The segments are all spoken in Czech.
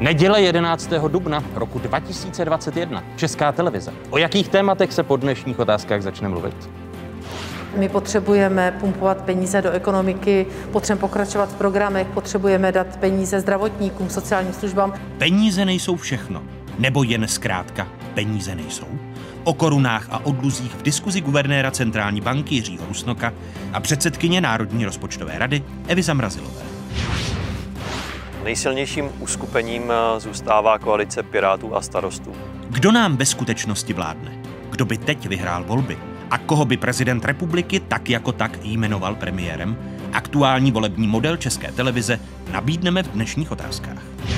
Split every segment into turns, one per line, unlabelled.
Neděle 11. dubna roku 2021. Česká televize. O jakých tématech se po dnešních otázkách začne mluvit?
My potřebujeme pumpovat peníze do ekonomiky, potřebujeme pokračovat v programech, potřebujeme dát peníze zdravotníkům, sociálním službám.
Peníze nejsou všechno, nebo jen zkrátka peníze nejsou? O korunách a o dluzích v diskuzi guvernéra centrální banky Jiřího Rusnoka a předsedkyně Národní rozpočtové rady Evy Zamrazilové.
Nejsilnějším uskupením zůstává koalice Pirátů a Starostů.
Kdo nám ve skutečnosti vládne? Kdo by teď vyhrál volby? A koho by prezident republiky tak jako tak jmenoval premiérem? Aktuální volební model České televize nabídneme v dnešních otázkách.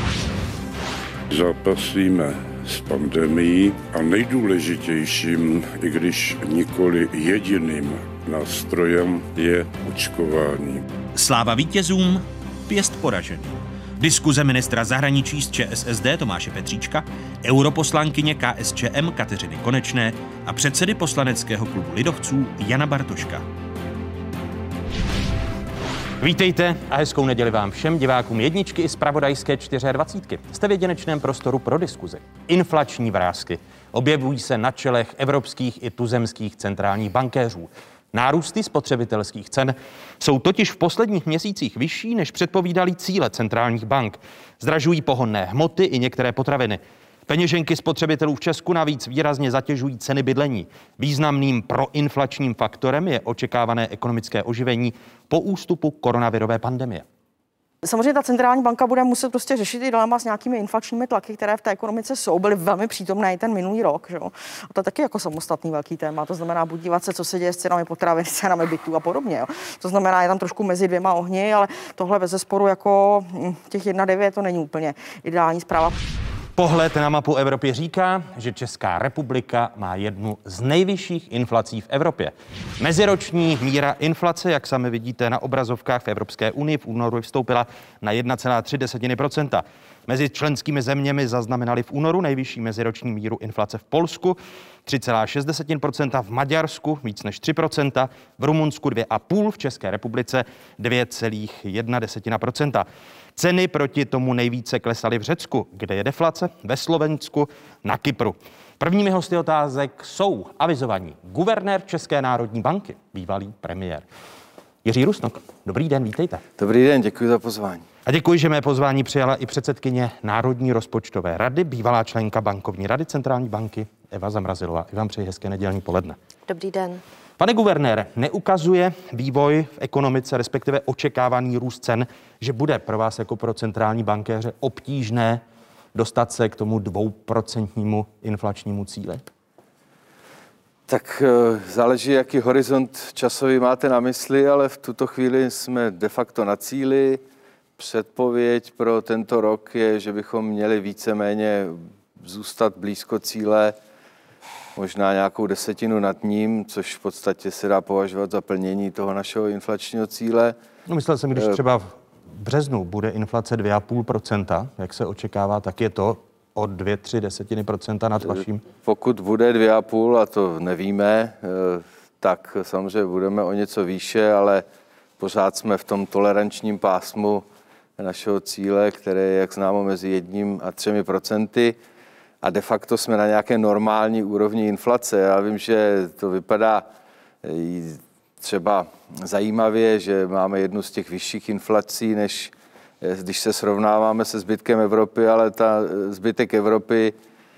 Zápasíme s pandemií a nejdůležitějším, i když nikoli jediným nástrojem, je očkování.
Sláva vítězům, pěst poraženým. Diskuze ministra zahraničí z ČSSD Tomáše Petříčka, europoslankyně KSČM Kateřiny Konečné a předsedy poslaneckého klubu lidovců Jana Bartoška.
Vítejte a hezkou neděli vám všem divákům jedničky i zpravodajské 24. Jste v jedinečném prostoru pro diskuzi. Inflační vrásky objevují se na čelech evropských i tuzemských centrálních bankéřů. Nárůsty spotřebitelských cen jsou totiž v posledních měsících vyšší, než předpovídaly cíle centrálních bank. Zdražují pohonné hmoty i některé potraviny. Peněženky spotřebitelů v Česku navíc výrazně zatěžují ceny bydlení. Významným proinflačním faktorem je očekávané ekonomické oživení po ústupu koronavirové pandemie.
Samozřejmě ta centrální banka bude muset prostě řešit i dilema s nějakými inflačními tlaky, které v té ekonomice jsou, byly velmi přítomné i ten minulý rok. Že? A to je taky jako samostatný velký téma. To znamená buď dívat se, co se děje s cenami potravin, s cenami bytů a podobně. Jo? To znamená, je tam trošku mezi dvěma ohni, ale tohle bezesporu jako těch 1,9 to není úplně ideální zpráva.
Pohled na mapu Evropy říká, že Česká republika má jednu z nejvyšších inflací v Evropě. Meziroční míra inflace, jak sami vidíte na obrazovkách v Evropské unii, v únoru vstoupila na 1,3%. Mezi členskými zeměmi zaznamenali v únoru nejvyšší meziroční míru inflace v Polsku 3,6%, v Maďarsku víc než 3%, v Rumunsku 2,5%, v České republice 2,1%. Ceny proti tomu nejvíce klesaly v Řecku, kde je deflace, ve Slovensku, na Kypru. Prvními hosty otázek jsou avizovaní guvernér České národní banky, bývalý premiér Jiří Rusnok. Dobrý den, vítejte.
Dobrý den, děkuji za pozvání.
A děkuji, že mé pozvání přijala i předsedkyně Národní rozpočtové rady, bývalá členka bankovní rady centrální banky Eva Zamrazilová. I vám přeji hezké nedělní poledne.
Dobrý den.
Pane guvernére, neukazuje vývoj v ekonomice, respektive očekávaný růst cen, že bude pro vás jako pro centrální bankéře obtížné dostat se k tomu 2% inflačnímu cíli?
Tak záleží, jaký horizont časový máte na mysli, ale v tuto chvíli jsme de facto na cíli. Předpověď pro tento rok je, že bychom měli víceméně zůstat blízko cíle, možná nějakou desetinu nad ním, což v podstatě se dá považovat za plnění toho našeho inflačního cíle.
No, myslel jsem, když třeba v březnu bude inflace 2,5%, jak se očekává, tak je to o 2,3% nad vaším.
Pokud bude 2,5, a to nevíme, tak samozřejmě budeme o něco výše, ale pořád jsme v tom tolerančním pásmu našeho cíle, které je, jak známo, mezi 1 a 3%. A de facto jsme na nějaké normální úrovni inflace. Já vím, že to vypadá třeba zajímavě, že máme jednu z těch vyšších inflací, než když se srovnáváme se zbytkem Evropy, ale ta zbytek Evropy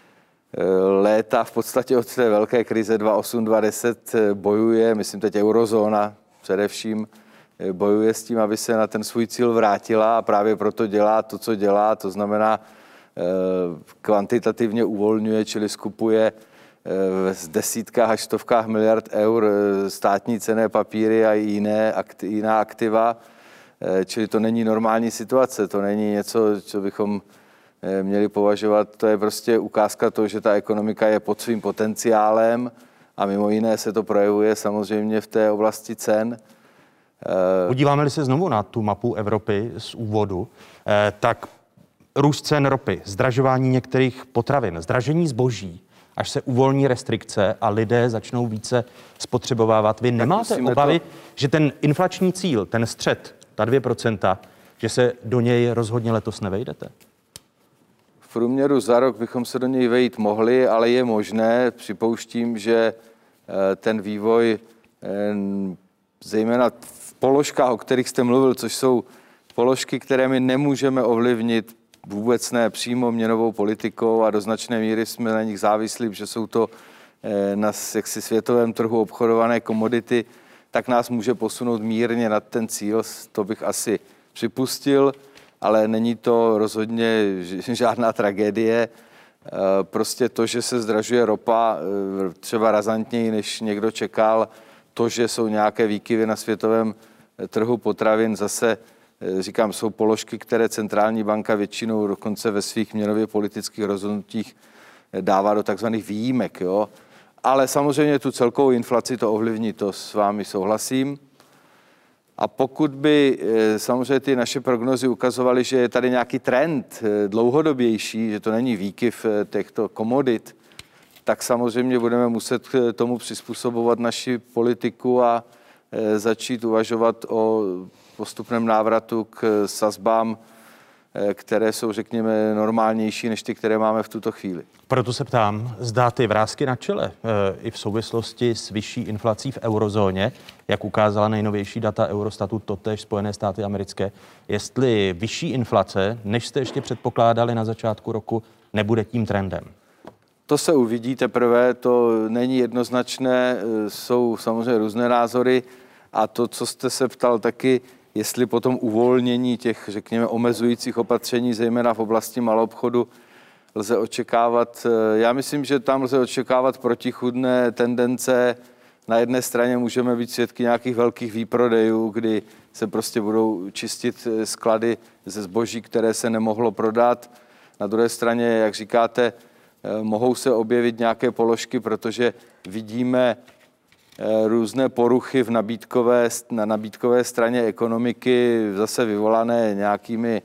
léta v podstatě od té velké krize 2008, 2010 bojuje, myslím teď eurozóna především, bojuje s tím, aby se na ten svůj cíl vrátila a právě proto dělá to, co dělá, to znamená kvantitativně uvolňuje, čili skupuje v desítkách až stovkách miliard eur státní cenné papíry a jiná aktiva, čili to není normální situace, to není něco, co bychom měli považovat, to je prostě ukázka toho, že ta ekonomika je pod svým potenciálem a mimo jiné se to projevuje samozřejmě v té oblasti cen.
Podíváme-li se znovu na tu mapu Evropy z úvodu, tak růst cen ropy, zdražování některých potravin, zdražení zboží, až se uvolní restrikce a lidé začnou více spotřebovávat. Vy nemáte obavy, že ten inflační cíl, ten střed, ta 2%, že se do něj rozhodně letos nevejdete?
V průměru za rok bychom se do něj vejít mohli, ale je možné, připouštím, že ten vývoj, zejména v položkách, o kterých jste mluvil, což jsou položky, které my nemůžeme ovlivnit, vůbec ne přímo měnovou politikou a do značné míry jsme na nich závislí, že jsou to na jaksi světovém trhu obchodované komodity, tak nás může posunout mírně nad ten cíl, to bych asi připustil, ale není to rozhodně žádná tragédie. Prostě to, že se zdražuje ropa třeba razantněji, než někdo čekal, to, že jsou nějaké výkyvy na světovém trhu potravin, zase říkám, jsou položky, které centrální banka většinou dokonce ve svých měnově politických rozhodnutích dává do takzvaných výjimek. Jo? Ale samozřejmě tu celkovou inflaci to ovlivní, to s vámi souhlasím. A pokud by samozřejmě ty naše prognozy ukazovaly, že je tady nějaký trend dlouhodobější, že to není výkyv těchto komodit, tak samozřejmě budeme muset k tomu přizpůsobovat naši politiku a začít uvažovat o postupném návratu k sazbám, které jsou, řekněme, normálnější než ty, které máme v tuto chvíli.
Proto se ptám, zda ty vrásky na čele i v souvislosti s vyšší inflací v eurozóně, jak ukázala nejnovější data Eurostatu, totéž Spojené státy americké, jestli vyšší inflace, než jste ještě předpokládali na začátku roku, nebude tím trendem.
To se uvidí teprve, to není jednoznačné, jsou samozřejmě různé názory a to, co jste se ptal taky, jestli potom uvolnění těch, řekněme, omezujících opatření, zejména v oblasti maloobchodu, lze očekávat. Já myslím, že tam lze očekávat protichůdné tendence. Na jedné straně můžeme být svědky nějakých velkých výprodejů, kdy se prostě budou čistit sklady ze zboží, které se nemohlo prodat. Na druhé straně, jak říkáte, mohou se objevit nějaké položky, protože vidíme různé poruchy na nabídkové straně ekonomiky, zase vyvolané nějakými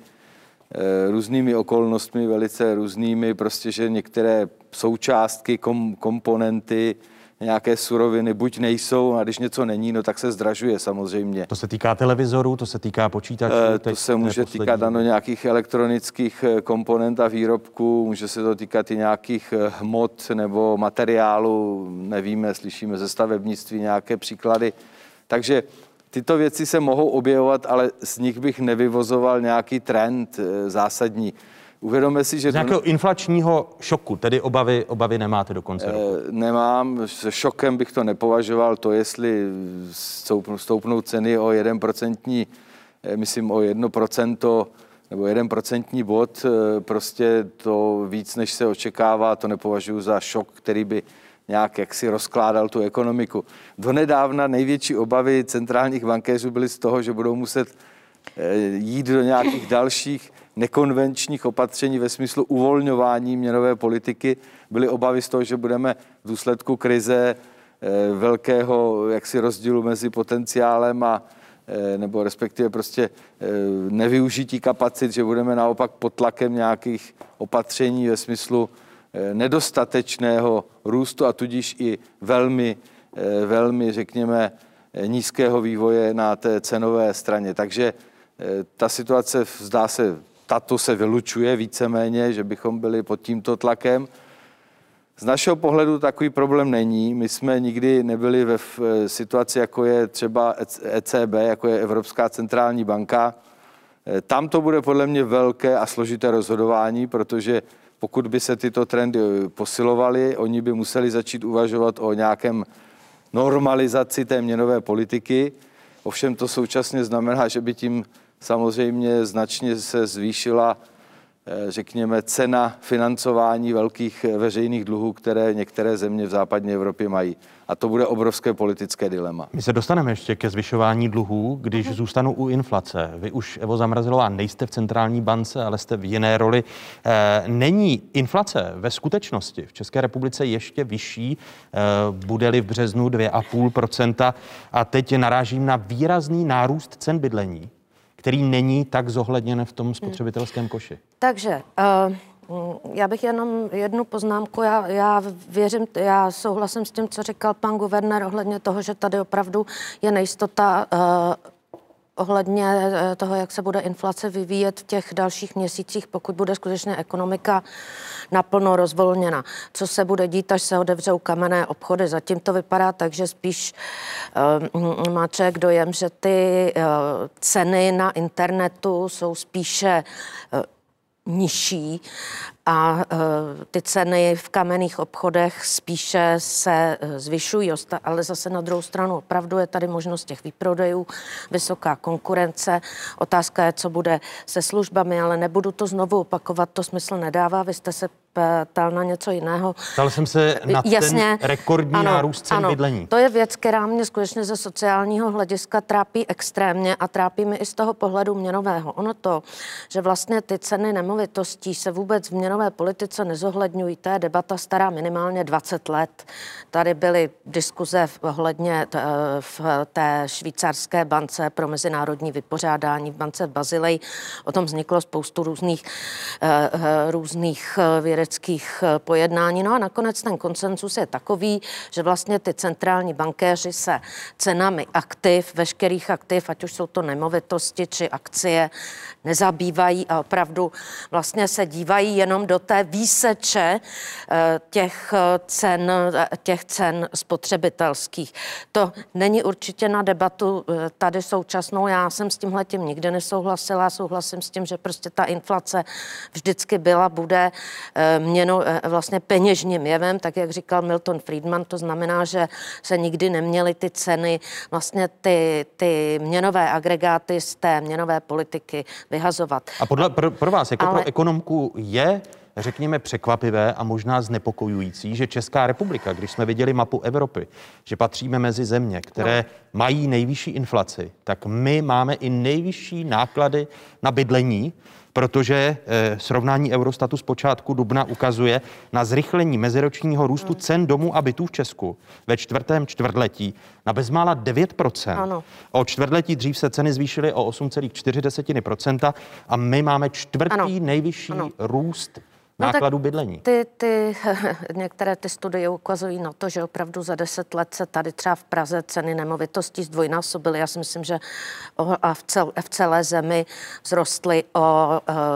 různými okolnostmi, velice různými, prostě, že některé součástky, komponenty, nějaké suroviny buď nejsou, a když něco není, no tak se zdražuje samozřejmě.
To se týká televizorů, to se týká počítačů?
To se může týkat nějakých elektronických komponent a výrobků, může se to týkat i nějakých hmot nebo materiálů, nevíme, slyšíme ze stavebnictví nějaké příklady. Takže tyto věci se mohou objevovat, ale z nich bych nevyvozoval nějaký trend zásadní. Uvědomme si, že...
Z nějakého inflačního šoku, tedy obavy nemáte do konce roku?
Nemám, s šokem bych to nepovažoval, to jestli stoupnou ceny o 1%, myslím o 1% nebo 1% bod, prostě to víc, než se očekává, to nepovažuji za šok, který by nějak jaksi rozkládal tu ekonomiku. Donedávna největší obavy centrálních bankéřů byly z toho, že budou muset jít do nějakých dalších nekonvenčních opatření ve smyslu uvolňování měnové politiky. Byly obavy z toho, že budeme v důsledku krize velkého jaksi rozdílu mezi potenciálem a nebo respektive prostě nevyužití kapacit, že budeme naopak pod tlakem nějakých opatření ve smyslu nedostatečného růstu a tudíž i velmi, řekněme, nízkého vývoje na té cenové straně. Takže ta situace, zdá se, tato se vylučuje víceméně, že bychom byli pod tímto tlakem. Z našeho pohledu takový problém není. My jsme nikdy nebyli ve situaci, jako je třeba ECB, jako je Evropská centrální banka. Tam to bude podle mě velké a složité rozhodování, protože pokud by se tyto trendy posilovaly, oni by museli začít uvažovat o nějakém normalizaci té měnové politiky. Ovšem to současně znamená, že by tím samozřejmě značně se zvýšila, řekněme, cena financování velkých veřejných dluhů, které některé země v západní Evropě mají. A to bude obrovské politické dilema.
My se dostaneme ještě ke zvyšování dluhů, když zůstanu u inflace. Vy už, Evo Zamrazilová, nejste v centrální bance, ale jste v jiné roli. Není inflace ve skutečnosti v České republice ještě vyšší? Bude-li v březnu 2,5%? A teď narážím na výrazný nárůst cen bydlení, který není tak zohledněn v tom spotřebitelském koši.
Takže já bych jenom jednu poznámku. Já souhlasím s tím, co říkal pan guvernér ohledně toho, že tady opravdu je nejistota ohledně toho, jak se bude inflace vyvíjet v těch dalších měsících, pokud bude skutečně ekonomika naplno rozvolněna. Co se bude dít, až se otevřou kamenné obchody? Zatím to vypadá tak, že spíš má člověk dojem, že ty ceny na internetu jsou spíše nižší a ty ceny v kamenných obchodech spíše se zvyšují, ale zase na druhou stranu opravdu je tady možnost těch výprodejů, vysoká konkurence. Otázka je, co bude se službami, ale nebudu to znovu opakovat, to smysl nedává, vy jste se ptal na něco jiného.
Ptal jsem se na ten rekordní nárůst cen bydlení.
To je věc, která mě skutečně ze sociálního hlediska trápí extrémně a trápí mi i z toho pohledu měnového. Ono to, že vlastně ty ceny nemovitostí se vůbec v měnové politice nezohledňují, to je debata stará minimálně 20 let. Tady byly diskuze ohledně v té švýcarské bance pro mezinárodní vypořádání v bance v Bazileji. O tom vzniklo spoustu různých vědeckých pojednání. No a nakonec ten konsenzus je takový, že vlastně ty centrální bankéři se cenami aktiv, veškerých aktiv, ať už jsou to nemovitosti či akcie, nezabývají a opravdu vlastně se dívají jenom do té výseče těch cen spotřebitelských. To není určitě na debatu tady současnou. Já jsem s tímhletím nikdy nesouhlasila. Souhlasím s tím, že prostě ta inflace vždycky byla, bude vlastně peněžním jevem, tak jak říkal Milton Friedman, to znamená, že se nikdy neměly ty ceny, vlastně ty měnové agregáty z té měnové politiky vyhazovat.
A pro vás, jako pro ekonomku, je, řekněme, překvapivé a možná znepokojující, že Česká republika, když jsme viděli mapu Evropy, že patříme mezi země, které mají nejvyšší inflaci, tak my máme i nejvyšší náklady na bydlení, protože srovnání Eurostatu z počátku dubna ukazuje na zrychlení meziročního růstu cen domů a bytů v Česku ve čtvrtém čtvrtletí na bezmála 9%. Ano. O čtvrtletí dřív se ceny zvýšily o 8,4% a my máme čtvrtý nejvyšší růst nákladu bydlení.
Některé ty studie ukazují na to, že opravdu za 10 let se tady třeba v Praze ceny nemovitostí zdvojnásobily. Já si myslím, že v celé zemi vzrostly o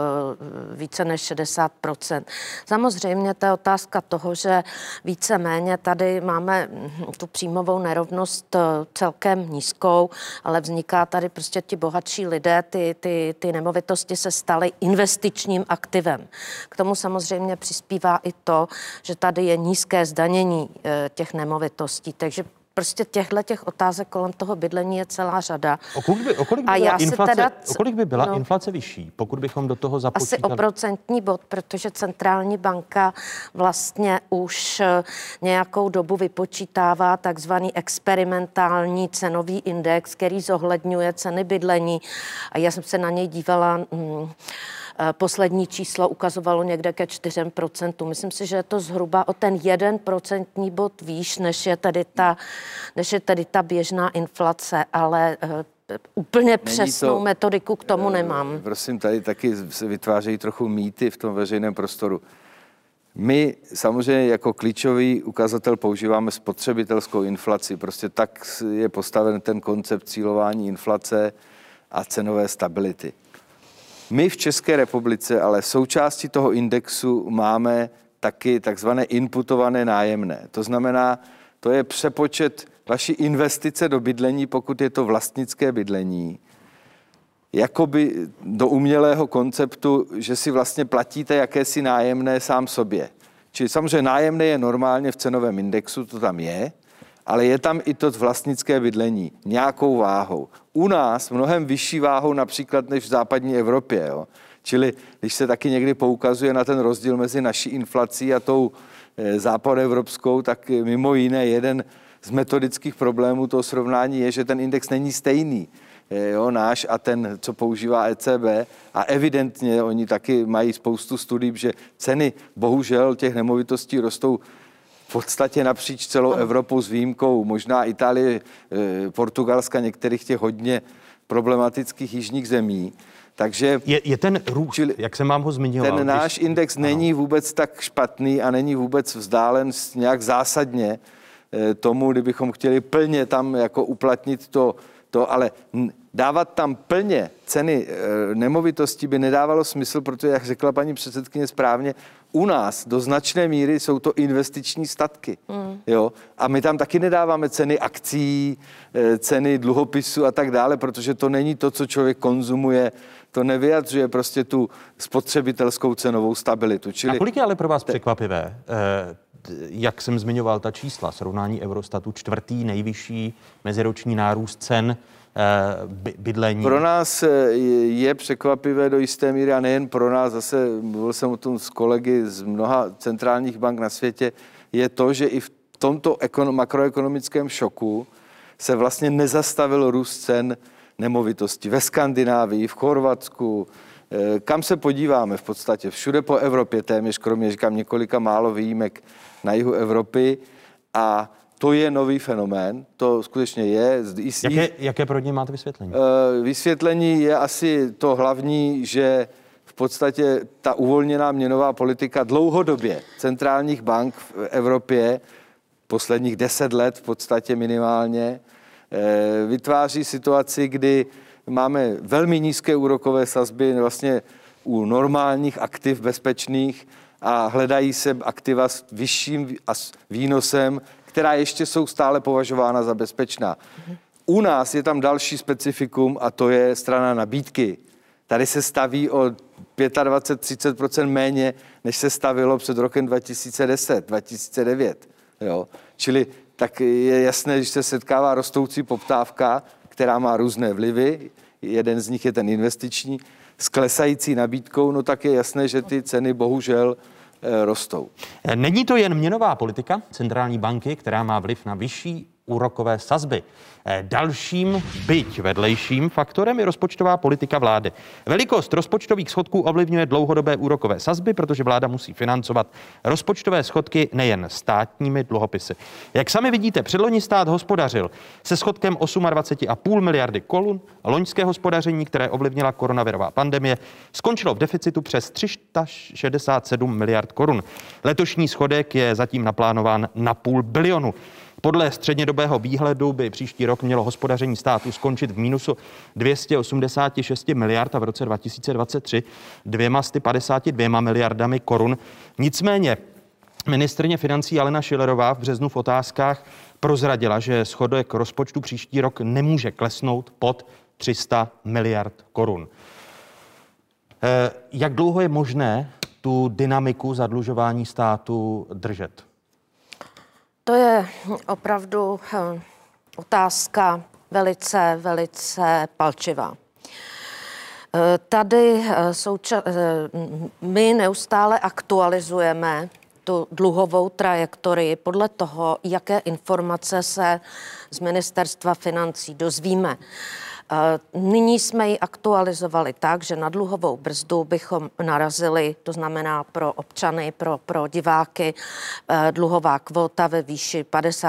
více než 60%. Samozřejmě to je otázka toho, že víceméně tady máme tu příjmovou nerovnost celkem nízkou, ale vzniká tady prostě ti bohatší lidé, ty nemovitosti se staly investičním aktivem. K tomu samozřejmě přispívá i to, že tady je nízké zdanění těch nemovitostí, takže prostě těch otázek kolem toho bydlení je celá řada.
O kolik by byla inflace vyšší, pokud bychom do toho započítali?
Asi o procentní bod, protože centrální banka vlastně už nějakou dobu vypočítává takzvaný experimentální cenový index, který zohledňuje ceny bydlení. A já jsem se na něj dívala. Poslední číslo ukazovalo někde ke 4%. Myslím si, že je to zhruba o ten 1% bod výš, než je tady ta běžná inflace, ale úplně přesnou metodiku k tomu nemám.
Prosím, tady taky se vytvářejí trochu mýty v tom veřejném prostoru. My samozřejmě jako klíčový ukazatel používáme spotřebitelskou inflaci. Prostě tak je postaven ten koncept cílování inflace a cenové stability. My v České republice ale součástí toho indexu máme taky takzvané inputované nájemné. To znamená, to je přepočet vaší investice do bydlení, pokud je to vlastnické bydlení, jakoby do umělého konceptu, že si vlastně platíte jakési nájemné sám sobě. Čili samozřejmě nájemné je normálně v cenovém indexu, to tam je, ale je tam i to vlastnické bydlení nějakou váhou. U nás mnohem vyšší váhou například než v západní Evropě. Jo. Čili když se taky někdy poukazuje na ten rozdíl mezi naší inflací a tou západoevropskou, tak mimo jiné jeden z metodických problémů toho srovnání je, že ten index není stejný. Jo, náš a ten, co používá ECB. A evidentně oni taky mají spoustu studií, že ceny bohužel těch nemovitostí rostou v podstatě napříč celou Evropou s výjimkou možná Itálie, Portugalska, některých těch hodně problematických jižních zemí. Takže
je ten růst, jak jsem vám ho zmiňoval.
Ten náš index není vůbec tak špatný a není vůbec vzdálen nějak zásadně tomu, kdybychom chtěli plně tam jako uplatnit to, ale dávat tam plně ceny nemovitostí by nedávalo smysl, protože, jak řekla paní předsedkyně správně, u nás do značné míry jsou to investiční statky. Jo? A my tam taky nedáváme ceny akcií, ceny dluhopisů a tak dále, protože to není to, co člověk konzumuje. To nevyjadřuje prostě tu spotřebitelskou cenovou stabilitu. Čili...
A kolik je ale pro vás překvapivé, jak jsem zmiňoval ta čísla, srovnání Eurostatu, 4. nejvyšší meziroční nárůst cen bydlení?
Pro nás je překvapivé do jisté míry a nejen pro nás, zase mluvil jsem o tom s kolegy z mnoha centrálních bank na světě, je to, že i v tomto makroekonomickém šoku se vlastně nezastavil růst cen nemovitostí. Ve Skandinávii, v Chorvatsku, kam se podíváme v podstatě, všude po Evropě téměř, kromě, říkám, několika málo výjimek na jihu Evropy a to je nový fenomén, to skutečně je.
Jaké pro něj máte vysvětlení?
Vysvětlení je asi to hlavní, že v podstatě ta uvolněná měnová politika dlouhodobě centrálních bank v Evropě, posledních 10 let v podstatě minimálně, vytváří situaci, kdy máme velmi nízké úrokové sazby vlastně u normálních aktiv bezpečných a hledají se aktiva s vyšším výnosem, která ještě jsou stále považována za bezpečná. U nás je tam další specifikum a to je strana nabídky. Tady se staví o 25-30% méně, než se stavilo před rokem 2010, 2009. Jo? Čili tak je jasné, že se setkává rostoucí poptávka, která má různé vlivy, jeden z nich je ten investiční, s klesající nabídkou, no tak je jasné, že ty ceny bohužel rostou.
Není to jen měnová politika centrální banky, která má vliv na vyšší úrokové sazby. Dalším, byť vedlejším faktorem je rozpočtová politika vlády. Velikost rozpočtových schodků ovlivňuje dlouhodobé úrokové sazby, protože vláda musí financovat rozpočtové schodky nejen státními dluhopisy. Jak sami vidíte, předloni stát hospodařil se schodkem 28,5 miliardy korun. Loňské hospodaření, které ovlivnila koronavirová pandemie, skončilo v deficitu přes 367 miliard korun. Letošní schodek je zatím naplánován na 500 milionu. Podle střednědobého výhledu by příští rok mělo hospodaření státu skončit v mínusu 286 miliard a v roce 2023 252 miliardami korun. Nicméně ministryně financí Alena Schillerová v březnu v Otázkách prozradila, že schodek rozpočtu příští rok nemůže klesnout pod 300 miliard korun. Jak dlouho je možné tu dynamiku zadlužování státu držet?
To je opravdu otázka velice palčivá. Tady my neustále aktualizujeme tu dluhovou trajektorii podle toho, jaké informace se z Ministerstva financí dozvíme. Nyní jsme ji aktualizovali tak, že na dluhovou brzdu bychom narazili, to znamená pro občany, pro diváky, dluhová kvóta ve výši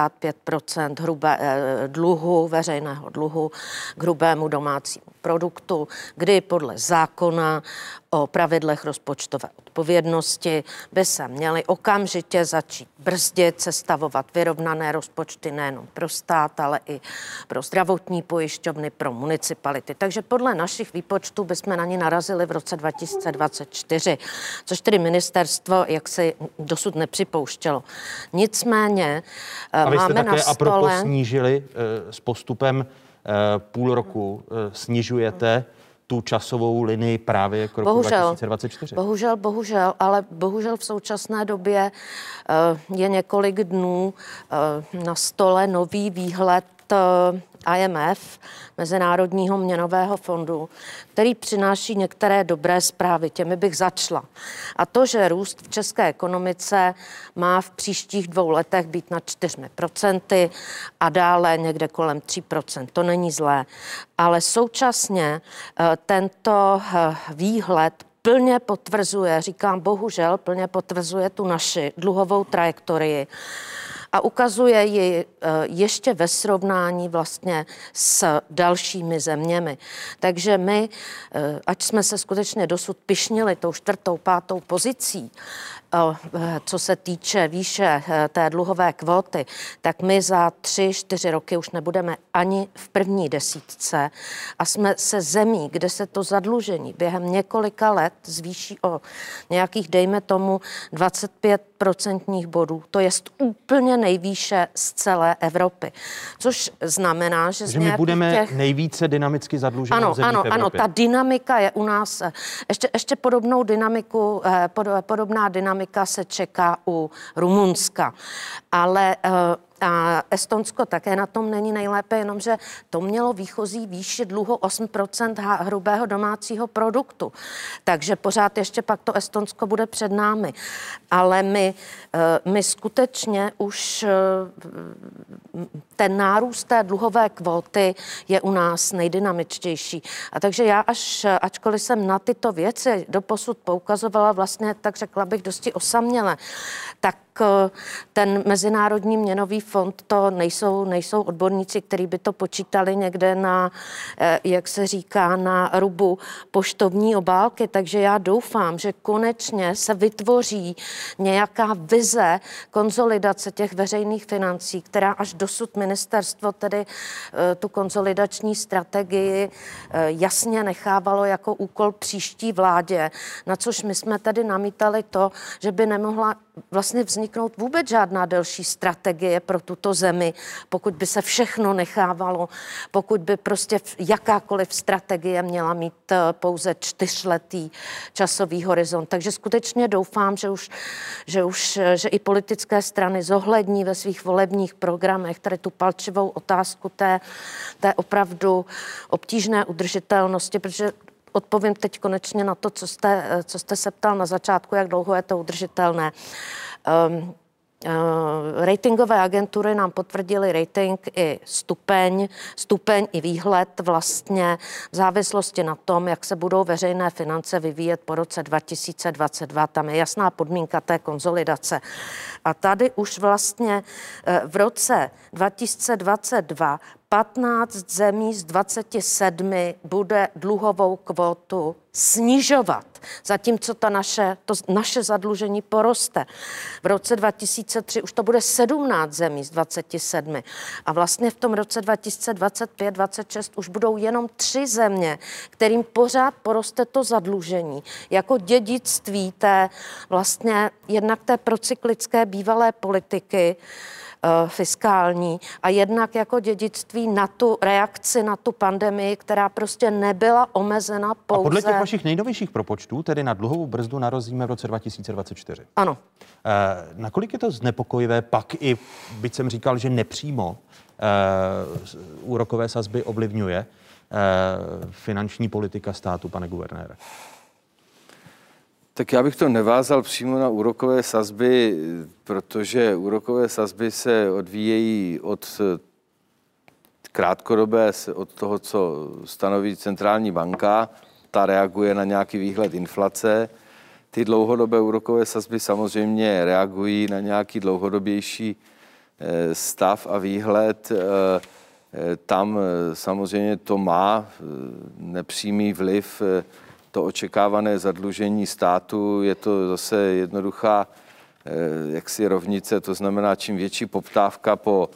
55% dluhu, veřejného dluhu k hrubému domácímu produktu, kdy podle zákona o pravidlech rozpočtové odpovědnosti by se měly okamžitě začít brzdit, sestavovat vyrovnané rozpočty nejenom pro stát, ale i pro zdravotní pojišťovny, pro municipality. Takže podle našich výpočtů bychom na ně narazili v roce 2024, což tedy ministerstvo jaksi dosud nepřipouštělo. Nicméně
a vy jste
máme
také
na stole...
apropos snížili s postupem půl roku, snižujete tu časovou linii právě k roku 2024.
Bohužel v současné době je několik dnů na stole nový výhled IMF, Mezinárodního měnového fondu, který přináší některé dobré zprávy. Těmi bych začala. A to, že růst v české ekonomice má v příštích 2 letech být na 4% a dále někde kolem 3%. To není zlé. Ale současně tento výhled plně potvrzuje, říkám bohužel, plně potvrzuje tu naši dluhovou trajektorii a ukazuje ji ještě ve srovnání vlastně s dalšími zeměmi. Takže my, ať jsme se skutečně dosud pyšnili tou 4., 5. pozicí, co se týče výše té dluhové kvóty, tak my za 3-4 roky už nebudeme ani v první desítce a jsme se zemí, kde se to zadlužení během několika let zvýší o nějakých, dejme tomu, 25% bodů. To je úplně nejvýše z celé Evropy. Což znamená, že
my budeme nejvíce dynamicky zadluženou zemí v Evropě.
Ano, ta dynamika je u nás, ještě podobná dynamika se čeká u Rumunska. Ale a Estonsko také na tom není nejlépe, jenomže to mělo výchozí výši dluhu 8% hrubého domácího produktu. Takže pořád ještě pak to Estonsko bude před námi. Ale my skutečně už ten nárůst té dluhové kvóty je u nás nejdynamičtější. A takže já ačkoliv jsem na tyto věci doposud poukazovala vlastně, tak řekla bych, dosti osaměle, tak ten Mezinárodní měnový fond, to nejsou odborníci, kteří by to počítali někde na, jak se říká, na rubu poštovní obálky. Takže já doufám, že konečně se vytvoří nějaká vize konsolidace těch veřejných financí, která až dosud ministerstvo tedy tu konsolidační strategii jasně nechávalo jako úkol příští vládě, na což my jsme tedy namítali to, že by nemohla vlastně vzniknout vůbec žádná delší strategie pro tuto zemi, pokud by se všechno nechávalo, pokud by prostě jakákoliv strategie měla mít pouze 4letý časový horizont. Takže skutečně doufám, že i politické strany zohlední ve svých volebních programech tady tu palčivou otázku té opravdu obtížné udržitelnosti, protože odpovím teď konečně na to, co jste se ptal na začátku, jak dlouho je to udržitelné. Ratingové agentury nám potvrdily rating i stupeň i výhled vlastně v závislosti na tom, jak se budou veřejné finance vyvíjet po roce 2022. Tam je jasná podmínka té konsolidace. A tady už vlastně v roce 2022 15 zemí z 27 bude dluhovou kvótu snižovat, zatímco to naše zadlužení poroste. V roce 2003 už to bude 17 zemí z 27. A vlastně v tom roce 2025-26 už budou jenom 3 země, kterým pořád poroste to zadlužení. Jako dědictví vlastně jednak té procyklické bývalé politiky, fiskální a jednak jako dědictví na tu reakci na tu pandemii, která prostě nebyla omezena pouze...
A podle těch vašich nejnovějších propočtů, tedy na dluhovou brzdu narazíme v roce 2024.
Ano.
Nakolik je to znepokojivé, pak i, byť jsem říkal, že nepřímo úrokové sazby ovlivňuje finanční politika státu, pane guvernére?
Tak já bych to nevázal přímo na úrokové sazby, protože úrokové sazby se odvíjejí od krátkodobé, od toho, co stanoví centrální banka. Ta reaguje na nějaký výhled inflace. Ty dlouhodobé úrokové sazby samozřejmě reagují na nějaký dlouhodobější stav a výhled. Tam samozřejmě to má nepřímý vliv. To očekávané zadlužení státu, je to zase jednoduchá jaksi rovnice, to znamená, čím větší poptávka po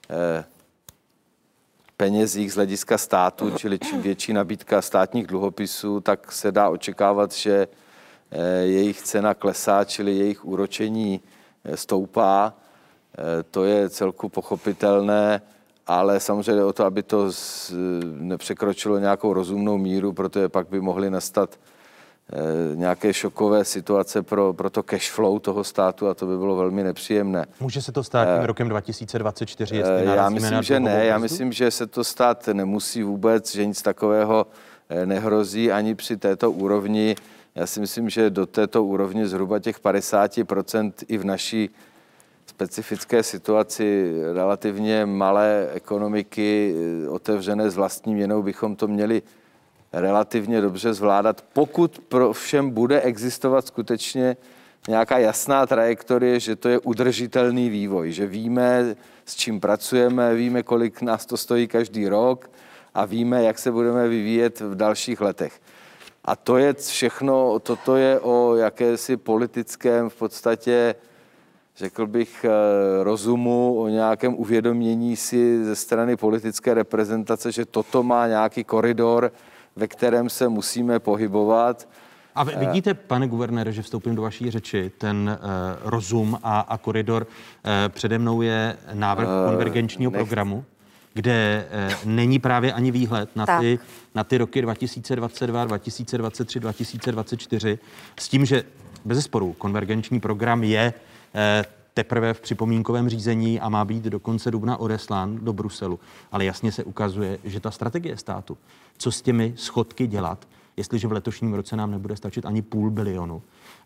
penězích z hlediska státu, čili čím větší nabídka státních dluhopisů, tak se dá očekávat, že jejich cena klesá, čili jejich úročení stoupá. To je celku pochopitelné, ale samozřejmě o to, aby to nepřekročilo nějakou rozumnou míru, protože pak by mohly nastat nějaké šokové situace pro to cash flow toho státu a to by bylo velmi nepříjemné.
Může se to stát tím rokem 2024, jestli
já myslím, že ne. Já myslím, že se to stát nemusí vůbec, že nic takového nehrozí ani při této úrovni. Já si myslím, že do této úrovně zhruba těch 50% i v naší specifické situaci relativně malé ekonomiky otevřené s vlastní měnou bychom to měli relativně dobře zvládat, pokud pro všem bude existovat skutečně nějaká jasná trajektorie, že to je udržitelný vývoj, že víme, s čím pracujeme, víme, kolik nás to stojí každý rok a víme, jak se budeme vyvíjet v dalších letech. A to je všechno, toto je o jakési politickém v podstatě, řekl bych, rozumu, o nějakém uvědomění si ze strany politické reprezentace, že toto má nějaký koridor, ve kterém se musíme pohybovat.
A vidíte, pane guvernére, že vstoupím do vaší řeči, ten rozum a koridor, přede mnou je návrh konvergenčního programu, kde není právě ani výhled na ty roky 2022, 2023, 2024, s tím, že bezesporu konvergenční program je teprve v připomínkovém řízení a má být do konce dubna odeslán do Bruselu. Ale jasně se ukazuje, že ta strategie státu, co s těmi schodky dělat, jestliže v letošním roce nám nebude stačit ani $500 milionu.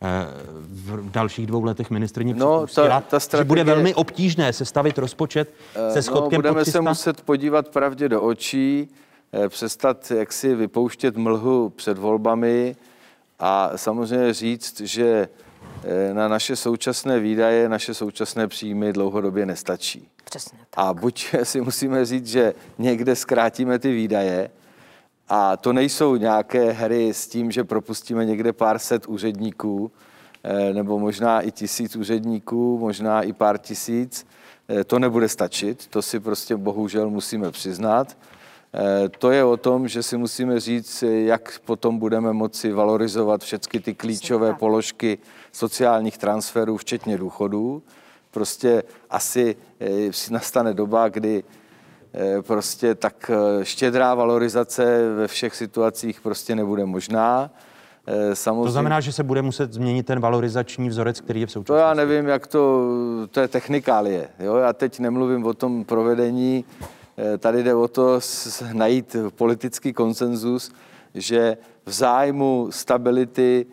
V dalších 2 letech ministryně připustila, že bude velmi obtížné sestavit rozpočet se schodkem
budeme
pod 300.
se muset podívat pravdě do očí, přestat jaksi vypouštět mlhu před volbami a samozřejmě říct, že na naše současné výdaje, naše současné příjmy dlouhodobě nestačí.
Přesně tak.
A buď si musíme říct, že někde zkrátíme ty výdaje, a to nejsou nějaké hry s tím, že propustíme někde pár set úředníků, nebo možná i 1000 úředníků, možná i pár tisíc. To nebude stačit, to si prostě bohužel musíme přiznat. To je o tom, že si musíme říct, jak potom budeme moci valorizovat všechny ty klíčové položky sociálních transferů, včetně důchodů. Prostě asi nastane doba, kdy prostě tak štědrá valorizace ve všech situacích prostě nebude možná. Samozřejmě,
to znamená, že se bude muset změnit ten valorizační vzorec, který je v současnosti.
To já nevím, jak to je technikálie. Jo? Já teď nemluvím o tom provedení. Tady jde o to najít politický konsenzus, že v zájmu stability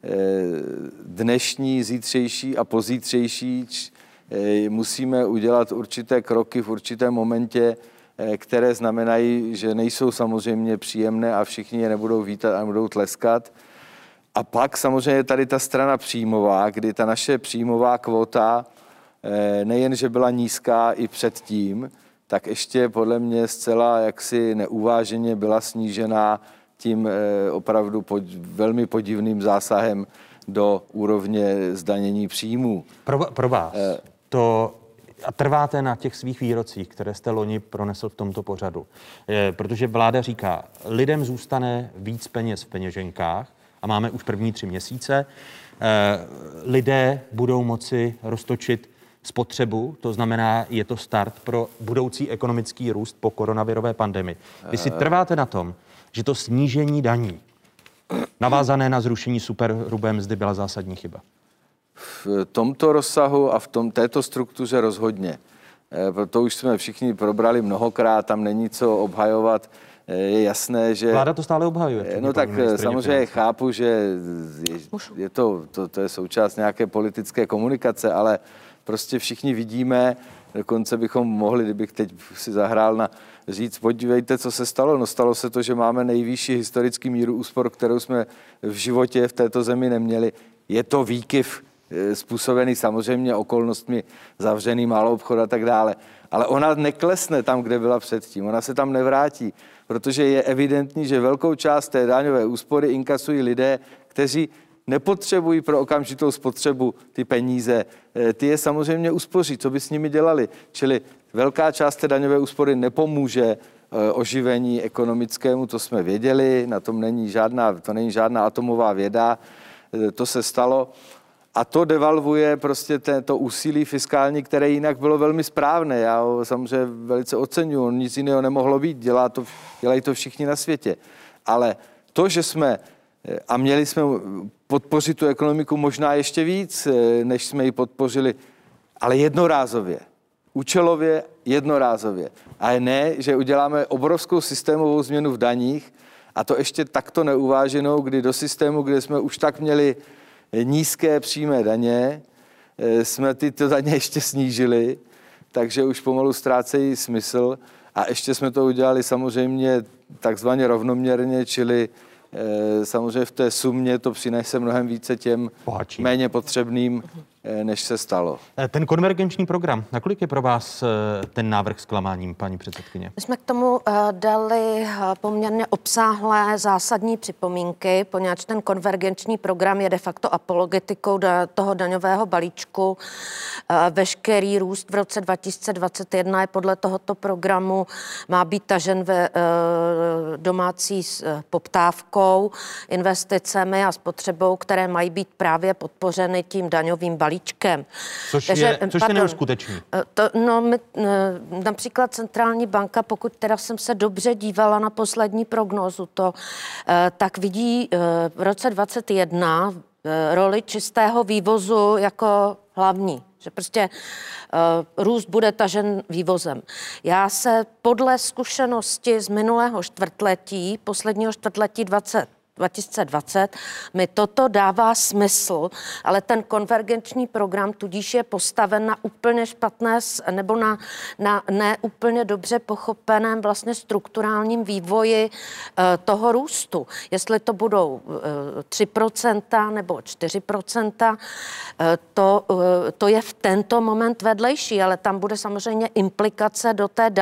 dnešní, zítřejší a pozítřejší musíme udělat určité kroky v určitém momentě, které znamenají, že nejsou samozřejmě příjemné a všichni je nebudou vítat a nebudou tleskat. A pak samozřejmě tady ta strana příjmová, kdy ta naše příjmová kvota nejen, že byla nízká i předtím, tak ještě podle mě zcela jaksi neuváženě byla snížená tím opravdu velmi podivným zásahem do úrovně zdanění příjmů.
Pro vás to... A trváte na těch svých výrocích, které jste loni pronesl v tomto pořadu. Protože vláda říká, lidem zůstane víc peněz v peněženkách a máme už první 3 měsíce. Lidé budou moci roztočit spotřebu, to znamená, je to start pro budoucí ekonomický růst po koronavirové pandemii. Vy si trváte na tom, že to snížení daní navázané na zrušení superhrubé mzdy byla zásadní chyba?
V tomto rozsahu a v této struktuře rozhodně. To už jsme všichni probrali mnohokrát, tam není co obhajovat. Je jasné, že...
Vláda to stále obhajuje.
No tak samozřejmě chápu, že je to je součást nějaké politické komunikace, ale prostě všichni vidíme, dokonce bychom mohli, kdybych teď si zahrál říct, podívejte, co se stalo. No stalo se to, že máme nejvyšší historický míru úspor, kterou jsme v životě v této zemi neměli. Je to výkyv způsobený samozřejmě okolnostmi zavřený maloobchod a tak dále. Ale ona neklesne tam, kde byla předtím. Ona se tam nevrátí, protože je evidentní, že velkou část té daňové úspory inkasují lidé, kteří nepotřebují pro okamžitou spotřebu ty peníze. Ty je samozřejmě uspoří, co by s nimi dělali. Čili velká část té daňové úspory nepomůže oživení ekonomickému, to jsme věděli, na tom není žádná atomová věda, to se stalo. A to devalvuje prostě to úsilí fiskální, které jinak bylo velmi správné. Já ho samozřejmě velice oceňuji, nic jiného nemohlo být, dělají to všichni na světě. Ale to, že jsme a měli jsme podpořit tu ekonomiku možná ještě víc, než jsme ji podpořili, ale jednorázově, účelově, jednorázově. A ne, že uděláme obrovskou systémovou změnu v daních a to ještě takto neuváženou, kdy do systému, kde jsme už tak měli nízké přímé daně, jsme tyto daně ještě snížili, takže už pomalu ztrácejí smysl a ještě jsme to udělali samozřejmě takzvaně rovnoměrně, čili samozřejmě v té sumě to přinese mnohem více těm méně potřebným než se stalo.
Ten konvergenční program, nakolik je pro vás ten návrh zklamáním, paní předsedkyně?
My jsme k tomu dali poměrně obsáhlé zásadní připomínky, poněvadž ten konvergenční program je de facto apologetikou toho daňového balíčku. Veškerý růst v roce 2021 je podle tohoto programu má být tažen ve domácí s poptávkou, investicemi a spotřebou, které mají být právě podpořeny tím daňovým balíčkem.
Což je neuskutečný.
Například centrální banka, pokud teda jsem se dobře dívala na poslední prognózu, tak vidí v roce 2021 roli čistého vývozu jako hlavní. Že prostě růst bude tažen vývozem. Já se podle zkušenosti z minulého čtvrtletí, posledního čtvrtletí 2020, mi toto dává smysl, ale ten konvergenční program tudíž je postaven na úplně špatné nebo na neúplně dobře pochopeném vlastně strukturálním vývoji toho růstu. Jestli to budou 3% nebo 4%, to je v tento moment vedlejší, ale tam bude samozřejmě implikace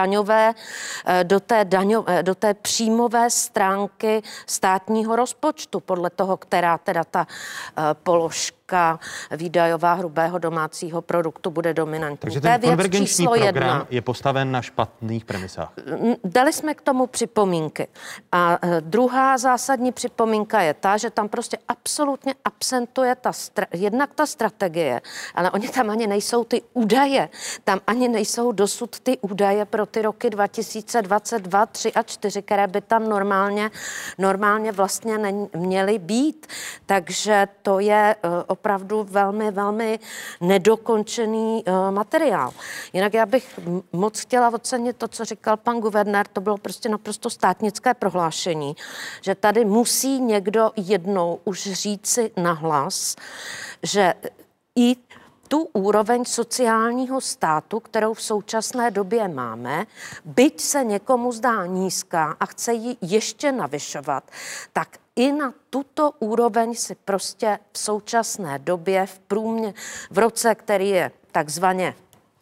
do té příjmové stránky státního rozpočtu, podle toho, která teda ta položka výdajová hrubého domácího produktu bude dominantní.
Takže ten konvergenční program je postaven na špatných premisách.
Dali jsme k tomu připomínky. A druhá zásadní připomínka je ta, že tam prostě absolutně absentuje jednak ta strategie, ale oni tam ani nejsou ty údaje. Tam ani nejsou dosud ty údaje pro ty roky 2022, 3 a 4, které by tam normálně vlastně měly být. Takže to je opravdu velmi, velmi nedokončený materiál. Jinak já bych moc chtěla ocenit to, co říkal pan guvernér, to bylo prostě naprosto státnické prohlášení, že tady musí někdo jednou už říci nahlas, že i tu úroveň sociálního státu, kterou v současné době máme, byť se někomu zdá nízká a chce ji ještě navyšovat, tak i na tuto úroveň si prostě v současné době v roce, který je takzvaně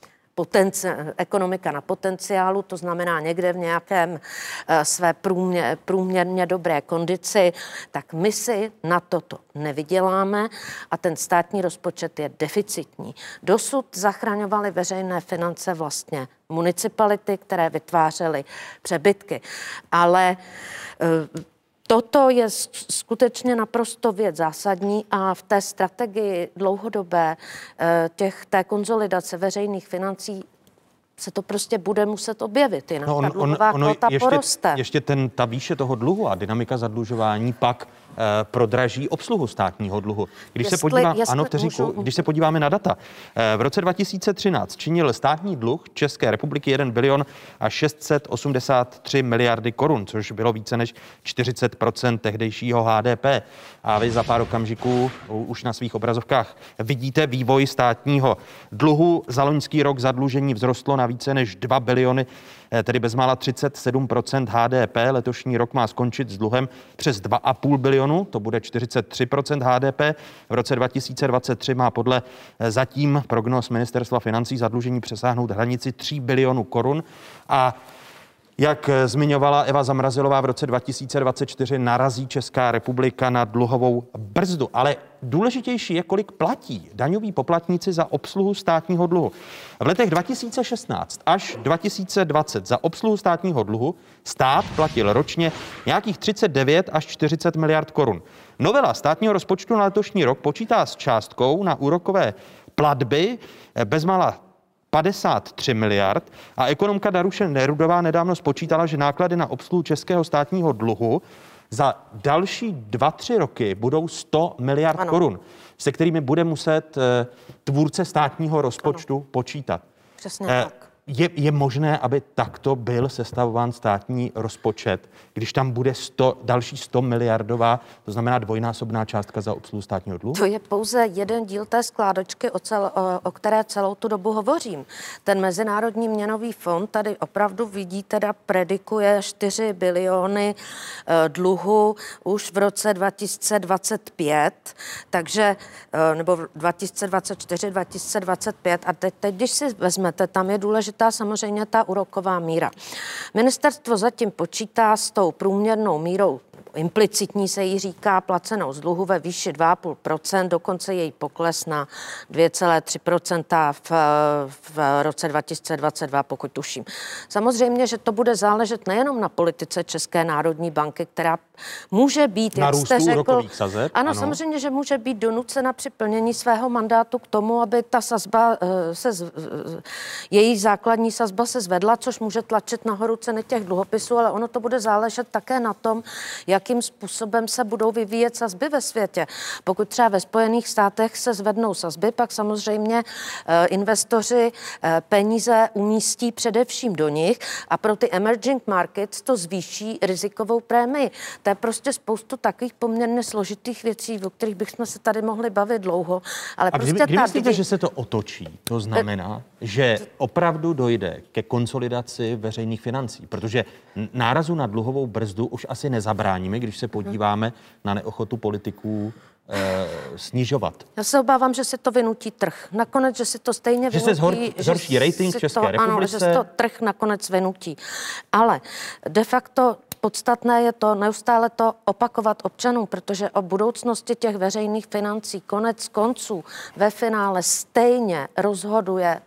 ekonomika na potenciálu, to znamená někde v nějakém své průměrně dobré kondici, tak my si na toto nevyděláme a ten státní rozpočet je deficitní. Dosud zachraňovaly veřejné finance vlastně municipality, které vytvářely přebytky, ale toto je skutečně naprosto věc zásadní a v té strategii dlouhodobé té konsolidace veřejných financí se to prostě bude muset objevit, jinak ta dluhová kvota poroste.
Ještě ta výše toho dluhu a dynamika zadlužování pak prodraží obsluhu státního dluhu. Když se podíváme na data, v roce 2013 činil státní dluh České republiky 1 bilion a 683 miliardy korun, což bylo více než 40% tehdejšího HDP. A vy za pár okamžiků už na svých obrazovkách vidíte vývoj státního dluhu. Za loňský rok zadlužení vzrostlo na více než 2 biliony, tedy bezmála 37% HDP. Letošní rok má skončit s dluhem přes 2,5 bilionu, to bude 43% HDP. V roce 2023 má podle zatím prognóz Ministerstva financí zadlužení přesáhnout hranici 3 bilionů korun a jak zmiňovala Eva Zamrazilová, v roce 2024 narazí Česká republika na dluhovou brzdu. Ale důležitější je, kolik platí daňoví poplatníci za obsluhu státního dluhu. V letech 2016 až 2020 za obsluhu státního dluhu stát platil ročně nějakých 39 až 40 miliard korun. Novela státního rozpočtu na letošní rok počítá s částkou na úrokové platby bezmála 53 miliard a ekonomka Daruše Nerudová nedávno spočítala, že náklady na obsluhu českého státního dluhu za další 2-3 roky budou 100 miliard korun, se kterými bude muset tvůrce státního rozpočtu počítat.
Přesně tak.
Je možné, aby takto byl sestavován státní rozpočet, když tam bude další 100 miliardová, to znamená dvojnásobná částka za obsluhu státního dluhu?
To je pouze jeden díl té skládačky, o které celou tu dobu hovořím. Ten Mezinárodní měnový fond tady opravdu vidí, predikuje 4 biliony dluhu už v roce 2025, takže, nebo 2024, 2025. A teď, když si vezmete, tam je důležitá samozřejmě ta úroková míra. Ministerstvo zatím počítá s tou průměrnou mírou, implicitní se jí říká, placenou z dluhu ve výši 2,5%, dokonce její pokles na 2,3% v roce 2022, pokud tuším. Samozřejmě, že to bude záležet nejenom na politice České národní banky, která může být, jak jste řekl,
sazeb,
ano, samozřejmě, že může být donucena při plnění svého mandátu k tomu, aby ta sazba její základní sazba se zvedla, což může tlačit nahoru ceny těch dluhopisů, ale ono to bude záležet také na tom, jakým způsobem se budou vyvíjet sazby ve světě. Pokud třeba ve Spojených státech se zvednou sazby, pak samozřejmě investoři peníze umístí především do nich a pro ty emerging markets to zvýší rizikovou prémii. To je prostě spoustu takových poměrně složitých věcí, o kterých bychom se tady mohli bavit dlouho. Ale
a
prostě
kdy myslíte, že se to otočí? To znamená, že opravdu dojde ke konsolidaci veřejných financí, protože nárazu na dluhovou brzdu už asi nezabráníme, když se podíváme na neochotu politiků snižovat.
Já se obávám, že se to vynutí trh. Nakonec, že se to stejně
že
vynutí.
Se zhorší rating v České republice.
Ano, že se to trh nakonec vynutí. Ale de facto podstatné je to neustále to opakovat občanům, protože o budoucnosti těch veřejných financí konec konců ve finále stejně rozhoduje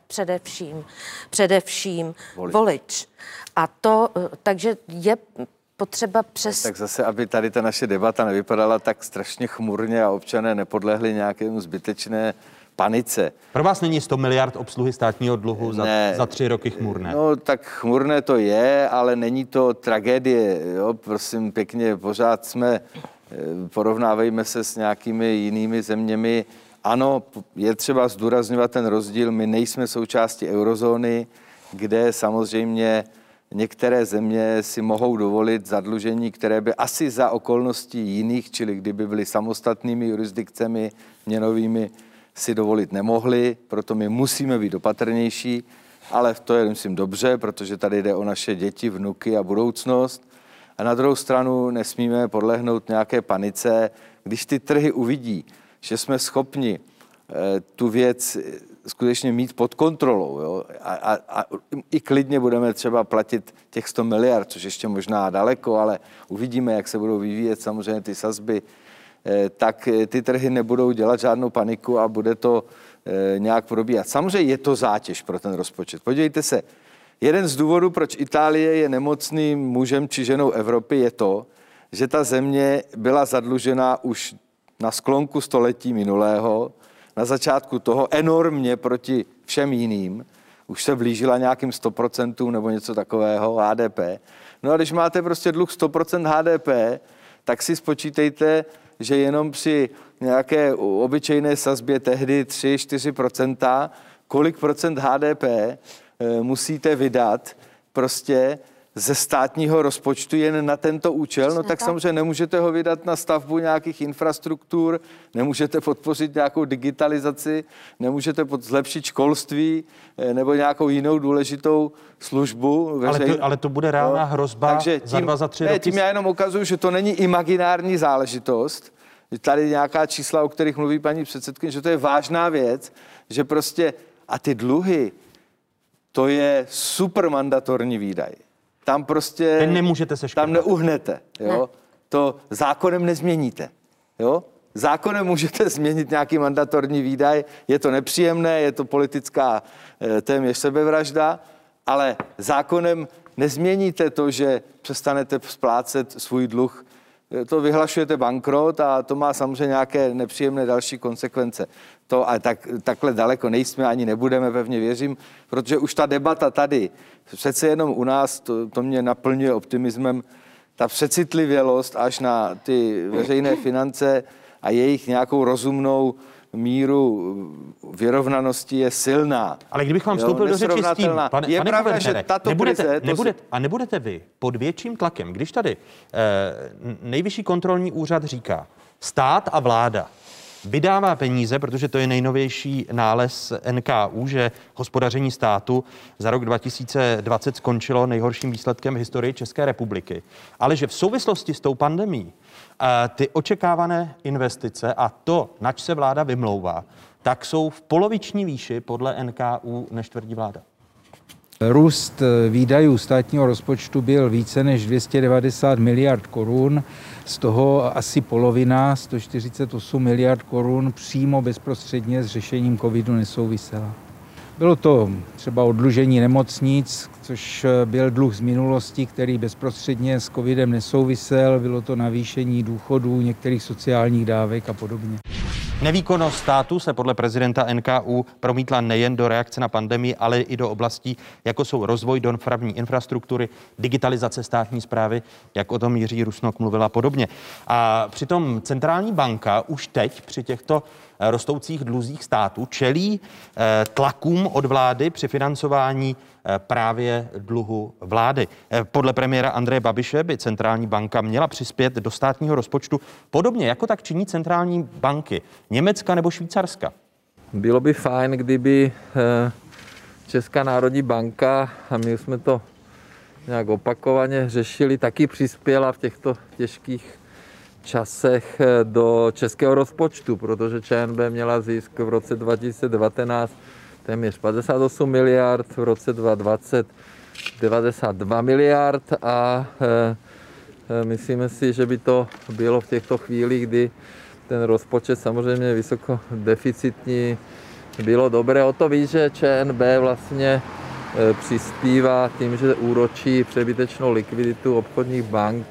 především volič. A to, takže je potřeba
Tak zase, aby tady ta naše debata nevypadala tak strašně chmurně a občané nepodlehli nějakému zbytečné panice.
Pro vás není 100 miliard obsluhy státního dluhu za 3 roky chmurné?
No tak chmurné to je, ale není to tragédie. Jo? Prosím pěkně, pořád porovnávejme se s nějakými jinými zeměmi. Ano, je třeba zdůrazňovat ten rozdíl. My nejsme součástí eurozóny, kde samozřejmě některé země si mohou dovolit zadlužení, které by asi za okolností jiných, čili kdyby byly samostatnými jurisdikcemi měnovými, si dovolit nemohli, proto my musíme být opatrnější, ale to je, myslím, dobře, protože tady jde o naše děti, vnuky a budoucnost. A na druhou stranu nesmíme podlehnout nějaké panice, když ty trhy uvidí, že jsme schopni tu věc skutečně mít pod kontrolou. Jo? A i klidně budeme třeba platit těch 100 miliard, což ještě možná daleko, ale uvidíme, jak se budou vyvíjet samozřejmě ty sazby, tak ty trhy nebudou dělat žádnou paniku a bude to nějak probíhat. Samozřejmě je to zátěž pro ten rozpočet. Podívejte se, jeden z důvodů, proč Itálie je nemocným mužem či ženou Evropy, je to, že ta země byla zadlužená už na sklonku století minulého, na začátku toho enormně proti všem jiným, už se blížila nějakým 100% nebo něco takového HDP. No a když máte prostě dluh 100% HDP, tak si spočítejte, že jenom při nějaké obyčejné sazbě tehdy 3-4%, kolik procent HDP musíte vydat prostě ze státního rozpočtu jen na tento účel, no tak samozřejmě nemůžete ho vydat na stavbu nějakých infrastruktur, nemůžete podpořit nějakou digitalizaci, nemůžete zlepšit školství nebo nějakou jinou důležitou službu.
Ale to bude reálná hrozba za 2, za 3 roky.
Tím já jenom ukazuju, že to není imaginární záležitost. Tady nějaká čísla, o kterých mluví paní předsedkyně, že to je vážná věc, že prostě a ty dluhy, to je super mandatorní výdaj. Tam prostě...
Ten nemůžete se škrtat.
Tam neuhnete, jo. Ne. To zákonem nezměníte, jo. Zákonem můžete změnit nějaký mandatorní výdaj, je to nepříjemné, je to politická téměř sebevražda, ale zákonem nezměníte to, že přestanete splácet svůj dluh. To vyhlašujete bankrot a to má samozřejmě nějaké nepříjemné další konsekvence. To a takhle daleko nejsme, ani nebudeme, pevně věřím, protože už ta debata tady, přece jenom u nás, to mě naplňuje optimismem, ta přecitlivělost až na ty veřejné finance a jejich nějakou rozumnou míru vyrovnanosti je silná.
Ale kdybych vám vstoupil do řeči s tím, pane
pravda, že tato
nebudete vy pod větším tlakem, když tady Nejvyšší kontrolní úřad říká, stát a vláda vydává peníze, protože to je nejnovější nález NKÚ, že hospodaření státu za rok 2020 skončilo nejhorším výsledkem v historii České republiky, ale že v souvislosti s tou pandemií ty očekávané investice a to, nač se vláda vymlouvá, tak jsou v poloviční výši podle NKÚ, než tvrdí vláda.
Růst výdajů státního rozpočtu byl více než 290 miliard korun, z toho asi polovina, 148 miliard korun, přímo bezprostředně s řešením covidu nesouvisela. Bylo to třeba oddlužení nemocnic, což byl dluh z minulosti, který bezprostředně s covidem nesouvisel, bylo to navýšení důchodů, některých sociálních dávek a podobně.
Nevýkonnost státu se podle prezidenta NKÚ promítla nejen do reakce na pandemii, ale i do oblastí, jako jsou rozvoj dopravní infrastruktury, digitalizace státní správy, jak o tom Jiří Rusnok mluvila podobně. A přitom centrální banka už teď při těchto rostoucích dluzích státu čelí tlakům od vlády při financování právě dluhu vlády. Podle premiéra Andreje Babiše by centrální banka měla přispět do státního rozpočtu podobně, jako tak činí centrální banky Německa nebo Švýcarska.
Bylo by fajn, kdyby Česká národní banka, a my jsme to nějak opakovaně řešili, taky přispěla v těchto těžkých časech do českého rozpočtu, protože ČNB měla zisk v roce 2019 téměř 58 miliard, v roce 2020 92 miliard a myslíme si, že by to bylo v těchto chvílích, kdy ten rozpočet samozřejmě je vysoko deficitní, bylo dobré. O to víc, že ČNB vlastně přispívá tím, že úročí přebytečnou likviditu obchodních bank,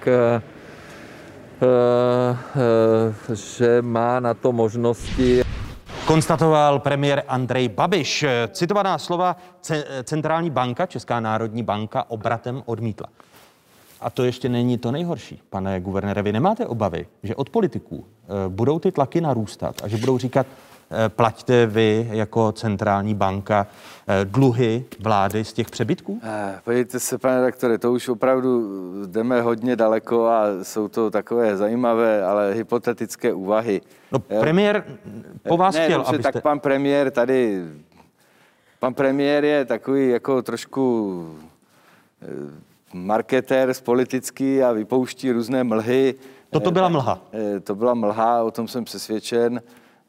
že má na to možnosti.
Konstatoval premiér Andrej Babiš. Citovaná slova centrální banka, Česká národní banka, obratem odmítla. A to ještě není to nejhorší. Pane guvernére, vy nemáte obavy, že od politiků budou ty tlaky narůstat a že budou říkat, plaťte vy jako centrální banka dluhy vlády z těch přebytků?
Podívejte se, pane redaktore, to už opravdu jdeme hodně daleko a jsou to takové zajímavé, ale hypotetické úvahy.
No, premiér po vás chtěl,
dobře,
abyste...
Tak pan premiér je takový jako trošku marketér politický a vypouští různé mlhy.
Toto byla mlha.
To byla mlha, o tom jsem přesvědčen.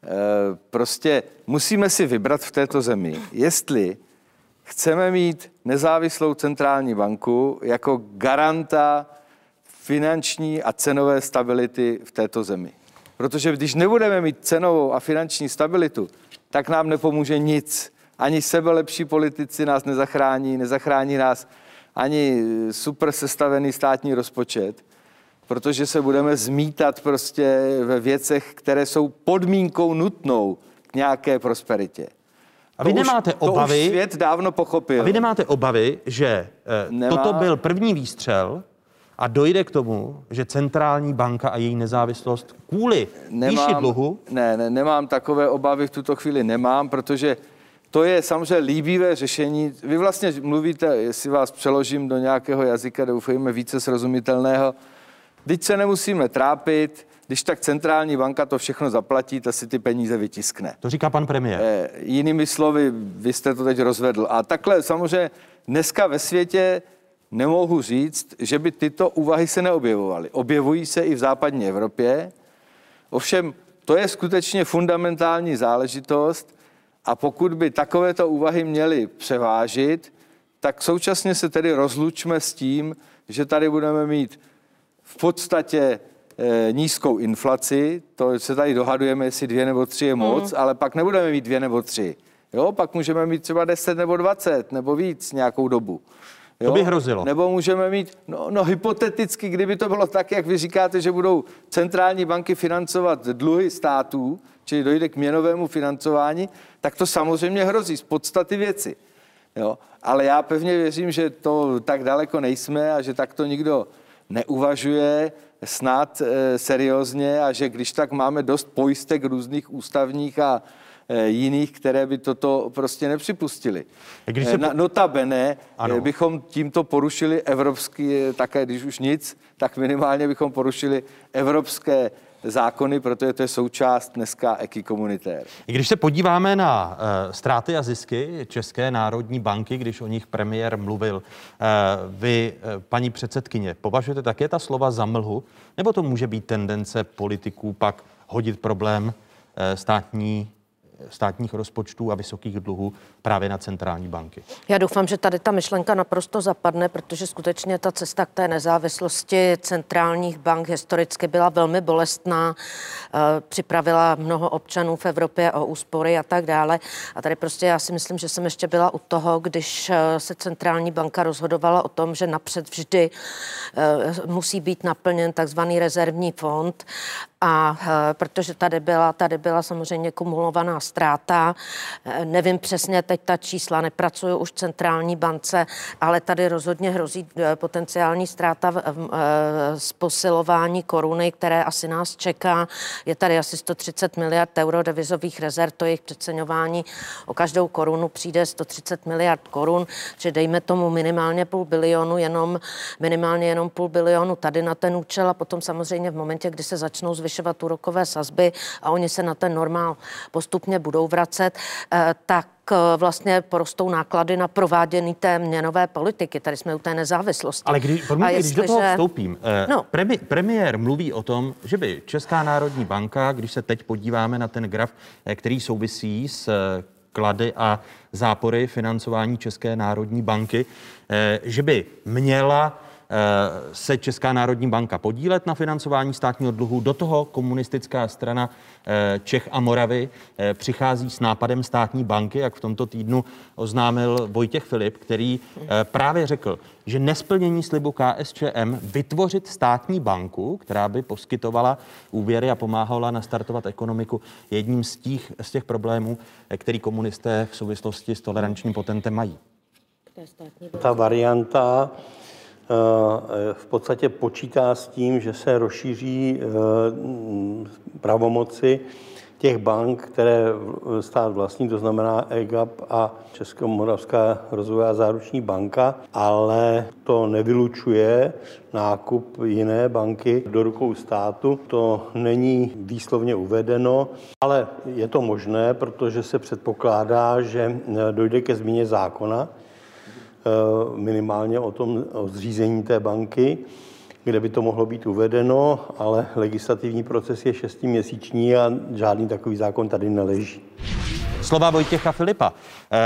Prostě musíme si vybrat v této zemi, jestli chceme mít nezávislou centrální banku jako garanta finanční a cenové stability v této zemi. Protože když nebudeme mít cenovou a finanční stabilitu, tak nám nepomůže nic. Ani sebelepší politici nás nezachrání nás ani super sestavený státní rozpočet, protože se budeme zmítat prostě ve věcech, které jsou podmínkou nutnou k nějaké prosperitě.
A vy nemáte obavy,
to už svět dávno pochopil.
A vy nemáte obavy, že toto byl první výstřel a dojde k tomu, že centrální banka a její nezávislost kvůli výši dluhu?
Nemám takové obavy, v tuto chvíli nemám, protože to je samozřejmě líbivé řešení. Vy vlastně mluvíte, jestli vás přeložím do nějakého jazyka, doufejme více srozumitelného, když se nemusíme trápit, když tak centrální banka to všechno zaplatí, ta si ty peníze vytiskne.
To říká pan premiér.
Jinými slovy, vy jste to teď rozvedl. A takhle samozřejmě dneska ve světě nemohu říct, že by tyto úvahy se neobjevovaly. Objevují se i v západní Evropě. Ovšem, to je skutečně fundamentální záležitost a pokud by takovéto úvahy měly převážit, tak současně se tedy rozlučme s tím, že tady budeme mít v podstatě nízkou inflaci, to se tady dohadujeme, jestli 2 nebo 3 je moc, ale pak nebudeme mít 2 nebo 3. Jo, pak můžeme mít třeba 10 nebo 20 nebo víc nějakou dobu. Jo?
To by hrozilo.
Nebo můžeme mít, no hypoteticky, kdyby to bylo tak, jak vy říkáte, že budou centrální banky financovat dluhy států, čili dojde k měnovému financování, tak to samozřejmě hrozí z podstaty věci. Jo? Ale já pevně věřím, že to tak daleko nejsme a že tak to nikdo neuvažuje snad seriózně a že když tak máme dost pojistek různých ústavních a jiných, které by toto prostě nepřipustili. Notabene bychom tímto porušili evropský, také když už nic, tak minimálně bychom porušili evropské zákony, protože to je součást dneska acquis communautaire.
Když se podíváme na ztráty a zisky České národní banky, když o nich premiér mluvil, vy, paní předsedkyně, považujete také ta slova za mlhu, nebo to může být tendence politiků pak hodit problém státních rozpočtů a vysokých dluhů právě na centrální banky?
Já doufám, že tady ta myšlenka naprosto zapadne, protože skutečně ta cesta k té nezávislosti centrálních bank historicky byla velmi bolestná, připravila mnoho občanů v Evropě o úspory a tak dále. A tady prostě já si myslím, že jsem ještě byla u toho, když se centrální banka rozhodovala o tom, že napřed vždy musí být naplněn takzvaný rezervní fond, a protože tady byla samozřejmě kumulovaná ztráta. Nevím přesně teď ta čísla, nepracuju už v centrální bance, ale tady rozhodně hrozí potenciální ztráta z posilování koruny, které asi nás čeká. Je tady asi 130 miliard euro devizových rezerv, to jejich přeceňování o každou korunu přijde 130 miliard korun, že dejme tomu minimálně minimálně jenom půl bilionu tady na ten účel a potom samozřejmě v momentě, kdy se začnou zvyšovat úrokové sazby a oni se na ten normál postupně budou vracet, tak vlastně porostou náklady na provádění té měnové politiky. Tady jsme u té nezávislosti.
Ale když do toho vstoupím, premiér mluví o tom, že by Česká národní banka, když se teď podíváme na ten graf, který souvisí s klady a zápory financování České národní banky, že by měla se Česká národní banka podílet na financování státního dluhu. Do toho komunistická strana Čech a Moravy přichází s nápadem státní banky, jak v tomto týdnu oznámil Vojtěch Filip, který právě řekl, že nesplnění slibu KSČM vytvořit státní banku, která by poskytovala úvěry a pomáhala nastartovat ekonomiku, jedním z těch problémů, který komunisté v souvislosti s tolerančním potentem mají.
Ta varianta v podstatě počítá s tím, že se rozšíří pravomoci těch bank, které stát vlastní, to znamená EGAP a Českomoravská rozvojová záruční banka, ale to nevylučuje nákup jiné banky do rukou státu. To není výslovně uvedeno, ale je to možné, protože se předpokládá, že dojde ke změně zákona, minimálně o zřízení té banky, kde by to mohlo být uvedeno, ale legislativní proces je 6měsíční a žádný takový zákon tady neleží.
Slova Vojtěcha Filipa.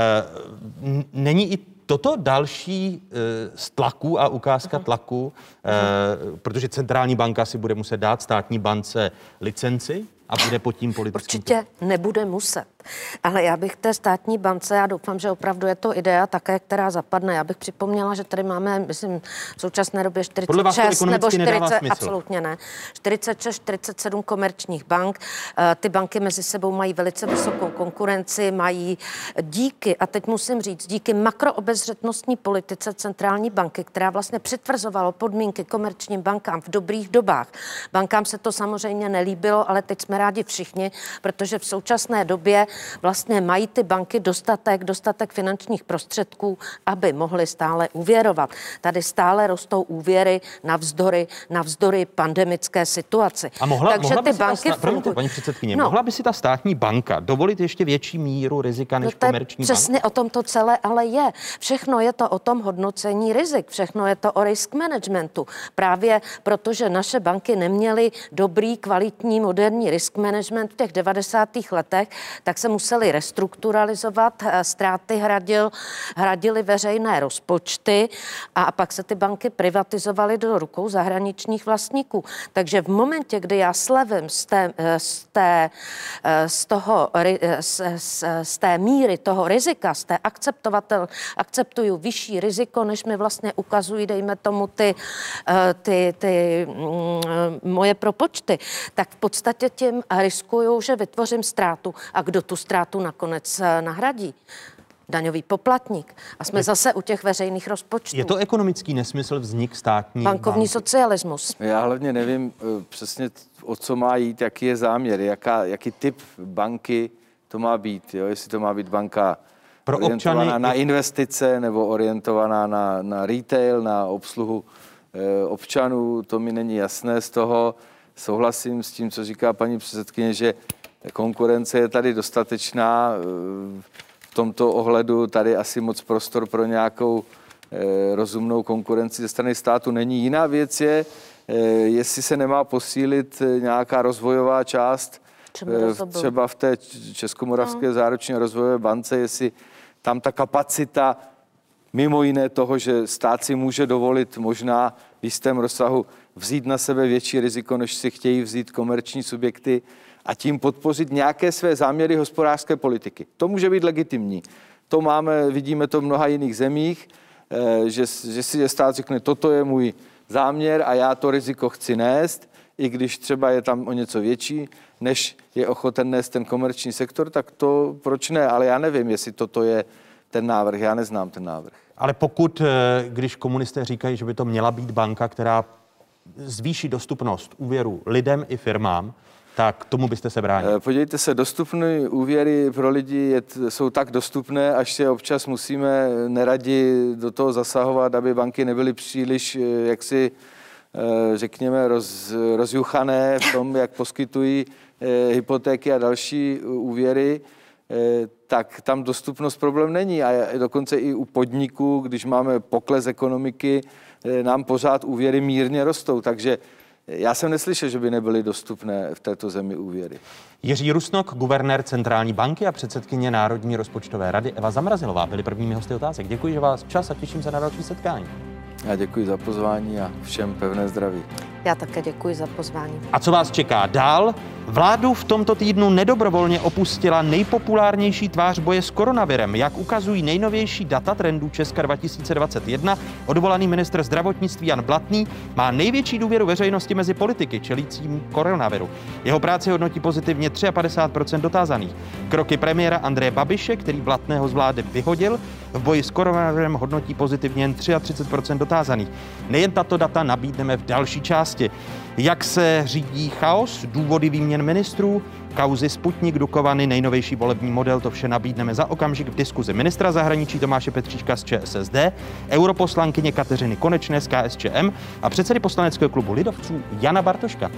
Není i toto další z tlaků a ukázka tlaku, protože centrální banka si bude muset dát státní bance licenci a bude pod tím politickým...
Určitě nebude muset. Ale já bych té státní bance, já doufám, že opravdu je to idea také, která zapadne. Já bych připomněla, že tady máme, myslím, v současné době 46 nebo 40, absolutně ne, 46, 47 komerčních bank. Ty banky mezi sebou mají velice vysokou konkurenci, mají a teď musím říct, díky makroobezřetnostní politice centrální banky, která vlastně přitvrzovala podmínky komerčním bankám v dobrých dobách. Bankám se to samozřejmě nelíbilo, ale teď jsme rádi všichni, protože v současné době vlastně mají ty banky dostatek finančních prostředků, aby mohly stále úvěrovat. Tady stále rostou úvěry navzdory pandemické situaci.
A mohla by ty banky paní předsedkyně, mohla by si ta státní banka dovolit ještě větší míru rizika než komerční banka?
Přesně o tom to celé ale je. Všechno je to o tom hodnocení rizik, všechno je to o risk managementu. Právě protože naše banky neměly dobrý, kvalitní, moderní risk management v těch 90. letech, tak se museli restrukturalizovat, ztráty hradily veřejné rozpočty a pak se ty banky privatizovaly do rukou zahraničních vlastníků. Takže v momentě, kdy já slevím z té míry toho rizika, akceptuju vyšší riziko, než mi vlastně ukazují, dejme tomu, ty moje propočty, tak v podstatě tím riskuju, že vytvořím ztrátu. A kdo tu ztrátu nakonec nahradí? daňový poplatník. A jsme zase u těch veřejných rozpočtů.
Je to ekonomický nesmysl vznik státní
bankovní
banky?
Socialismus.
Já hlavně nevím přesně, o co má jít, jaký je záměr, jaký typ banky to má být. Jo? Jestli to má být banka
pro
orientovaná
občany
na investice nebo orientovaná na retail, na obsluhu občanů, to mi není jasné. Z toho souhlasím s tím, co říká paní předsedkyně, že konkurence je tady dostatečná. V tomto ohledu tady asi moc prostor pro nějakou rozumnou konkurenci ze strany státu není. Jiná věc je, jestli se nemá posílit nějaká rozvojová část, třeba v té Českomoravské záruční rozvojové bance, jestli tam ta kapacita, mimo jiné toho, že stát si může dovolit možná v jistém rozsahu vzít na sebe větší riziko, než si chtějí vzít komerční subjekty, a tím podpořit nějaké své záměry hospodářské politiky. To může být legitimní. To vidíme to v mnoha jiných zemích, že si stát řekne, toto je můj záměr a já to riziko chci nést, i když třeba je tam o něco větší, než je ochoten nést ten komerční sektor, tak to proč ne? Ale já nevím, jestli toto je ten návrh, já neznám ten návrh.
Ale když komunisté říkají, že by to měla být banka, která zvýší dostupnost úvěru lidem i firmám, tak tomu byste se bránili.
Podívejte se, dostupné úvěry pro lidi jsou tak dostupné, až se občas musíme neradi do toho zasahovat, aby banky nebyly příliš, řekněme, rozjuchané v tom, jak poskytují hypotéky a další úvěry, tak tam dostupnost problém není. A dokonce i u podniků, když máme pokles ekonomiky, nám pořád úvěry mírně rostou. Takže já jsem neslyšel, že by nebyly dostupné v této zemi úvěry.
Jiří Rusnok, guvernér Centrální banky a předsedkyně Národní rozpočtové rady Eva Zamrazilová byli prvními hosty Otázek. Děkuji, že vás čas a těším se na další setkání.
Já děkuji za pozvání a všem pevné zdraví.
Já také děkuji za pozvání.
A co vás čeká dál? Vládu v tomto týdnu nedobrovolně opustila nejpopulárnější tvář boje s koronavirem. Jak ukazují nejnovější data trendů Česka 2021, odvolaný ministr zdravotnictví Jan Blatný má největší důvěru veřejnosti mezi politiky čelícím koronaviru. Jeho práci hodnotí pozitivně 53% dotázaných. Kroky premiéra Andreje Babiše, který Blatného z vlády vyhodil, v boji s koronavirem hodnotí pozitivně jen 33% dotázaných. Nejen tato data nabídneme v další části. Jak se řídí chaos, důvody výměn ministrů, kauzy Sputnik, Dukovany, nejnovější volební model, to vše nabídneme za okamžik v diskuzi ministra zahraničí Tomáše Petříčka z ČSSD, europoslankyně Kateřiny Konečné z KSČM a předsedy poslaneckého klubu lidovců Jana Bartoška.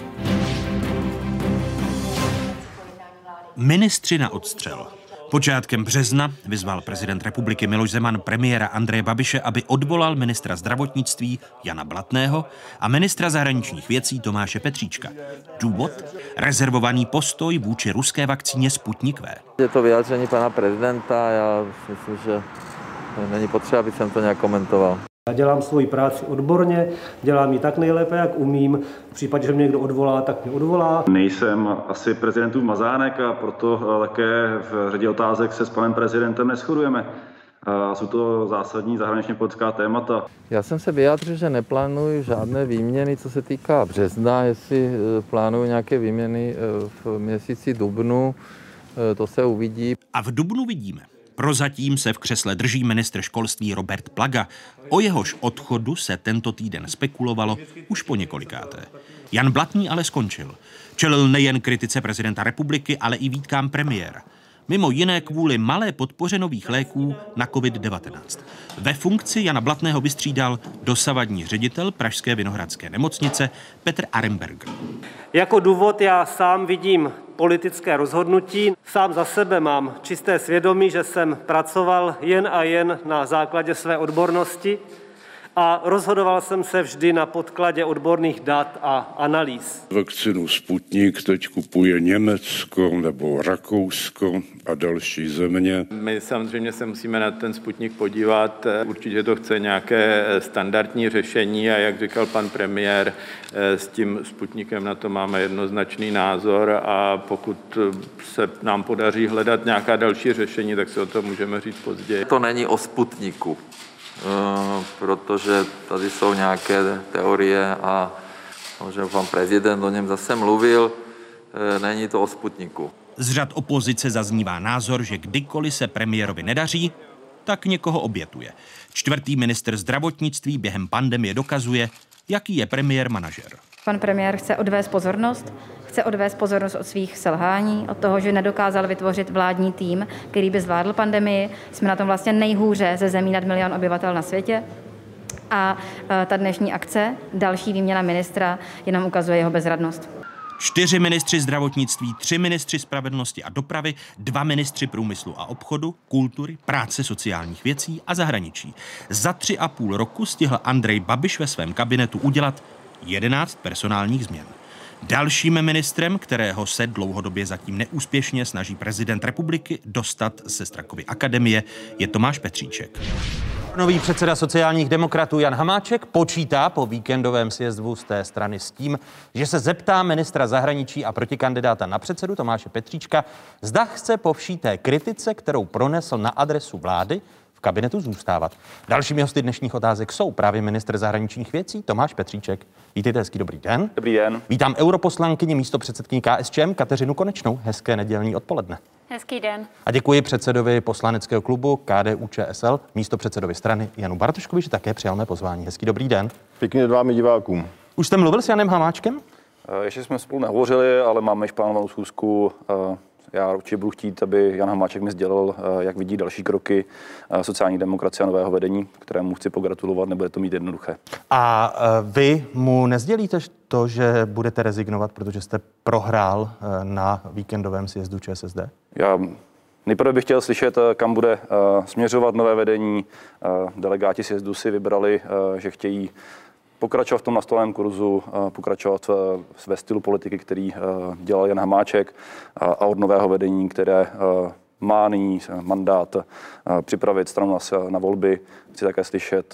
Ministři na odstřel. Počátkem března vyzval prezident republiky Miloš Zeman premiéra Andreje Babiše, aby odvolal ministra zdravotnictví Jana Blatného a ministra zahraničních věcí Tomáše Petříčka. Důvod? Rezervovaný postoj vůči ruské vakcíně Sputnik V.
Je to vyjádření pana prezidenta, já myslím, že není potřeba, aby jsem to nějak komentoval.
Já dělám svoji práci odborně, dělám ji tak nejlépe, jak umím. V případě, že mě někdo odvolá, tak mě odvolá.
Nejsem asi prezidentův mazánek a proto také v řadě otázek se s panem prezidentem neshodujeme. Jsou to zásadní zahraničně politická témata.
Já jsem se vyjádřil, že neplánuji žádné výměny, co se týká března, jestli plánuju nějaké výměny v měsíci dubnu, to se uvidí.
A v dubnu vidíme. Prozatím se v křesle drží ministr školství Robert Plaga. O jehož odchodu se tento týden spekulovalo už po několikáté. Jan Blatný ale skončil. Čelil nejen kritice prezidenta republiky, ale i výtkám premiéra. Mimo jiné kvůli malé podpoře nových léků na COVID-19. Ve funkci Jana Blatného vystřídal dosavadní ředitel pražské Vinohradské nemocnice Petr Arenberger.
Jako důvod já sám vidím politické rozhodnutí. Sám za sebe mám čisté svědomí, že jsem pracoval jen a jen na základě své odbornosti a rozhodoval jsem se vždy na podkladě odborných dat a analýz.
Vakcínu Sputnik teď kupuje Německo nebo Rakousko a další země.
My samozřejmě se musíme na ten Sputnik podívat. Určitě to chce nějaké standardní řešení a jak říkal pan premiér, s tím Sputnikem na to máme jednoznačný názor a pokud se nám podaří hledat nějaká další řešení, tak si o tom můžeme říct později.
To není o Sputniku, protože tady jsou nějaké teorie a že pan prezident o něm zase mluvil, není to o Sputniku.
Z řad opozice zaznívá názor, že kdykoliv se premiérovi nedaří, tak někoho obětuje. Čtvrtý ministr zdravotnictví během pandemie dokazuje, jaký je premiér manažer.
Pan premiér chce odvést pozornost od svých selhání, od toho, že nedokázal vytvořit vládní tým, který by zvládl pandemii. Jsme na tom vlastně nejhůře ze zemí nad 1 milion obyvatel na světě. A ta dnešní akce, další výměna ministra, jenom ukazuje jeho bezradnost.
4 ministři zdravotnictví, 3 ministři spravedlnosti a dopravy, 2 ministři průmyslu a obchodu, kultury, práce, sociálních věcí a zahraničí. Za 3,5 roku stihl Andrej Babiš ve svém kabinetu udělat 11 personálních změn. Dalším ministrem, kterého se dlouhodobě zatím neúspěšně snaží prezident republiky dostat ze Strakovy akademie, je Tomáš Petříček.
Nový předseda sociálních demokratů Jan Hamáček počítá po víkendovém sjezdu z té strany s tím, že se zeptá ministra zahraničí a protikandidáta na předsedu Tomáše Petříčka, zda chce po vší té kritice, kterou pronesl na adresu vlády, v kabinetu zůstávat. Dalšími hosty dnešních otázek jsou právě ministr zahraničních věcí Tomáš Petříček. Vítejte, hezký dobrý den.
Dobrý den.
Vítám europoslankyni místopředsedkyni KSČM Kateřinu Konečnou. Hezké nedělní odpoledne.
Hezký den.
A děkuji předsedovi poslaneckého klubu KDU-ČSL, místopředsedovi strany Janu Bartoškovi, že také přijal mé pozvání. Hezký dobrý den.
Pěkně vám i divákům.
Už jste mluvil s Janem Hamáčkem?
Ještě jsme spolu nehovořili, ale máme již plánovanou schůzku. Já určitě budu chtít, aby Jan Hamáček mi sdělil, jak vidí další kroky sociální demokracie a nového vedení, kterému chci pogratulovat, nebude to mít jednoduché.
A vy mu nezdělíte to, že budete rezignovat, protože jste prohrál na víkendovém sjezdu ČSSD?
Já nejprve bych chtěl slyšet, kam bude směřovat nové vedení. Delegáti sjezdu si vybrali, že chtějí pokračovat v tom nastoleném kurzu, pokračovat ve stylu politiky, který dělal Jan Hamáček, a od nového vedení, které má nyní mandát připravit stranu na volby. Chci také slyšet,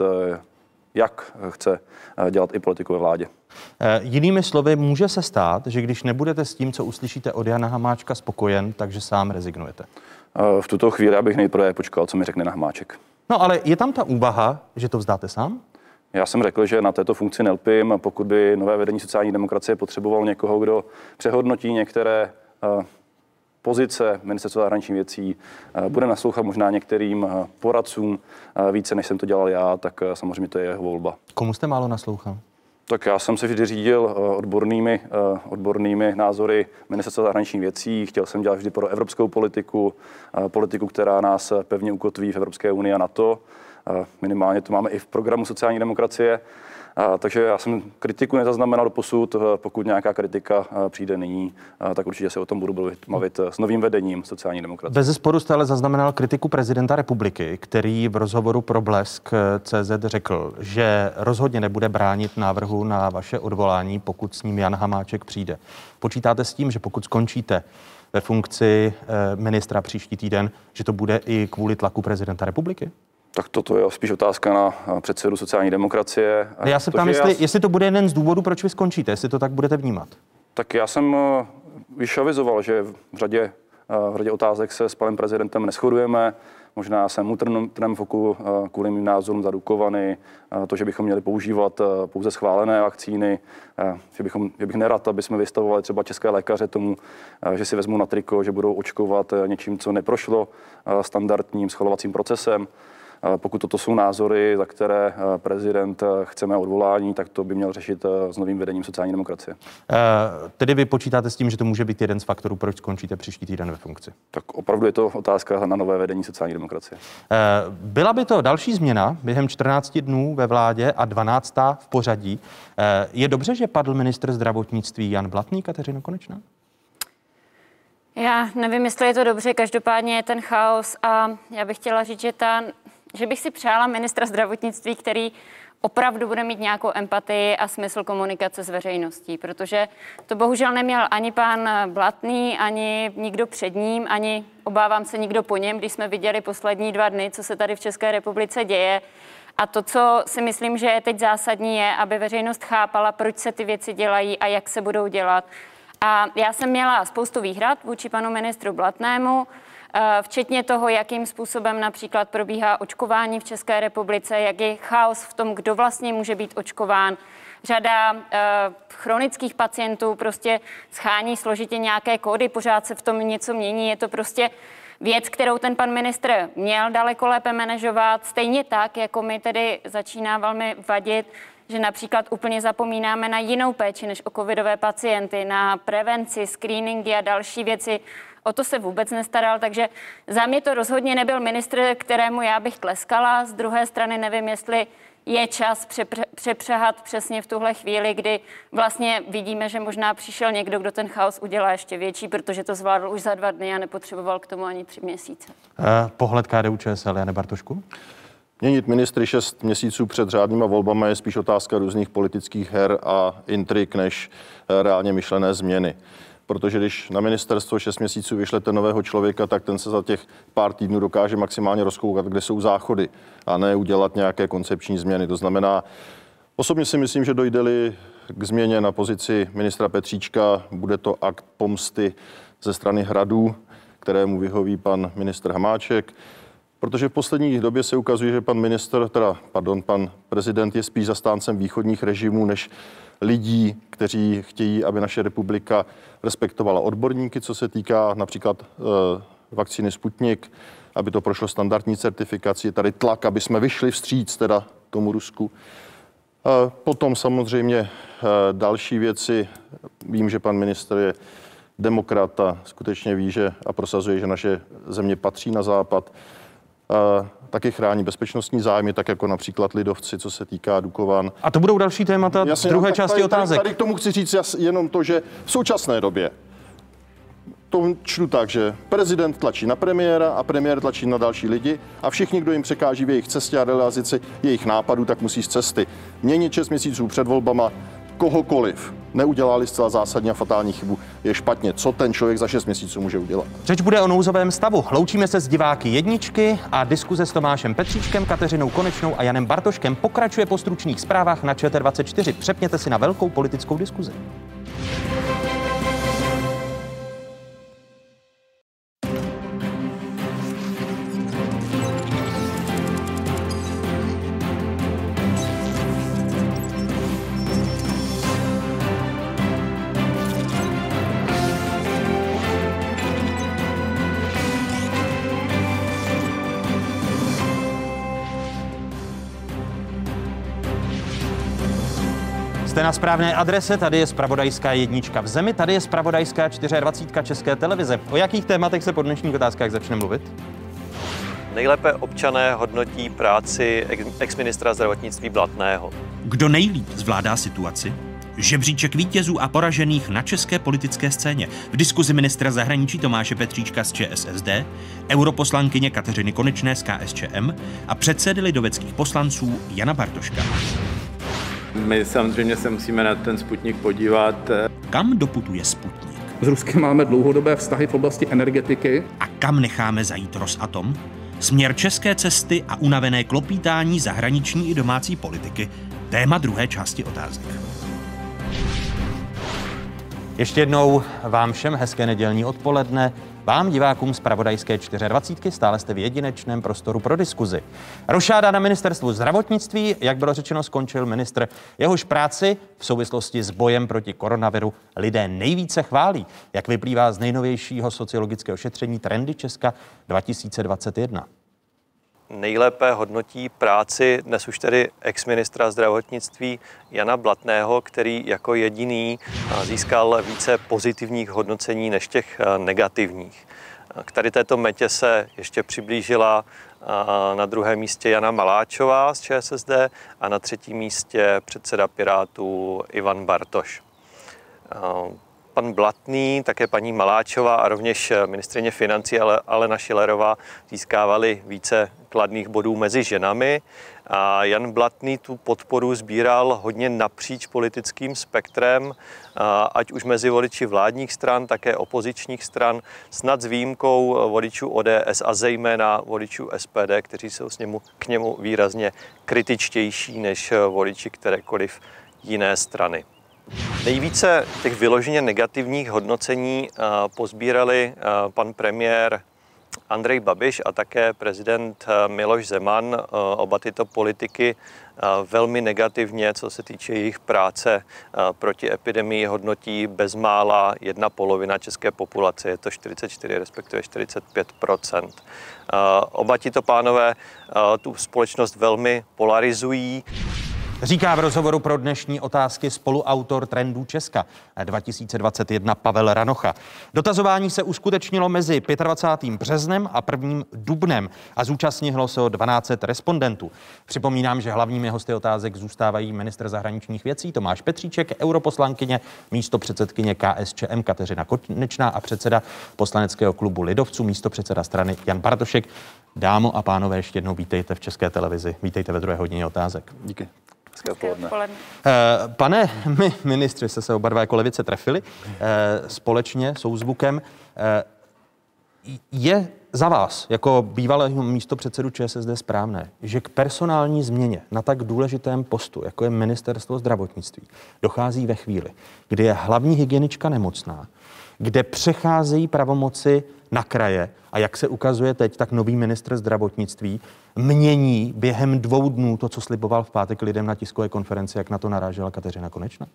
jak chce dělat i politiku ve vládě.
Jinými slovy, může se stát, že když nebudete s tím, co uslyšíte od Jana Hamáčka, spokojen, takže sám rezignujete?
V tuto chvíli bych nejprve počkal, co mi řekne Jan Hamáček.
No ale je tam ta úvaha, že to vzdáte sám?
Já jsem řekl, že na této funkci nelpím. Pokud by nové vedení sociální demokracie potřeboval někoho, kdo přehodnotí některé pozice ministerstva zahraničních věcí, bude naslouchat možná některým poradcům více, než jsem to dělal já, tak samozřejmě to je jeho volba.
Komu jste málo naslouchal?
Tak já jsem se vždy řídil odbornými názory ministerstva zahraničních věcí. Chtěl jsem dělat vždy pro evropskou politiku, která nás pevně ukotví v Evropské unii a NATO. Minimálně to máme i v programu sociální demokracie. Takže já jsem kritiku nezaznamenal doposud. Pokud nějaká kritika přijde nyní, tak určitě se o tom budu bavit s novým vedením sociální demokracie.
Bezesporu jste ale zaznamenal kritiku prezidenta republiky, který v rozhovoru pro Blesk.cz řekl, že rozhodně nebude bránit návrhu na vaše odvolání, pokud s ním Jan Hamáček přijde. Počítáte s tím, že pokud skončíte ve funkci ministra příští týden, že to bude i kvůli tlaku prezidenta republiky?
Tak toto je spíš otázka na předsedu sociální demokracie.
Já se ptám, jestli to bude jeden z důvodů, proč vy skončíte, jestli to tak budete vnímat.
Tak já jsem již avizoval, že v řadě otázek se s panem prezidentem neshodujeme. Možná jsem mu trnem v oku kvůli mým názorům zadukovaný. To, že bychom měli používat pouze schválené vakcíny, že bych nerad, aby jsme vystavovali třeba české lékaře tomu, že si vezmou na triko, že budou očkovat něčím, co neprošlo standardním schvalovacím procesem. Pokud toto jsou názory, za které prezident chceme odvolání, tak to by měl řešit s novým vedením sociální demokracie.
Tedy vy počítáte s tím, že to může být jeden z faktorů, proč skončíte příští týden ve funkci?
Tak opravdu je to otázka na nové vedení sociální demokracie.
Byla by to další změna během 14 dnů ve vládě a 12. v pořadí. Je dobře, že padl ministr zdravotnictví Jan Blatný, Kateřino Konečná?
Já nevím, jestli je to dobře, každopádně je ten chaos a já bych chtěla říct, že bych si přála ministra zdravotnictví, který opravdu bude mít nějakou empatii a smysl komunikace s veřejností, protože to bohužel neměl ani pan Blatný, ani nikdo před ním, ani obávám se nikdo po něm, když jsme viděli poslední 2 dny, co se tady v České republice děje. A to, co si myslím, že je teď zásadní, je, aby veřejnost chápala, proč se ty věci dělají a jak se budou dělat. A já jsem měla spoustu výhrad vůči panu ministru Blatnému, včetně toho, jakým způsobem například probíhá očkování v České republice, jak je chaos v tom, kdo vlastně může být očkován. Řada chronických pacientů prostě schání složitě nějaké kódy, pořád se v tom něco mění, je to prostě věc, kterou ten pan ministr měl daleko lépe manažovat. Stejně tak, jako mi tedy začíná velmi vadit, že například úplně zapomínáme na jinou péči než o covidové pacienty, na prevenci, screeningy a další věci. O to se vůbec nestaral, takže za mě to rozhodně nebyl ministr, kterému já bych tleskala. Z druhé strany nevím, jestli je čas přepřehat přesně v tuhle chvíli, kdy vlastně vidíme, že možná přišel někdo, kdo ten chaos udělá ještě větší, protože to zvládl už za 2 dny a nepotřeboval k tomu ani 3 měsíce.
Pohled KDU-ČSL, Jane Bartošku?
Měnit ministry 6 měsíců před řádnýma volbami je spíš otázka různých politických her a intrik, než reálně myšlené změny. Protože když na ministerstvo 6 měsíců vyšlete nového člověka, tak ten se za těch pár týdnů dokáže maximálně rozkoukat, kde jsou záchody, a ne udělat nějaké koncepční změny. To znamená, osobně si myslím, že dojde-li k změně na pozici ministra Petříčka, bude to akt pomsty ze strany Hradu, kterému vyhoví pan ministr Hamáček, protože v poslední době se ukazuje, že pan prezident je spíš zastáncem východních režimů než lidí, kteří chtějí, aby naše republika respektovala odborníky, co se týká například vakcíny Sputnik, aby to prošlo standardní certifikaci. Je tady tlak, aby jsme vyšli vstříc teda tomu Rusku. Potom samozřejmě další věci. Vím, že pan ministr je demokrat a skutečně ví, že a prosazuje, že naše země patří na západ. Taky chrání bezpečnostní zájmy, tak jako například lidovci, co se týká Dukovan.
A to budou další témata v druhé části otázek.
Tady k tomu chci říct jenom to, že v současné době to čtu tak, že prezident tlačí na premiéra a premiér tlačí na další lidi a všichni, kdo jim překáží v jejich cestě a realizaci jejich nápadů, tak musí z cesty. Měnit 6 měsíců před volbama kohokoliv, neudělali zcela zásadní a fatální chybu, je špatně. Co ten člověk za 6 měsíců může udělat?
Řeč bude o nouzovém stavu. Loučíme se s diváky Jedničky a diskuze s Tomášem Petříčkem, Kateřinou Konečnou a Janem Bartoškem pokračuje po stručných zprávách na ČT24. Přepněte si na velkou politickou diskuzi. Jste na správné adrese, tady je zpravodajská jednička v zemi, tady je zpravodajská 24 České televize. O jakých tématech se po dnešních otázkách začne mluvit?
Nejlépe občané hodnotí práci exministra zdravotnictví Blatného.
Kdo nejlíp zvládá situaci? Žebříček vítězů a poražených na české politické scéně. V diskuzi ministra zahraničí Tomáše Petříčka z ČSSD, europoslankyně Kateřiny Konečné z KSČM a předsedy lidoveckých poslanců Jana Bartoška.
My samozřejmě se musíme na ten Sputnik podívat.
Kam doputuje Sputnik?
S Ruskem máme dlouhodobé vztahy v oblasti energetiky.
A kam necháme zajít Rosatom? Směr české cesty a unavené klopítání zahraniční i domácí politiky. Téma druhé části otázek.
Ještě jednou vám všem hezké nedělní odpoledne. Vám, divákům z Pravodajské 24, stále jste v jedinečném prostoru pro diskuzi. Rošáda na ministerstvu zdravotnictví, jak bylo řečeno, skončil ministr. Jehož práci v souvislosti s bojem proti koronaviru lidé nejvíce chválí, jak vyplývá z nejnovějšího sociologického šetření Trendy Česka 2021.
Nejlépe hodnotí práci dnes už tedy exministra zdravotnictví Jana Blatného, který jako jediný získal více pozitivních hodnocení než těch negativních. K tady této metě se ještě přiblížila na druhém místě Jana Maláčová z ČSSD a na třetím místě předseda Pirátů Ivan Bartoš. Pan Blatný, také paní Maláčová a rovněž ministryně financí Alena Schillerová získávali více kladných bodů mezi ženami. A Jan Blatný tu podporu sbíral hodně napříč politickým spektrem, ať už mezi voliči vládních stran, také opozičních stran, snad s výjimkou voličů ODS a zejména voličů SPD, kteří jsou k němu výrazně kritičtější než voliči kterékoliv jiné strany. Nejvíce těch vyloženě negativních hodnocení pozbírali pan premiér Andrej Babiš a také prezident Miloš Zeman. Oba tyto politiky velmi negativně, co se týče jejich práce proti epidemii, hodnotí bezmála 1/2 české populace, je to 44, respektive 45%. Oba tito pánové tu společnost velmi polarizují.
Říká v rozhovoru pro dnešní otázky spoluautor Trendů Česka 2021 Pavel Ranocha. Dotazování se uskutečnilo mezi 25. březnem a 1. dubnem a zúčastnilo se o 1200 respondentů. Připomínám, že hlavními hosty otázek zůstávají ministr zahraničních věcí Tomáš Petříček, europoslankyně, místopředsedkyně KSČM Kateřina Konečná a předseda poslaneckého klubu lidovců, místopředseda strany Jan Bartošek. Dámo a pánové, ještě jednou vítejte v České televizi. Vítejte ve druhé hodině otázek.
Díky.
Pane ministři, se oba dva jako levice trefili společně souzvukem. Je za vás, jako bývalého místopředsedu ČSSD, správné, že k personální změně na tak důležitém postu, jako je ministerstvo zdravotnictví, dochází ve chvíli, kdy je hlavní hygienička nemocná, kde přecházejí pravomoci na kraje a jak se ukazuje teď, tak nový ministr zdravotnictví mění během 2 dnů to, co sliboval v pátek lidem na tiskové konferenci, jak na to narážela Kateřina Konečná?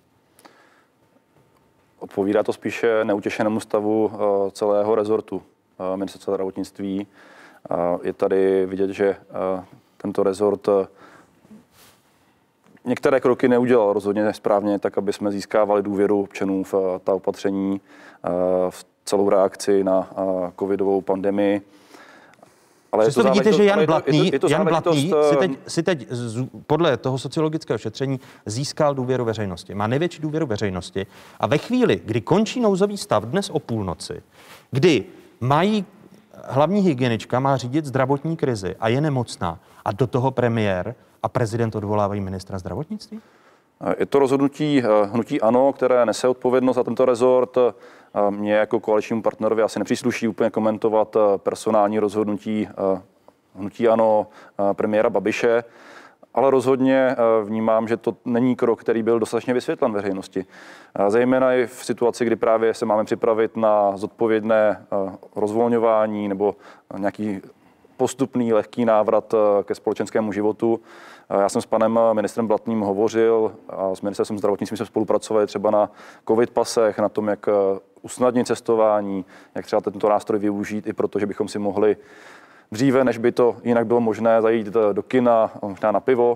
Odpovídá to spíše neutěšenému stavu celého rezortu ministerstva zdravotnictví. Je tady vidět, že tento rezort některé kroky neudělal rozhodně správně, tak aby jsme získávali důvěru občanů v ta opatření, v celou reakci na covidovou pandemii.
Ale přesto vidíte, že Jan Blatný si teď podle toho sociologického šetření získal důvěru veřejnosti. Má největší důvěru veřejnosti a ve chvíli, kdy končí nouzový stav dnes o půlnoci, kdy hlavní hygienička má řídit zdravotní krizi a je nemocná a do toho premiér a prezident odvolávají ministra zdravotnictví?
Je to rozhodnutí hnutí ANO, které nese odpovědnost za tento rezort. Mně jako koaličnímu partnerovi asi nepřísluší úplně komentovat personální rozhodnutí hnutí ANO premiéra Babiše, ale rozhodně vnímám, že to není krok, který byl dostatečně vysvětlen veřejnosti. Zejména i v situaci, kdy právě se máme připravit na zodpovědné rozvolňování nebo nějaký postupný, lehký návrat ke společenskému životu. Já jsem s panem ministrem Blatným hovořil a s ministerstvem zdravotnictví jsme spolupracovali třeba na covid pasech, na tom, jak usnadnit cestování, jak třeba tento nástroj využít i proto, že bychom si mohli dříve, než by to jinak bylo možné, zajít do kina, možná na pivo.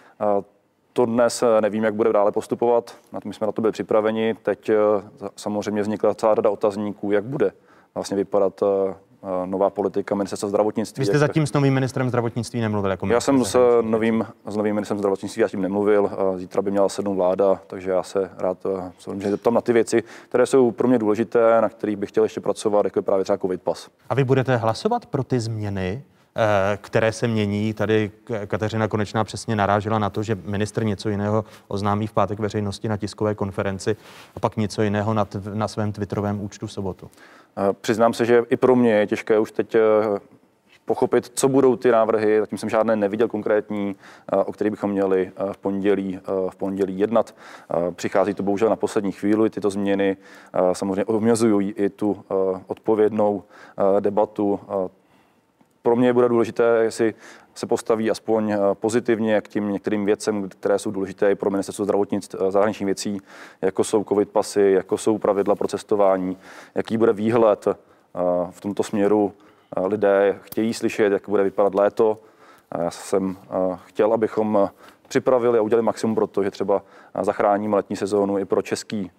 To dnes nevím, jak bude dále postupovat, my jsme na to byli připraveni. Teď samozřejmě vznikla celá řada otazníků, jak bude vlastně vypadat nová politika ministerstva zdravotnictví.
Vy jste zatím s novým ministrem zdravotnictví nemluvil? Jako
já jsem s novým ministrem zdravotnictví já tím nemluvil. Zítra by měla sednout vláda, takže já se rád zeptám na ty věci, které jsou pro mě důležité, na kterých bych chtěl ještě pracovat, jako je právě třeba covid pas.
A vy budete hlasovat pro ty změny, které se mění? Tady Kateřina Konečná přesně narážela na to, že ministr něco jiného oznámí v pátek veřejnosti na tiskové konferenci a pak něco jiného na svém twitterovém účtu v sobotu.
Přiznám se, že i pro mě je těžké už teď pochopit, co budou ty návrhy. Zatím jsem žádné neviděl konkrétní, o kterých bychom měli v pondělí jednat. Přichází to bohužel na poslední chvíli, tyto změny samozřejmě omezují i tu odpovědnou debatu. Pro mě bude důležité, jestli se postaví aspoň pozitivně k těm některým věcem, které jsou důležité i pro ministerstvo zdravotnictví, zahraničních věcí, jako jsou covid pasy, jako jsou pravidla pro cestování, jaký bude výhled v tomto směru. Lidé chtějí slyšet, jak bude vypadat léto. Já jsem chtěl, abychom připravili a udělali maximum pro to, že třeba zachráníme letní sezónu i pro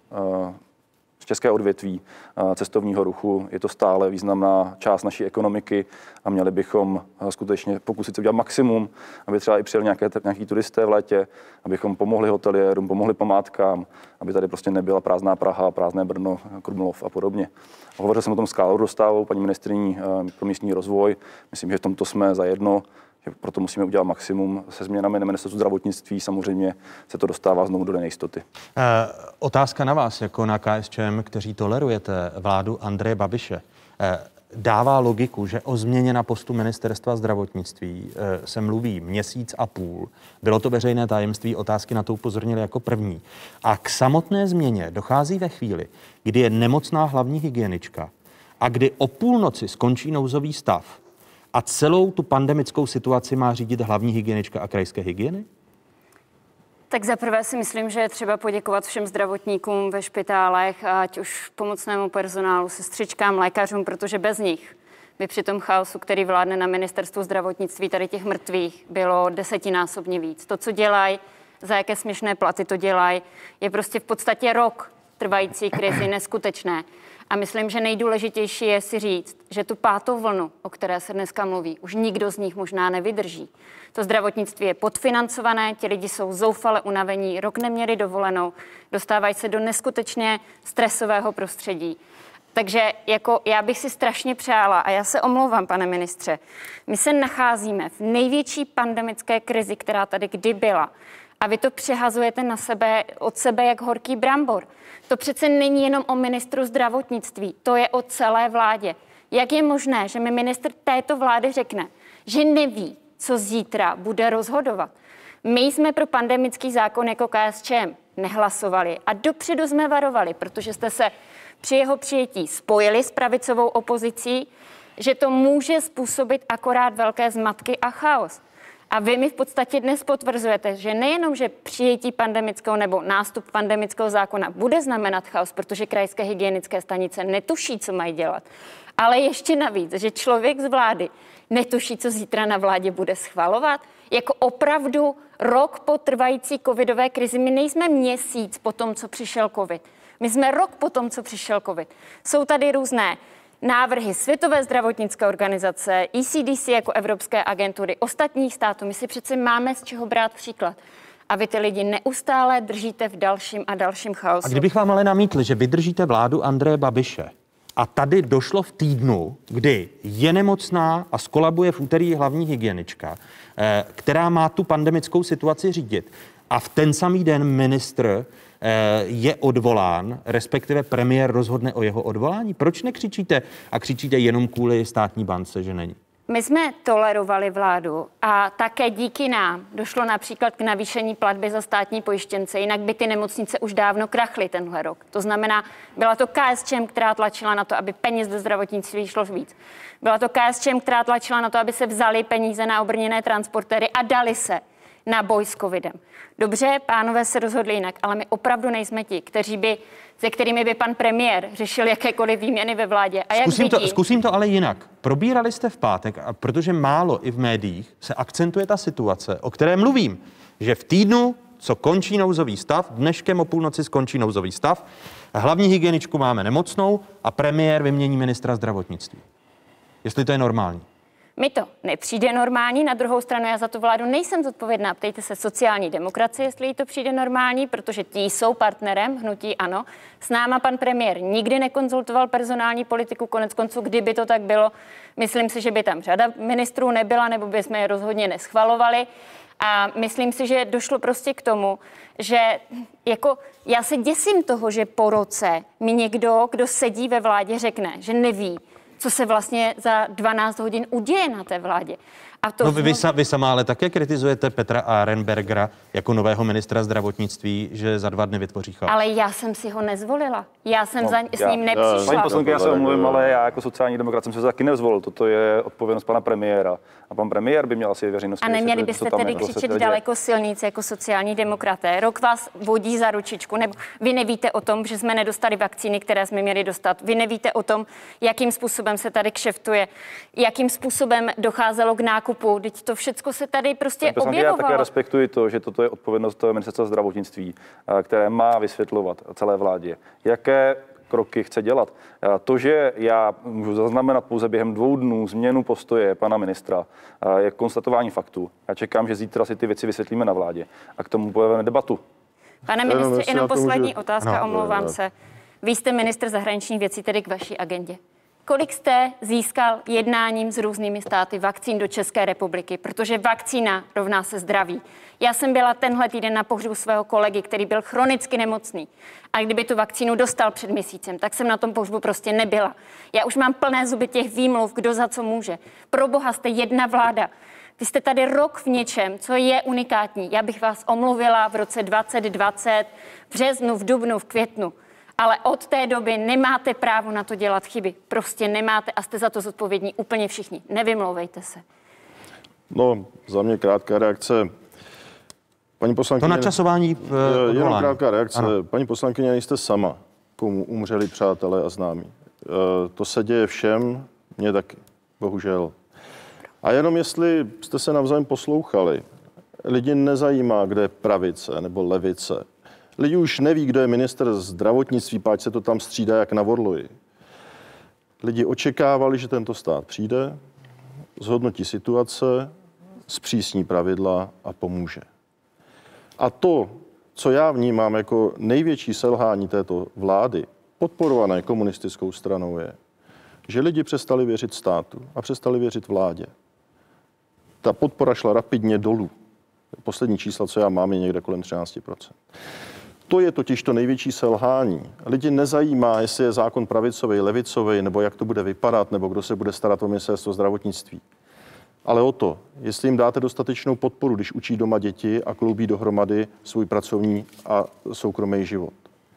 české odvětví cestovního ruchu. Je to stále významná část naší ekonomiky a měli bychom skutečně pokusit se udělat maximum, aby třeba i přijeli nějaký turisté v létě, abychom pomohli hoteliérům, pomohli památkám, aby tady prostě nebyla prázdná Praha, prázdné Brno, Krumlov a podobně. Hovořil jsem o tom s Klárou Dostálovou, paní ministryní pro místní rozvoj. Myslím, že v tomto jsme zajedno. Proto musíme udělat maximum se změnami na ministerstvu zdravotnictví. Samozřejmě se to dostává znovu do nejistoty.
Otázka na vás, jako na KSČM, kteří tolerujete vládu Andreje Babiše. Dává logiku, že o změně na postu ministerstva zdravotnictví se mluví 1,5 měsíce. Bylo to veřejné tajemství, otázky na to upozornili jako první. A k samotné změně dochází ve chvíli, kdy je nemocná hlavní hygienička a kdy o půlnoci skončí nouzový stav. A celou tu pandemickou situaci má řídit hlavní hygienička a krajské hygieny?
Tak zaprvé si myslím, že je třeba poděkovat všem zdravotníkům ve špitálech, ať už pomocnému personálu, sestřičkám, lékařům, protože bez nich by při tom chaosu, který vládne na ministerstvu zdravotnictví, tady těch mrtvých bylo 10násobně víc. To, co dělají, za jaké směšné platy to dělají, je prostě v podstatě rok trvající krizi neskutečné. A myslím, že nejdůležitější je si říct, že tu 5. vlnu, o které se dneska mluví, už nikdo z nich možná nevydrží. To zdravotnictví je podfinancované, ti lidi jsou zoufale unavení, rok neměli dovolenou, dostávají se do neskutečně stresového prostředí. Takže jako já bych si strašně přála, a já se omlouvám, pane ministře, my se nacházíme v největší pandemické krizi, která tady kdy byla. A vy to přehazujete na sebe, od sebe jak horký brambor. To přece není jenom o ministru zdravotnictví, to je o celé vládě. Jak je možné, že mi ministr této vlády řekne, že neví, co zítra bude rozhodovat? My jsme pro pandemický zákon jako KSČM nehlasovali a dopředu jsme varovali, protože jste se při jeho přijetí spojili s pravicovou opozicí, že to může způsobit akorát velké zmatky a chaos. A vy mi v podstatě dnes potvrzujete, že nejenom, že přijetí pandemického nebo nástup pandemického zákona bude znamenat chaos, protože krajské hygienické stanice netuší, co mají dělat, ale ještě navíc, že člověk z vlády netuší, co zítra na vládě bude schvalovat. Jako opravdu rok po trvající covidové krizi, my nejsme měsíc po tom, co přišel covid. My jsme rok po tom, co přišel covid. Jsou tady různé návrhy Světové zdravotnické organizace, ECDC jako evropské agentury, ostatních států. My si přece máme z čeho brát příklad. A vy ty lidi neustále držíte v dalším a dalším chaosu.
A kdybych vám ale namítl, že vydržíte vládu Andreje Babiše a tady došlo v týdnu, kdy je nemocná a skolabuje v úterý hlavní hygienička, která má tu pandemickou situaci řídit, a v ten samý den ministr je odvolán, respektive premiér rozhodne o jeho odvolání. Proč nekřičíte a křičíte jenom kvůli státní bance, že není?
My jsme tolerovali vládu a také díky nám došlo například k navýšení platby za státní pojištěnce, jinak by ty nemocnice už dávno krachly tenhle rok. To znamená, byla to KSČM, která tlačila na to, aby peněz do zdravotnictví šlo víc. Byla to KSČM, která tlačila na to, aby se vzaly peníze na obrněné transportéry a dali se na boj s covidem. Dobře, pánové se rozhodli jinak, ale my opravdu nejsme ti, se kterými by pan premiér řešil jakékoliv výměny ve vládě. A jak
Zkusím to ale jinak. Probírali jste v pátek, a protože málo i v médiích se akcentuje ta situace, o které mluvím, že v týdnu, co končí nouzový stav, dneškem o půlnoci skončí nouzový stav, hlavní hygieničku máme nemocnou a premiér vymění ministra zdravotnictví. Jestli to je normální.
Mi to nepřijde normální, na druhou stranu já za tu vládu nejsem zodpovědná. Ptejte se sociální demokracie, jestli jí to přijde normální, protože ti jsou partnerem hnutí ANO. S náma pan premiér nikdy nekonzultoval personální politiku, konec konců, kdyby to tak bylo, myslím si, že by tam řada ministrů nebyla, nebo by jsme je rozhodně neschvalovali. A myslím si, že došlo prostě k tomu, že jako já se děsím toho, že po roce mi někdo, kdo sedí ve vládě, řekne, že neví, co se vlastně za 12 hodin uděje na té vládě. A to
vy sama ale také kritizujete Petra Arenbergera jako nového ministra zdravotnictví, že za 2 dny vytvoří chaos.
Ale já jsem si ho nezvolila. Já jsem s ním nepřišla.
Paní poslankyně, já se omluvím, ale já jako sociální demokrat jsem se taky nezvolil. Toto je odpovědnost pana premiéra. A pan premiér by měl asi veřejnosti.
A neměli byste tedy křičet daleko silnice jako sociální demokraté. Rok vás vodí za ručičku, nebo vy nevíte o tom, že jsme nedostali vakcíny, které jsme měli dostat. Vy nevíte o tom, jakým způsobem se tady kšeftuje, jakým způsobem docházelo k nákupu. Teď to všechno se tady prostě objevovalo.
Já také respektuji to, že toto je odpovědnost ministerstva zdravotnictví, které má vysvětlovat celé vládě, jaké kroky chce dělat. To, že já můžu zaznamenat pouze během 2 dnů změnu postoje pana ministra, je konstatování faktů. Já čekám, že zítra si ty věci vysvětlíme na vládě a k tomu povedeme debatu.
Pane ministře, jenom poslední otázka, omlouvám se. Vy jste ministr zahraničních věcí, tedy k vaší agendě. Kolik jste získal jednáním s různými státy vakcín do České republiky? Protože vakcína rovná se zdraví. Já jsem byla tenhle týden na pohřbu svého kolegy, který byl chronicky nemocný. A kdyby tu vakcínu dostal před měsícem, tak jsem na tom pohřbu prostě nebyla. Já už mám plné zuby těch výmluv, kdo za co může. Pro boha, jste jedna vláda. Vy jste tady rok v něčem, co je unikátní. Já bych vás omluvila v roce 2020, v březnu, v dubnu, v květnu. Ale od té doby nemáte právo na to dělat chyby. Prostě nemáte a jste za to zodpovědní úplně všichni. Nevymlouvejte se.
No, za mě krátká reakce. Paní poslankyně,
to načasování
jenom krátká reakce. Ano. Paní poslankyně, nejste sama, komu umřeli přátelé a známí. To se děje všem, mně taky, bohužel. A jenom jestli jste se navzájem poslouchali, lidi nezajímá, kde je pravice nebo levice. Lidi už neví, kdo je ministr zdravotnictví, páč se to tam střídá jak na vorloji. Lidi očekávali, že tento stát přijde, zhodnotí situace, zpřísní pravidla a pomůže. A to, co já vnímám jako největší selhání této vlády, podporované komunistickou stranou, je, že lidi přestali věřit státu a přestali věřit vládě. Ta podpora šla rapidně dolů. Poslední čísla, co já mám, je někde kolem 13%. To je totiž to největší selhání. Lidi nezajímá, jestli je zákon pravicový, levicový, nebo jak to bude vypadat, nebo kdo se bude starat o ministerstvo zdravotnictví. Ale o to, jestli jim dáte dostatečnou podporu, když učí doma děti a kloubí dohromady svůj pracovní a soukromý život.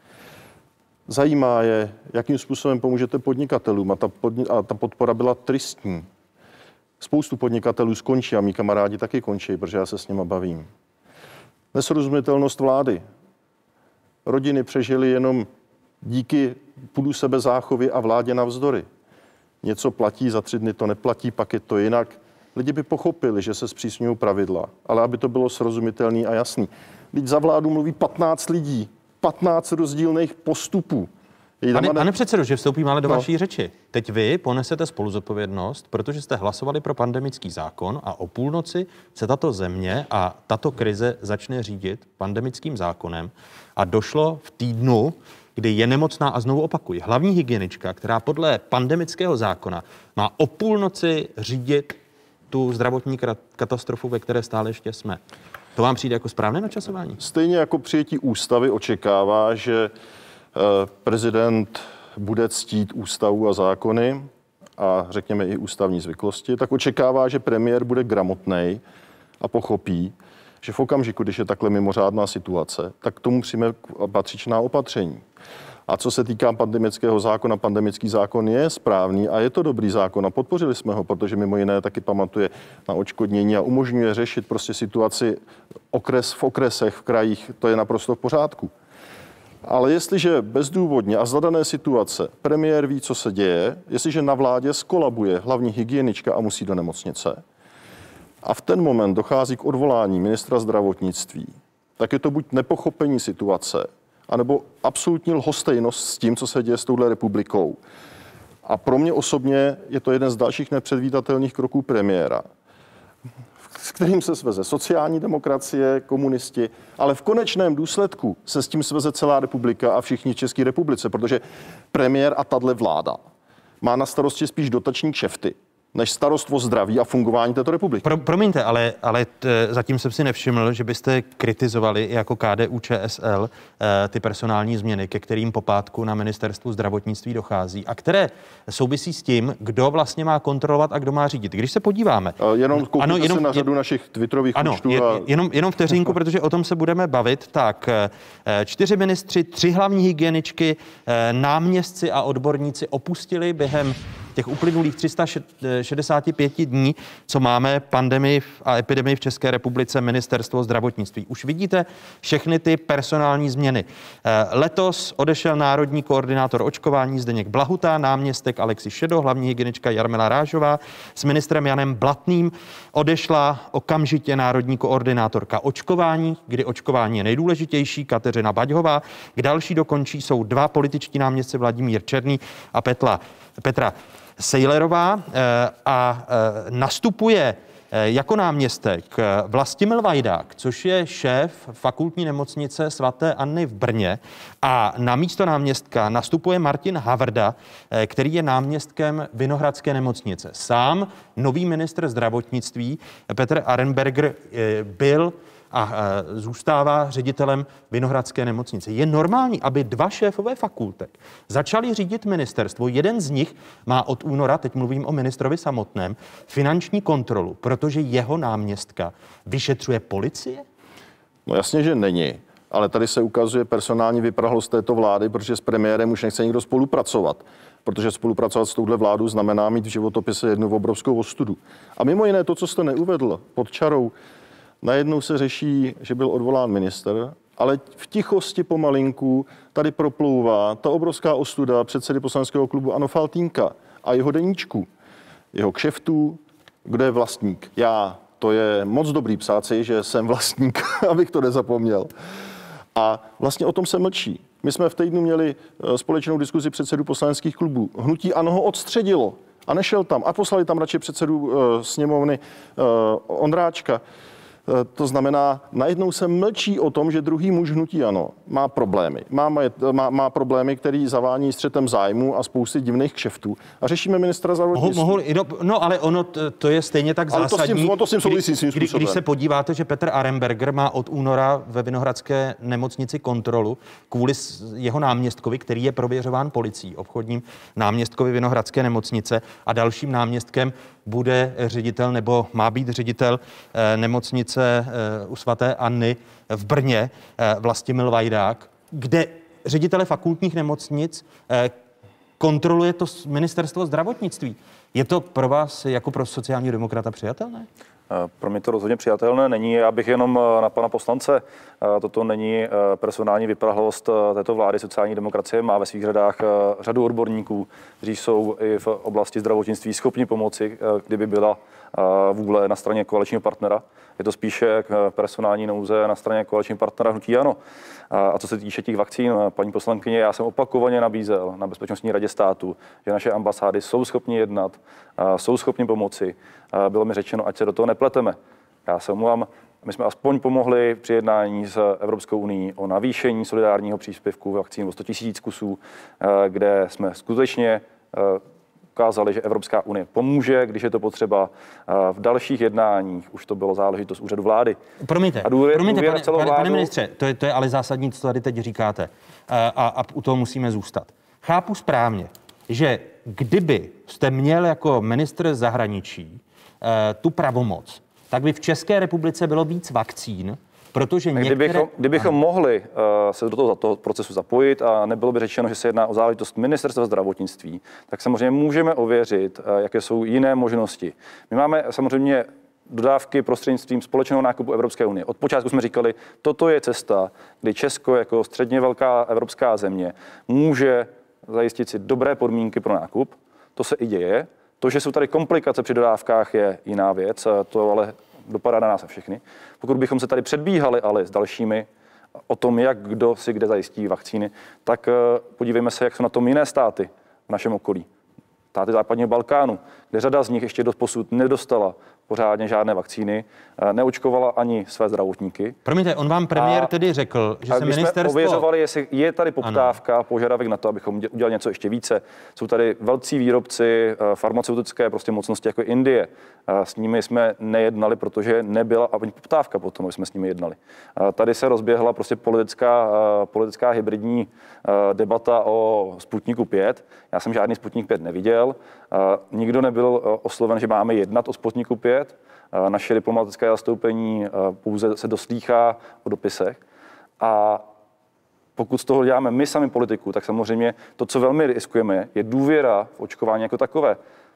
Zajímá je, jakým způsobem pomůžete podnikatelům a ta podpora byla tristní. Spoustu podnikatelů skončí a mý kamarádi taky končí, protože já se s nima bavím. Nesrozumitelnost vlády. Rodiny přežily jenom díky půdu sebezáchovy a vládě navzdory. Něco platí, za 3 dny to neplatí, pak je to jinak. Lidi by pochopili, že se zpřísňují pravidla, ale aby to bylo srozumitelné a jasný. Teď za vládu mluví 15 lidí, 15 rozdílných postupů.
Pane předsedo, že vstoupím ale do vaší řeči. Teď vy ponesete spoluzodpovědnost, protože jste hlasovali pro pandemický zákon a o půlnoci se tato země a tato krize začne řídit pandemickým zákonem a došlo v týdnu, kdy je nemocná, a znovu opakuji, hlavní hygienička, která podle pandemického zákona má o půlnoci řídit tu zdravotní katastrofu, ve které stále ještě jsme. To vám přijde jako správné načasování?
Stejně jako přijetí ústavy očekává, že prezident bude ctít ústavu a zákony a řekněme i ústavní zvyklosti, tak očekává, že premiér bude gramotnej a pochopí, že v okamžiku, když je takhle mimořádná situace, tak k tomu přijme patřičná opatření. A co se týká pandemického zákona, pandemický zákon je správný a je to dobrý zákon a podpořili jsme ho, protože mimo jiné taky pamatuje na odškodnění a umožňuje řešit prostě situaci v okresech, v krajích, to je naprosto v pořádku. Ale jestliže bezdůvodně a za dané situace premiér ví, co se děje, jestliže na vládě skolabuje hlavní hygienička a musí do nemocnice a v ten moment dochází k odvolání ministra zdravotnictví, tak je to buď nepochopení situace, anebo absolutní lhostejnost s tím, co se děje s touhle republikou. A pro mě osobně je to jeden z dalších nepředvídatelných kroků premiéra, s kterým se sveze sociální demokracie, komunisti, ale v konečném důsledku se s tím sveze celá republika a všichni v České republice, protože premiér a tato vláda má na starosti spíš dotační kšefty, než starost o zdraví a fungování této republiky.
Promiňte, ale zatím jsem si nevšiml, že byste kritizovali jako KDU-ČSL ty personální změny, ke kterým po pátku na ministerstvu zdravotnictví dochází a které souvisí s tím, kdo vlastně má kontrolovat a kdo má řídit. Když se podíváme...
Jenom koukněte se na řadu našich twitterových účtů.
Jenom vteřinku, protože o tom se budeme bavit. Tak, 4 ministři, 3 hlavní hygieničky, náměstci a odborníci opustili během těch uplynulých 365 dní, co máme pandemii a epidemii v České republice, ministerstvo zdravotnictví. Už vidíte všechny ty personální změny. Letos odešel národní koordinátor očkování Zdeněk Blahuta, náměstek Alexis Šedo, hlavní hygienička Jarmila Rážová, s ministrem Janem Blatným odešla okamžitě národní koordinátorka očkování, kdy očkování je nejdůležitější, Kateřina Baďhová. K další dokončí jsou 2 političtí náměstci, Vladimír Černý a Petra Sejlerová, a nastupuje jako náměstek Vlastimil Vajdák, což je šéf fakultní nemocnice svaté Anny v Brně, a na místo náměstka nastupuje Martin Havrda, který je náměstkem Vinohradské nemocnice. Sám nový ministr zdravotnictví Petr Arenberger byl a zůstává ředitelem Vinohradské nemocnice. Je normální, aby 2 šéfové fakultek začali řídit ministerstvo. Jeden z nich má od února, teď mluvím o ministrovi samotném, finanční kontrolu, protože jeho náměstka vyšetřuje policie?
No jasně, že není. Ale tady se ukazuje personální vyprahlost této vlády, protože s premiérem už nechce nikdo spolupracovat. Protože spolupracovat s touhle vládou znamená mít v životopise jednu obrovskou ostudu. A mimo jiné to, co jste neuvedl pod čarou, najednou se řeší, že byl odvolán ministr, ale v tichosti pomalinku tady proplouvá ta obrovská ostuda předsedy poslaneckého klubu ANO Faltýnka a jeho deníčku, jeho kšeftů, kdo je vlastník. To je moc dobrý psát si, že jsem vlastník, abych to nezapomněl. A vlastně o tom se mlčí. My jsme v týdnu měli společnou diskuzi předsedů poslaneckých klubů. Hnutí ANO ho odstředilo a nešel tam a poslali tam radši předsedu sněmovny Ondráčka. To znamená, najednou se mlčí o tom, že druhý muž hnutí ANO má problémy. Má problémy, který zavání střetem zájmu a spousty divných kšeftů. A řešíme ministra zdravotnictví.
No ale ono to je stejně tak zásadní.
To s tím souvisí svým způsobem.
Když se podíváte, že Petr Arenberger má od února ve Vinohradské nemocnici kontrolu kvůli jeho náměstkovi, který je prověřován policií, obchodním náměstkovi Vinohradské nemocnice, a dalším náměstkem bude ředitel nebo má být ředitel nemocnice u svaté Anny v Brně, Vlastimil Vajdák, kde ředitele fakultních nemocnic kontroluje to ministerstvo zdravotnictví. Je to pro vás jako pro sociální demokrata přijatelné?
Pro mě to rozhodně přijatelné není. Já bych jenom na pana poslance, toto není personální vyprahlost této vlády. Sociální demokracie má ve svých řadách řadu odborníků, kteří jsou i v oblasti zdravotnictví schopni pomoci, kdyby byla vůle na straně koaličního partnera. Je to spíše personální nouze na straně koaličního partnera hnutí ANO. A co se týče těch vakcín, paní poslankyně, já jsem opakovaně nabízel na Bezpečnostní radě státu, že naše ambasády jsou schopni jednat, jsou schopni pomoci. Bylo mi řečeno, ať se do toho nepleteme. Já se omlouvám, my jsme aspoň pomohli při jednání s Evropskou unií o navýšení solidárního příspěvku vakcín o 100 000 kusů, kde jsme skutečně ukázali, že Evropská unie pomůže, když je to potřeba. V dalších jednáních už to bylo záležitost úřadu vlády.
Promiňte, pane ministře, to je ale zásadní, co tady teď říkáte. A u toho musíme zůstat. Chápu správně, že kdyby jste měl jako ministr zahraničí tu pravomoc, tak by v České republice bylo víc vakcín, protože
Kdybychom mohli se do toho procesu zapojit a nebylo by řečeno, že se jedná o záležitost ministerstva zdravotnictví, tak samozřejmě můžeme ověřit, jaké jsou jiné možnosti. My máme samozřejmě dodávky prostřednictvím společného nákupu Evropské unie. Od počátku jsme říkali, toto je cesta, kdy Česko jako středně velká evropská země může zajistit si dobré podmínky pro nákup. To se i děje. To, že jsou tady komplikace při dodávkách, je jiná věc, to ale dopadá na nás a všechny. Pokud bychom se tady předbíhali ale s dalšími o tom, jak kdo si kde zajistí vakcíny, tak podívejme se, jak jsou na tom jiné státy v našem okolí. Státy západního Balkánu, kde řada z nich ještě doposud nedostala pořádně žádné vakcíny, neočkovala ani své zdravotníky.
Promiňte, on vám premiér tedy řekl, že se ministerstvo...
jsme ověřovali, jestli je tady poptávka, požadavek na to, abychom udělali něco ještě více. Jsou tady velcí výrobci farmaceutické prostě mocnosti jako Indie. S nimi jsme nejednali, protože nebyla ani poptávka potom, aby jsme s nimi jednali. Tady se rozběhla prostě politická hybridní debata o Sputniku 5. Já jsem žádný Sputnik 5 neviděl. Nikdo nebyl osloven, že máme jednat o Sputniku 5. Naše diplomatické zastoupení pouze se doslýchá o dopisech. A pokud z toho děláme my sami politiku, tak samozřejmě to, co velmi riskujeme, je důvěra v očkování jako takové.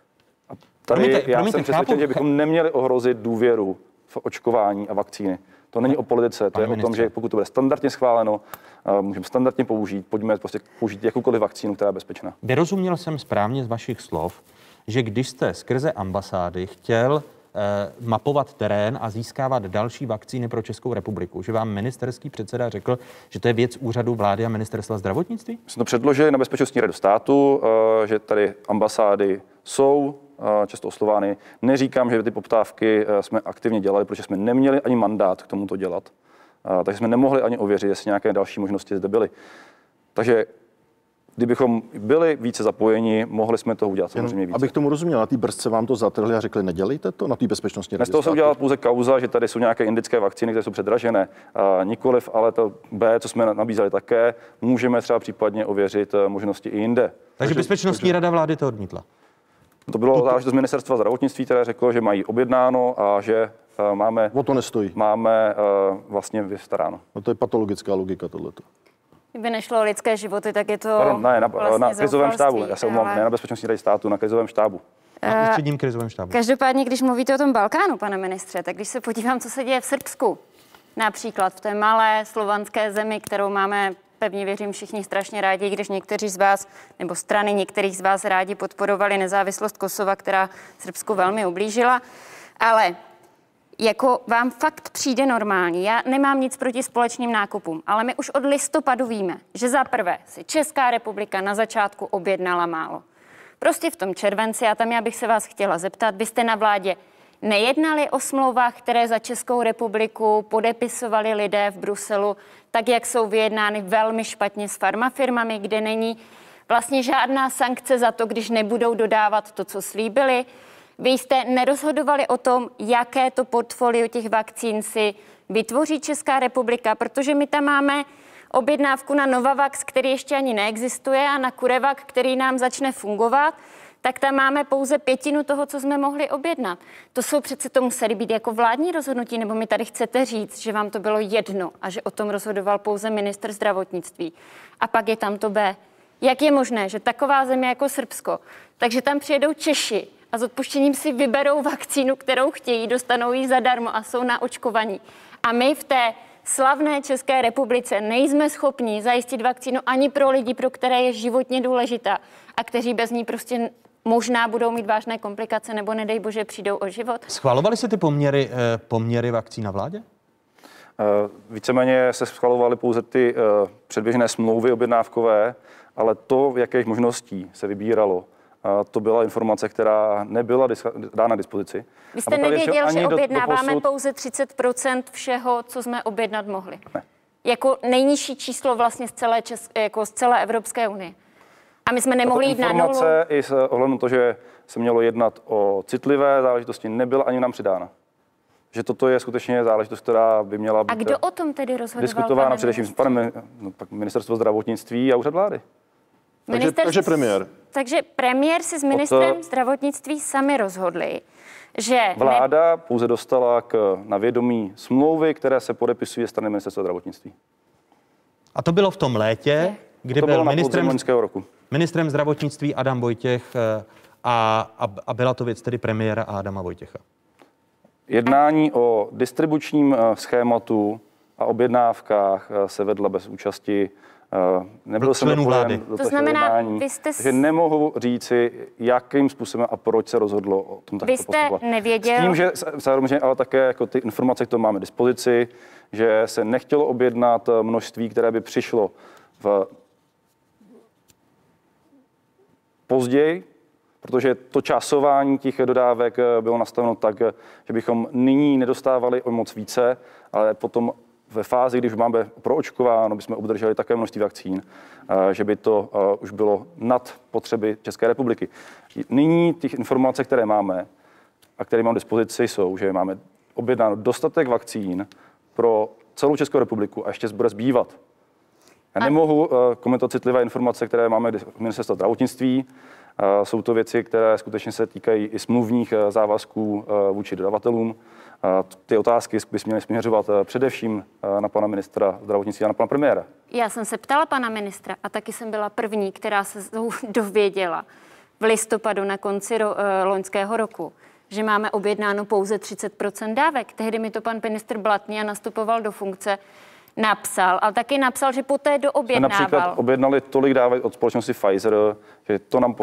A tady jsem přesvědčen, že bychom neměli ohrozit důvěru v očkování a vakcíny. To není o politice, to je o tom, že pokud to bude standardně schváleno, můžeme standardně použít, pojďme prostě použít jakoukoliv vakcínu, která je bezpečná.
Vyrozuměl jsem správně z vašich slov, že když jste skrze ambasády chtěl mapovat terén a získávat další vakcíny pro Českou republiku, že vám ministerský předseda řekl, že to je věc úřadu vlády a ministerstva zdravotnictví?
Jsme to předložili na Bezpečnostní radu státu, že tady ambasády jsou často oslovány. Neříkám, že ty poptávky jsme aktivně dělali, protože jsme neměli ani mandát k tomuto dělat. Takže jsme nemohli ani ověřit, jestli nějaké další možnosti zde byly. Takže kdybychom byli více zapojeni, mohli jsme toho udělat samozřejmě více.
Abych tomu rozuměl, na té brzdce vám to zatrhli a řekli, nedělejte to na té Bezpečnostní radě.
Z toho se udělala pouze kauza, že tady jsou nějaké indické vakcíny, které jsou předražené. Nikoliv, ale to B, co jsme nabízeli také, můžeme třeba případně ověřit možnosti i jinde.
Takže Bezpečnostní rada vlády to odmítla.
To bylo záležitost ministerstva zdravotnictví, které řeklo, že mají objednáno a že máme...
O to nestojí.
Máme vlastně vystaráno.
No to je patologická logika tohleto.
Kdyby nešlo o lidské životy, tak je to
na
vlastně
krizovém štábu.
zoufalství,
Já se omlouvám, ne na Bezpečnostní radě státu, na krizovém štábu.
A ústředním krizovém štábu.
Každopádně, když mluvíte o tom Balkánu, pane ministře, tak když se podívám, co se děje v Srbsku, například v té malé slovanské zemi, kterou máme, pevně věřím, všichni strašně rádi, když někteří z vás, nebo strany některých z vás rádi podporovali nezávislost Kosova, která Srbsku velmi ublížila, ale jako vám fakt přijde normální. Já nemám nic proti společným nákupům, ale my už od listopadu víme, že za prvé si Česká republika na začátku objednala málo. Prostě v tom červenci, a tam já bych se vás chtěla zeptat, byste na vládě nejednali o smlouvách, které za Českou republiku podepisovali lidé v Bruselu, tak jak jsou vyjednány velmi špatně s farmafirmami, kde není vlastně žádná sankce za to, když nebudou dodávat to, co slíbili. Vy jste nerozhodovali o tom, jaké to portfolio těch vakcín si vytvoří Česká republika, protože my tam máme objednávku na Novavax, který ještě ani neexistuje, a na CureVac, který nám začne fungovat, tak tam máme pouze 1/5 toho, co jsme mohli objednat. To jsou přece, to museli být jako vládní rozhodnutí, nebo mi tady chcete říct, že vám to bylo jedno a že o tom rozhodoval pouze ministr zdravotnictví. A pak je tam to B. Jak je možné, že taková země jako Srbsko, takže tam přijedou Češi a s odpuštěním si vyberou vakcínu, kterou chtějí, dostanou ji zadarmo a jsou naočkovaní. A my v té slavné České republice nejsme schopni zajistit vakcínu ani pro lidi, pro které je životně důležitá a kteří bez ní prostě možná budou mít vážné komplikace nebo nedej bože přijdou o život.
Schvalovali se ty poměry vakcín na vládě?
Víceméně se schvalovaly pouze ty předběžné smlouvy objednávkové, ale to, v jakých možností se vybíralo, to byla informace, která nebyla dána k dispozici.
Vy jste nevěděl, že objednáváme pouze 30% všeho, co jsme objednat mohli?
Ne.
Jako nejnižší číslo vlastně z celé Evropské unie. A my jsme nemohli jít na nulu.
Informace i s ohledem na to, že se mělo jednat o citlivé záležitosti, nebyla ani nám přidána. Že toto je skutečně záležitost, která by měla být.
A kdo o tom tedy rozhodoval?
Diskutována především s panem ministerstvo zdravotnictví a úřad vlády.
Takže premiér.
Takže premiér si s ministrem zdravotnictví sami rozhodli, že
vláda pouze dostala na vědomí smlouvy, které se podepisují strany ministerstva zdravotnictví.
A to bylo v tom létě, kdy byl ministrem zdravotnictví Adam Vojtěch a byla to věc tedy premiéra Adama Vojtěcha.
Jednání o distribučním schématu a objednávkách se vedla bez účasti. Nebyl jsem
vlády.
To znamená,
jednání, že nemohu říci, jakým způsobem a proč se rozhodlo o tom takto postupovat.
Nevěděl.
S tím, že samozřejmě ale také jako ty informace, které máme k dispozici, že se nechtělo objednat množství, které by přišlo v později, protože to časování těch dodávek bylo nastaveno tak, že bychom nyní nedostávali o moc více, ale potom ve fázi, když máme proočkováno, bychom obdrželi také množství vakcín, že by to už bylo nad potřeby České republiky. Nyní těch informací, které máme a které mám k dispozici, jsou, že máme objednáno dostatek vakcín pro celou Českou republiku a ještě bude zbývat. Já nemohu komentovat citlivé informace, které máme k ministerstvu zdravotnictví. Jsou to věci, které skutečně se týkají i smluvních závazků vůči dodavatelům. Ty otázky by měly směřovat především na pana ministra zdravotnictví a na pana premiéra.
Já jsem se ptala pana ministra a taky jsem byla první, která se dověděla v listopadu na konci loňského roku, že máme objednáno pouze 30% dávek. Tehdy mi to pan ministr Blatný a nastupoval do funkce napsal, ale taky napsal, že poté doobjednával.
Například objednali tolik dávek od společnosti Pfizer, že to nám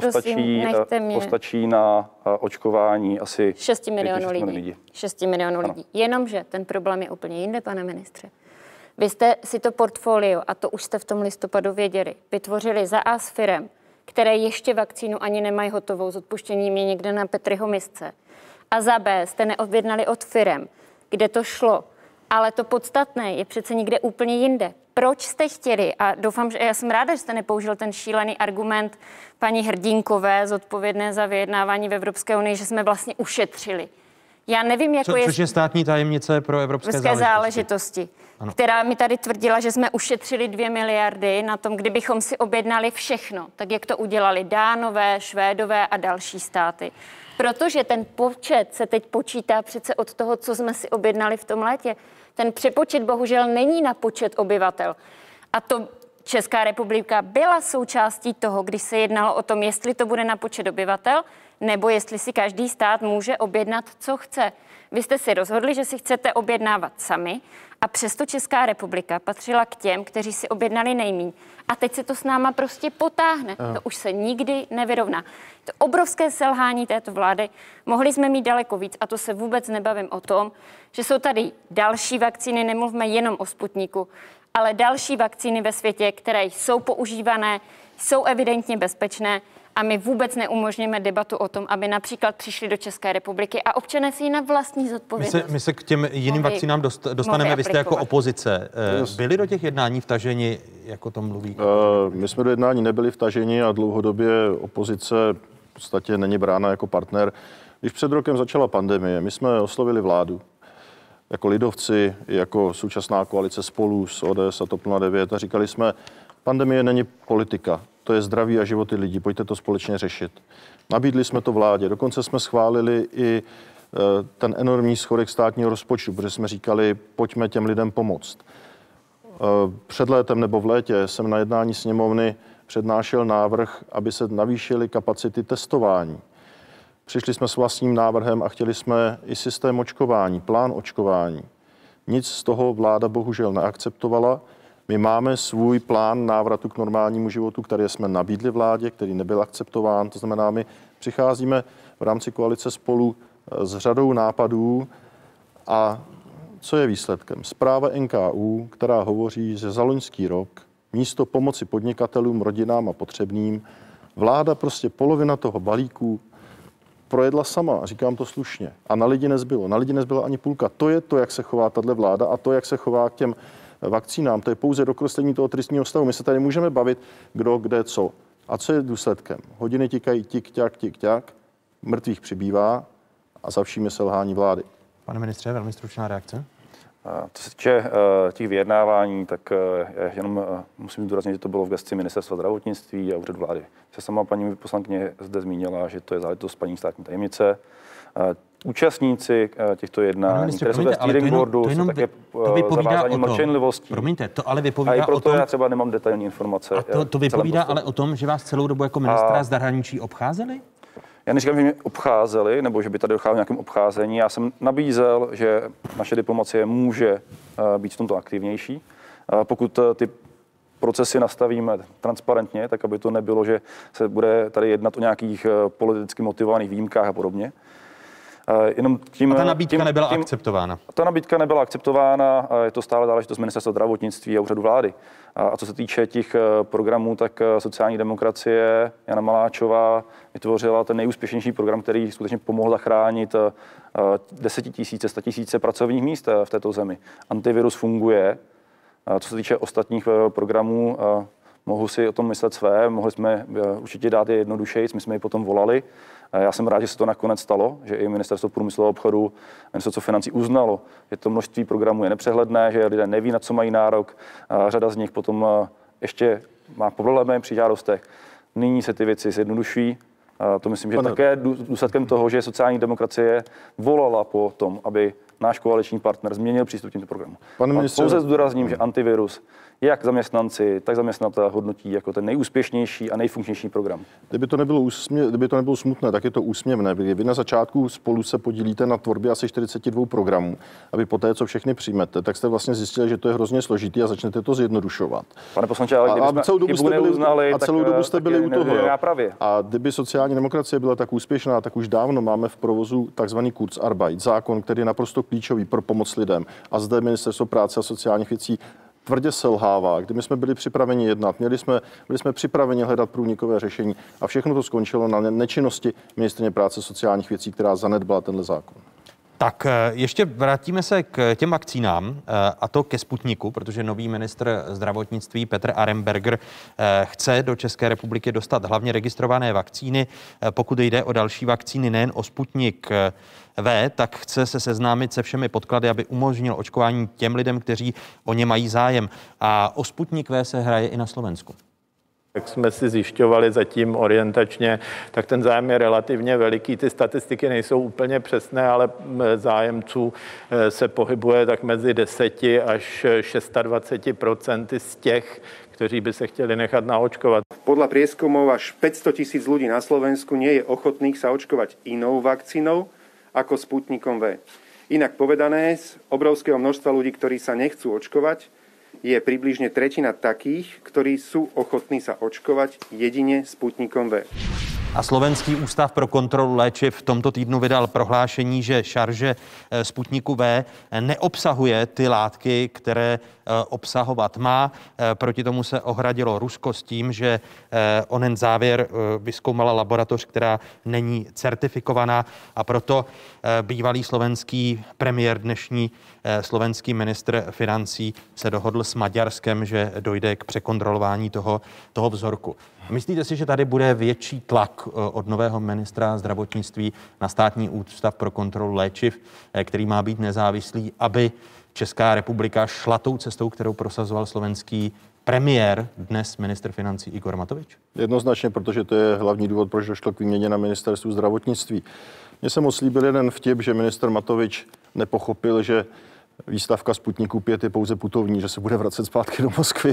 postačí na očkování asi
6 milionů lidí. 6 milionů lidí. Jenomže ten problém je úplně jinde, pane ministře. Vy jste si to portfolio, a to už jste v tom listopadu věděli, vytvořili za A s firem, které ještě vakcínu ani nemají hotovou, s odpuštěním je někde na Petriho misce. A za B jste neobjednali od firem, kde to šlo. Ale to podstatné je přece někde úplně jinde. Proč jste chtěli, a doufám, že já jsem ráda, že jste nepoužil ten šílený argument paní Hrdínkové, zodpovědné za vyjednávání v Evropské unii, že jsme vlastně ušetřili. Já nevím, jako
což je státní tajemnice pro evropské záležitosti.
Která mi tady tvrdila, že jsme ušetřili 2 miliardy na tom, kdybychom si objednali všechno, tak jak to udělali Dánové, Švédové a další státy. Protože ten počet se teď počítá přece od toho, co jsme si objednali v tom létě. Ten přepočet bohužel není na počet obyvatel. A to Česká republika byla součástí toho, když se jednalo o tom, jestli to bude na počet obyvatel, nebo jestli si každý stát může objednat, co chce. Vy jste si rozhodli, že si chcete objednávat sami a přesto Česká republika patřila k těm, kteří si objednali nejmíň. A teď se to s náma prostě potáhne. To už se nikdy nevyrovná. To obrovské selhání této vlády. Mohli jsme mít daleko víc a to se vůbec nebavím o tom, že jsou tady další vakcíny, nemluvme jenom o Sputniku, ale další vakcíny ve světě, které jsou používané, jsou evidentně bezpečné a my vůbec neumožníme debatu o tom, aby například přišli do České republiky a občané si ji na vlastní zodpovědnost.
My se k těm jiným vakcínám dostaneme. Vy jste jako opozice. Byli do těch jednání vtaženi, jako to mluví?
My jsme do jednání nebyli vtaženi a dlouhodobě opozice v podstatě není brána jako partner. Když před rokem začala pandemie, my jsme oslovili vládu jako lidovci, jako současná koalice Spolu s ODS a TOP 09 a říkali jsme, pandemie není politika, to je zdraví a životy lidí, pojďte to společně řešit. Nabídli jsme to vládě, dokonce jsme schválili i ten enormní schodek státního rozpočtu, protože jsme říkali, pojďme těm lidem pomoct. Před létem nebo v létě jsem na jednání sněmovny přednášel návrh, aby se navýšily kapacity testování. Přišli jsme s vlastním návrhem a chtěli jsme i systém očkování, plán očkování. Nic z toho vláda bohužel neakceptovala. My máme svůj plán návratu k normálnímu životu, který jsme nabídli vládě, který nebyl akceptován. To znamená, my přicházíme v rámci koalice Spolu s řadou nápadů a co je výsledkem? Zpráva NKÚ, která hovoří, že za loňský rok místo pomoci podnikatelům, rodinám a potřebným vláda prostě polovina toho balíku projedla sama, říkám to slušně. A na lidi nezbylo. Na lidi nezbyla ani půlka. To je to, jak se chová tato vláda a to, jak se chová k těm vakcínám. To je pouze dokreslení toho tristního stavu. My se tady můžeme bavit, kdo, kde, co. A co je důsledkem? Hodiny tikají tik-ťak, mrtvých přibývá a za vším je selhání vlády.
Pane ministře, velmi stručná reakce.
Co se týče těch vyjednávání, tak jenom musím zdůraznit, že to bylo v gesci Ministerstva zdravotnictví a úřadu vlády. Se sama paní poslankyně zde zmínila, že to je záležitost paní státní tajemnice. Účastníci těchto jednání, které jsou ve steering boardu, jsou také zavázáni mlčenlivostí.
Promiňte, to ale vypovídá
a i proto
o tom,
já třeba nemám detailní informace.
A to vypovídá ale o tom, že vás celou dobu jako ministra zahraničí obcházeli?
Já neříkám, že mě obcházeli, nebo že by tady docházelo nějakým obcházení. Já jsem nabízel, že naše diplomacie může být v tomto aktivnější. Pokud ty procesy nastavíme transparentně, tak aby to nebylo, že se bude tady jednat o nějakých politicky motivovaných výjimkách a podobně. Jenom tím,
a ta nabídka nebyla akceptována?
Ta nabídka nebyla akceptována, je to stále záležitost Ministerstva zdravotnictví a úřadu vlády. A co se týče těch programů, tak sociální demokracie Jana Maláčová vytvořila ten nejúspěšnější program, který skutečně pomohl zachránit 10 000, 100 000 pracovních míst v této zemi. Antivirus funguje. Co se týče ostatních programů, mohu si o tom myslet své, mohli jsme určitě dát je jednodušeji, my jsme ji potom volali. Já jsem rád, že se to nakonec stalo, že i Ministerstvo průmyslu a obchodu, Ministerstvo financí uznalo, že to množství programů je nepřehledné, že lidé neví, na co mají nárok. Řada z nich potom ještě má problémy při žádostech. Nyní se ty věci zjednodušují. To myslím, že také důsledkem toho, že sociální demokracie volala po tom, aby náš koaliční partner změnil přístup k těmto programům. Pouze zdůrazním, že antivirus jak zaměstnanci, tak zaměstnavatelé hodnotí jako ten nejúspěšnější a nejfunkčnější program.
Kdyby to nebylo smutné, tak je to úsměvné. Vy na začátku Spolu se podílíte na tvorbě asi 42 programů, aby poté, co všechny přijmete, tak jste vlastně zjistili, že to je hrozně složitý a začnete to zjednodušovat.
Pane poslanče, ale kdybychom
celou dobu jste byli u toho. A kdyby sociální demokracie byla tak úspěšná, tak už dávno máme v provozu takzvaný Kurzarbeit, zákon, který je naprosto klíčový pro pomoc lidem. A zde Ministerstvo práce a sociálních věcí tvrdě selhává. Kdy my jsme byli připraveni jednat, byli jsme připraveni hledat průnikové řešení a všechno to skončilo na nečinnosti ministryně práce a sociálních věcí, která zanedbala tenhle zákon.
Tak ještě vrátíme se k těm vakcínám, a to ke Sputniku, protože nový ministr zdravotnictví Petr Arenberger chce do České republiky dostat hlavně registrované vakcíny. Pokud jde o další vakcíny, nejen o Sputnik V, tak chce se seznámit se všemi podklady, aby umožnil očkování těm lidem, kteří o ně mají zájem. A o Sputnik V se hraje i na Slovensku.
Jak jsme si zjišťovali zatím orientačně, tak ten zájem je relativně veliký. Ty statistiky nejsou úplně přesné, ale zájemců se pohybuje tak mezi 10 až 26% z těch, kteří by se chtěli nechat naočkovat.
Podľa prieskumov až 500 000 ľudí na Slovensku nie je ochotných sa očkovať inou vakcínou ako Sputnikom V. Inak povedané, z obrovského množstva ľudí, ktorí sa nechcú očkovať, je približne tretina takých, ktorí sú ochotní sa očkovať jedine Sputnikom V.
A Slovenský ústav pro kontrolu léčiv v tomto týdnu vydal prohlášení, že šarže Sputniku V neobsahuje ty látky, které obsahovat má. Proti tomu se ohradilo Rusko s tím, že onen závěr vyzkoumala laboratoř, která není certifikovaná, a proto bývalý slovenský premiér, dnešní slovenský ministr financí, se dohodl s Maďarskem, že dojde k překontrolování toho vzorku. Myslíte si, že tady bude větší tlak od nového ministra zdravotnictví na Státní ústav pro kontrolu léčiv, který má být nezávislý, aby Česká republika šla tou cestou, kterou prosazoval slovenský premiér, dnes ministr financí Igor Matovič?
Jednoznačně, protože to je hlavní důvod, proč došlo k výměně na ministerstvu zdravotnictví. Mně se moc líbil jeden vtip, že ministr Matovič nepochopil, že výstavka Sputniku 5 je pouze putovní, že se bude vracet zpátky do Moskvy.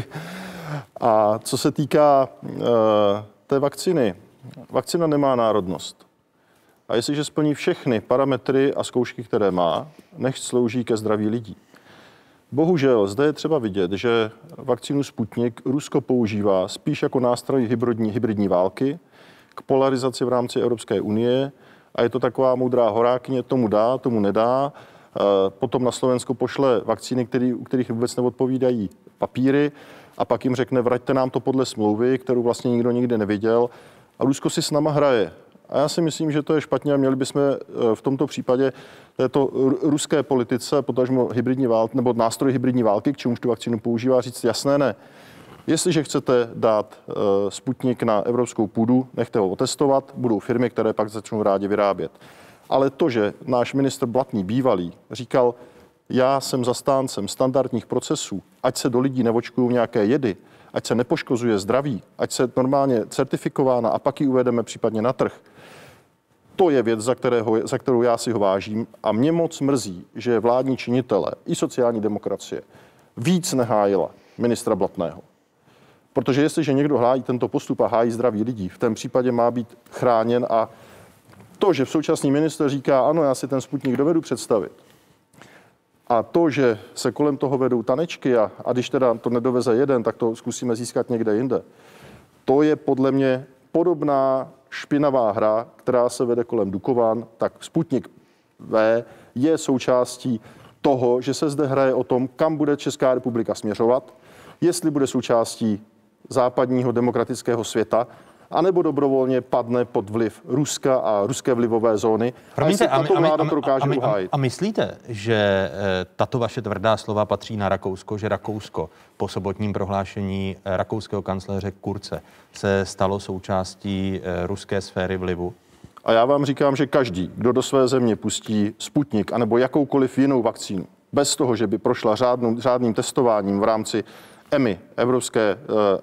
A co se týká té vakcíny, vakcína nemá národnost. A jestliže splní všechny parametry a zkoušky, které má, nechť slouží ke zdraví lidí. Bohužel zde je třeba vidět, že vakcínu Sputnik Rusko používá spíš jako nástroj hybridní války k polarizaci v rámci Evropské unie a je to taková moudrá horákyně, tomu dá, tomu nedá. Potom na Slovensko pošle vakcíny, u kterých vůbec neodpovídají papíry, a pak jim řekne, vraťte nám to podle smlouvy, kterou vlastně nikdo nikdy neviděl. A Rusko si s náma hraje. A já si myslím, že to je špatně a měli bychom v tomto případě této ruské politice, potažmo hybridní války, nebo nástroj hybridní války, k čemuž tu vakcínu používá, říct jasné ne. Jestliže chcete dát Sputnik na evropskou půdu, nechte ho otestovat, budou firmy, které pak začnou rádi vyrábět. Ale to, že náš ministr Blatný bývalý říkal, já jsem zastáncem standardních procesů, ať se do lidí neočkují nějaké jedy, ať se nepoškozuje zdraví, ať se normálně certifikována a pak ji uvedeme případně na trh. To je věc, za kterou já si ho vážím a mě moc mrzí, že vládní činitelé i sociální demokracie víc nehájila ministra Blatného. Protože jestliže někdo hájí tento postup a hájí zdraví lidí, v tom případě má být chráněn a to, že současný ministr říká, ano, já si ten Sputnik dovedu představit, a to, že se kolem toho vedou tanečky a když teda to nedoveze jeden, tak to zkusíme získat někde jinde. To je podle mě podobná špinavá hra, která se vede kolem Dukovan, tak Sputnik V je součástí toho, že se zde hraje o tom, kam bude Česká republika směřovat, jestli bude součástí západního demokratického světa, anebo dobrovolně padne pod vliv Ruska a ruské vlivové zóny.
Promiňte,
a
myslíte, že tato vaše tvrdá slova patří na Rakousko, že Rakousko po sobotním prohlášení rakouského kancléře Kurze se stalo součástí ruské sféry vlivu?
A já vám říkám, že každý, kdo do své země pustí Sputnik anebo jakoukoliv jinou vakcínu, bez toho, že by prošla řádným testováním v rámci EMI, Evropské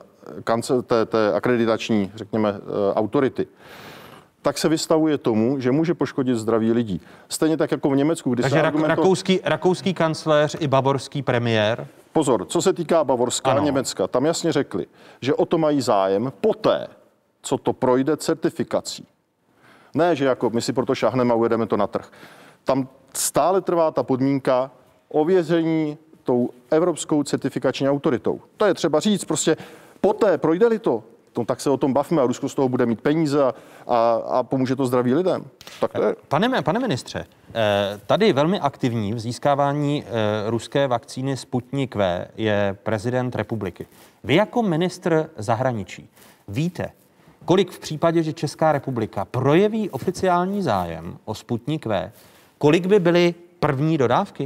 té akreditační, řekněme, autority, tak se vystavuje tomu, že může poškodit zdraví lidí. Stejně tak jako v Německu, kdy
takže rakouský kancléř i bavorský premiér?
Pozor, co se týká Bavorska a Německa, tam jasně řekli, že o to mají zájem poté, co to projde certifikací. Ne, že jako my si proto šáhneme a uvedeme to na trh. Tam stále trvá ta podmínka ověření tou evropskou certifikační autoritou. To je třeba říct, prostě poté projde-li to, tak se o tom bavme a Rusko z toho bude mít peníze a pomůže to zdraví lidem. Tak to je.
Pane ministře, tady velmi aktivní v získávání ruské vakcíny Sputnik V je prezident republiky. Vy jako ministr zahraničí víte, kolik v případě, že Česká republika projeví oficiální zájem o Sputnik V, kolik by byly první dodávky?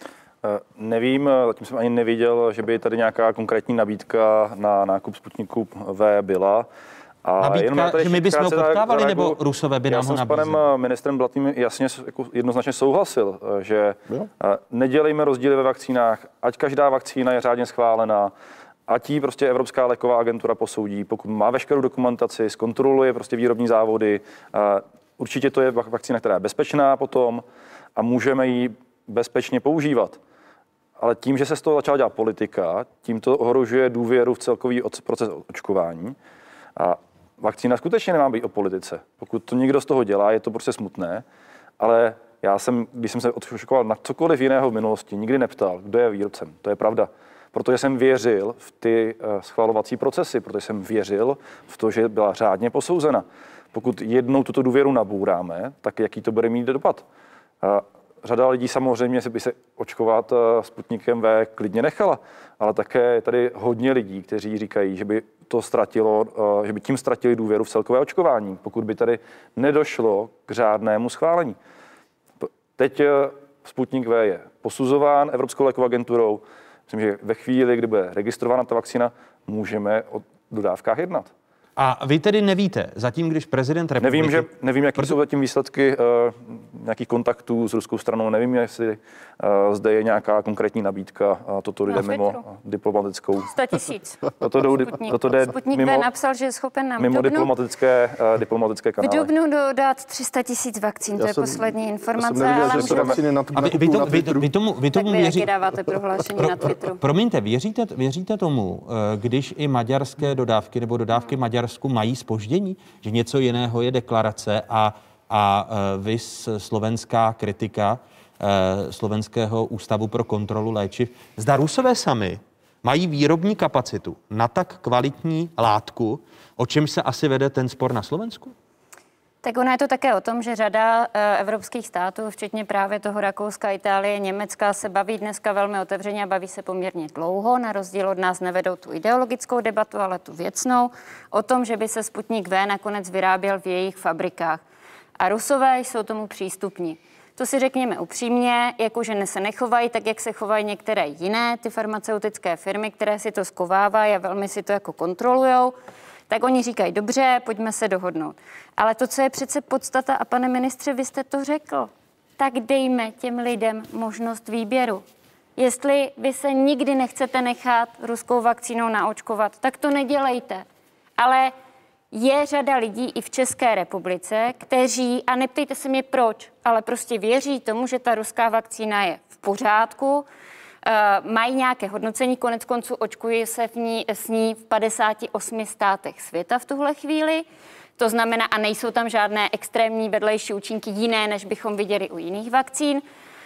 Nevím, zatím jsem ani neviděl, že by tady nějaká konkrétní nabídka na nákup Sputniku V byla. A
nabídka, že my bychom ho poptávali, nebo Rusové by nám ho nabízeli?
Já jsem s panem ministrem Blatným jasně jednoznačně souhlasil, že nedělejme rozdíly ve vakcínách, ať každá vakcína je řádně schválená, ať ji prostě Evropská léková agentura posoudí, pokud má veškerou dokumentaci, zkontroluje prostě výrobní závody. Určitě to je vakcína, která je bezpečná potom a můžeme ji bezpečně používat. Ale tím, že se z toho začala dělat politika, tím to ohrožuje důvěru v celkový proces očkování. A vakcína skutečně nemá být o politice. Pokud to někdo z toho dělá, je to prostě smutné, ale když jsem se očkoval na cokoliv jiného v minulosti, nikdy neptal, kdo je výrobcem. To je pravda. Protože jsem věřil v ty schvalovací procesy, protože jsem věřil v to, že byla řádně posouzena. Pokud jednou tuto důvěru nabouráme, tak jaký to bude mít dopad? Řada lidí samozřejmě by se očkovat Sputnikem V klidně nechala, ale také je tady hodně lidí, kteří říkají, že by to ztratilo, že by tím ztratili důvěru v celkové očkování, pokud by tady nedošlo k řádnému schválení. Teď Sputnik V je posuzován Evropskou lékovou agenturou. Myslím, že ve chvíli, kdy bude registrována ta vakcína, můžeme o dodávkách jednat.
A vy tedy nevíte, zatím, když prezident republiky...
Nevím, jaké jsou zatím výsledky nějakých kontaktů s ruskou stranou. Nevím, jestli zde je nějaká konkrétní nabídka. Toto jde mimo diplomatickou...
100 000. Sputnik V napsal, že je schopen nám
mimo diplomatické kanály.
V dubnu dodat 300 000 vakcín, to je poslední informace.
Vy tomu
věříte? Dáváte prohlášení na Twitteru.
Promiňte, věříte tomu, když i maďarské dodávky nebo dodávky Maďarsku mají zpoždění, že něco jiného je deklarace a vys slovenská kritika Slovenského ústavu pro kontrolu léčiv. Zda Rusové sami mají výrobní kapacitu na tak kvalitní látku, o čem se asi vede ten spor na Slovensku?
Tak ono je to také o tom, že řada evropských států, včetně právě toho Rakouska, Itálie, Německa, se baví dneska velmi otevřeně a baví se poměrně dlouho. Na rozdíl od nás nevedou tu ideologickou debatu, ale tu věcnou, o tom, že by se Sputnik V nakonec vyráběl v jejich fabrikách. A Rusové jsou tomu přístupní. To si řekněme upřímně, jakože se nechovají tak, jak se chovají některé jiné, ty farmaceutické firmy, které si to skovávají a velmi si to jako kontrolujou. Tak oni říkají, dobře, pojďme se dohodnout. Ale to, co je přece podstata, a pane ministře, vy jste to řekl, tak dejme těm lidem možnost výběru. Jestli vy se nikdy nechcete nechat ruskou vakcínou naočkovat, tak to nedělejte. Ale je řada lidí i v České republice, kteří, a neptejte se mě proč, ale prostě věří tomu, že ta ruská vakcína je v pořádku, mají nějaké hodnocení, konec konců očkují se s ní v 58 státech světa v tuhle chvíli. To znamená, a nejsou tam žádné extrémní vedlejší účinky jiné, než bychom viděli u jiných vakcín.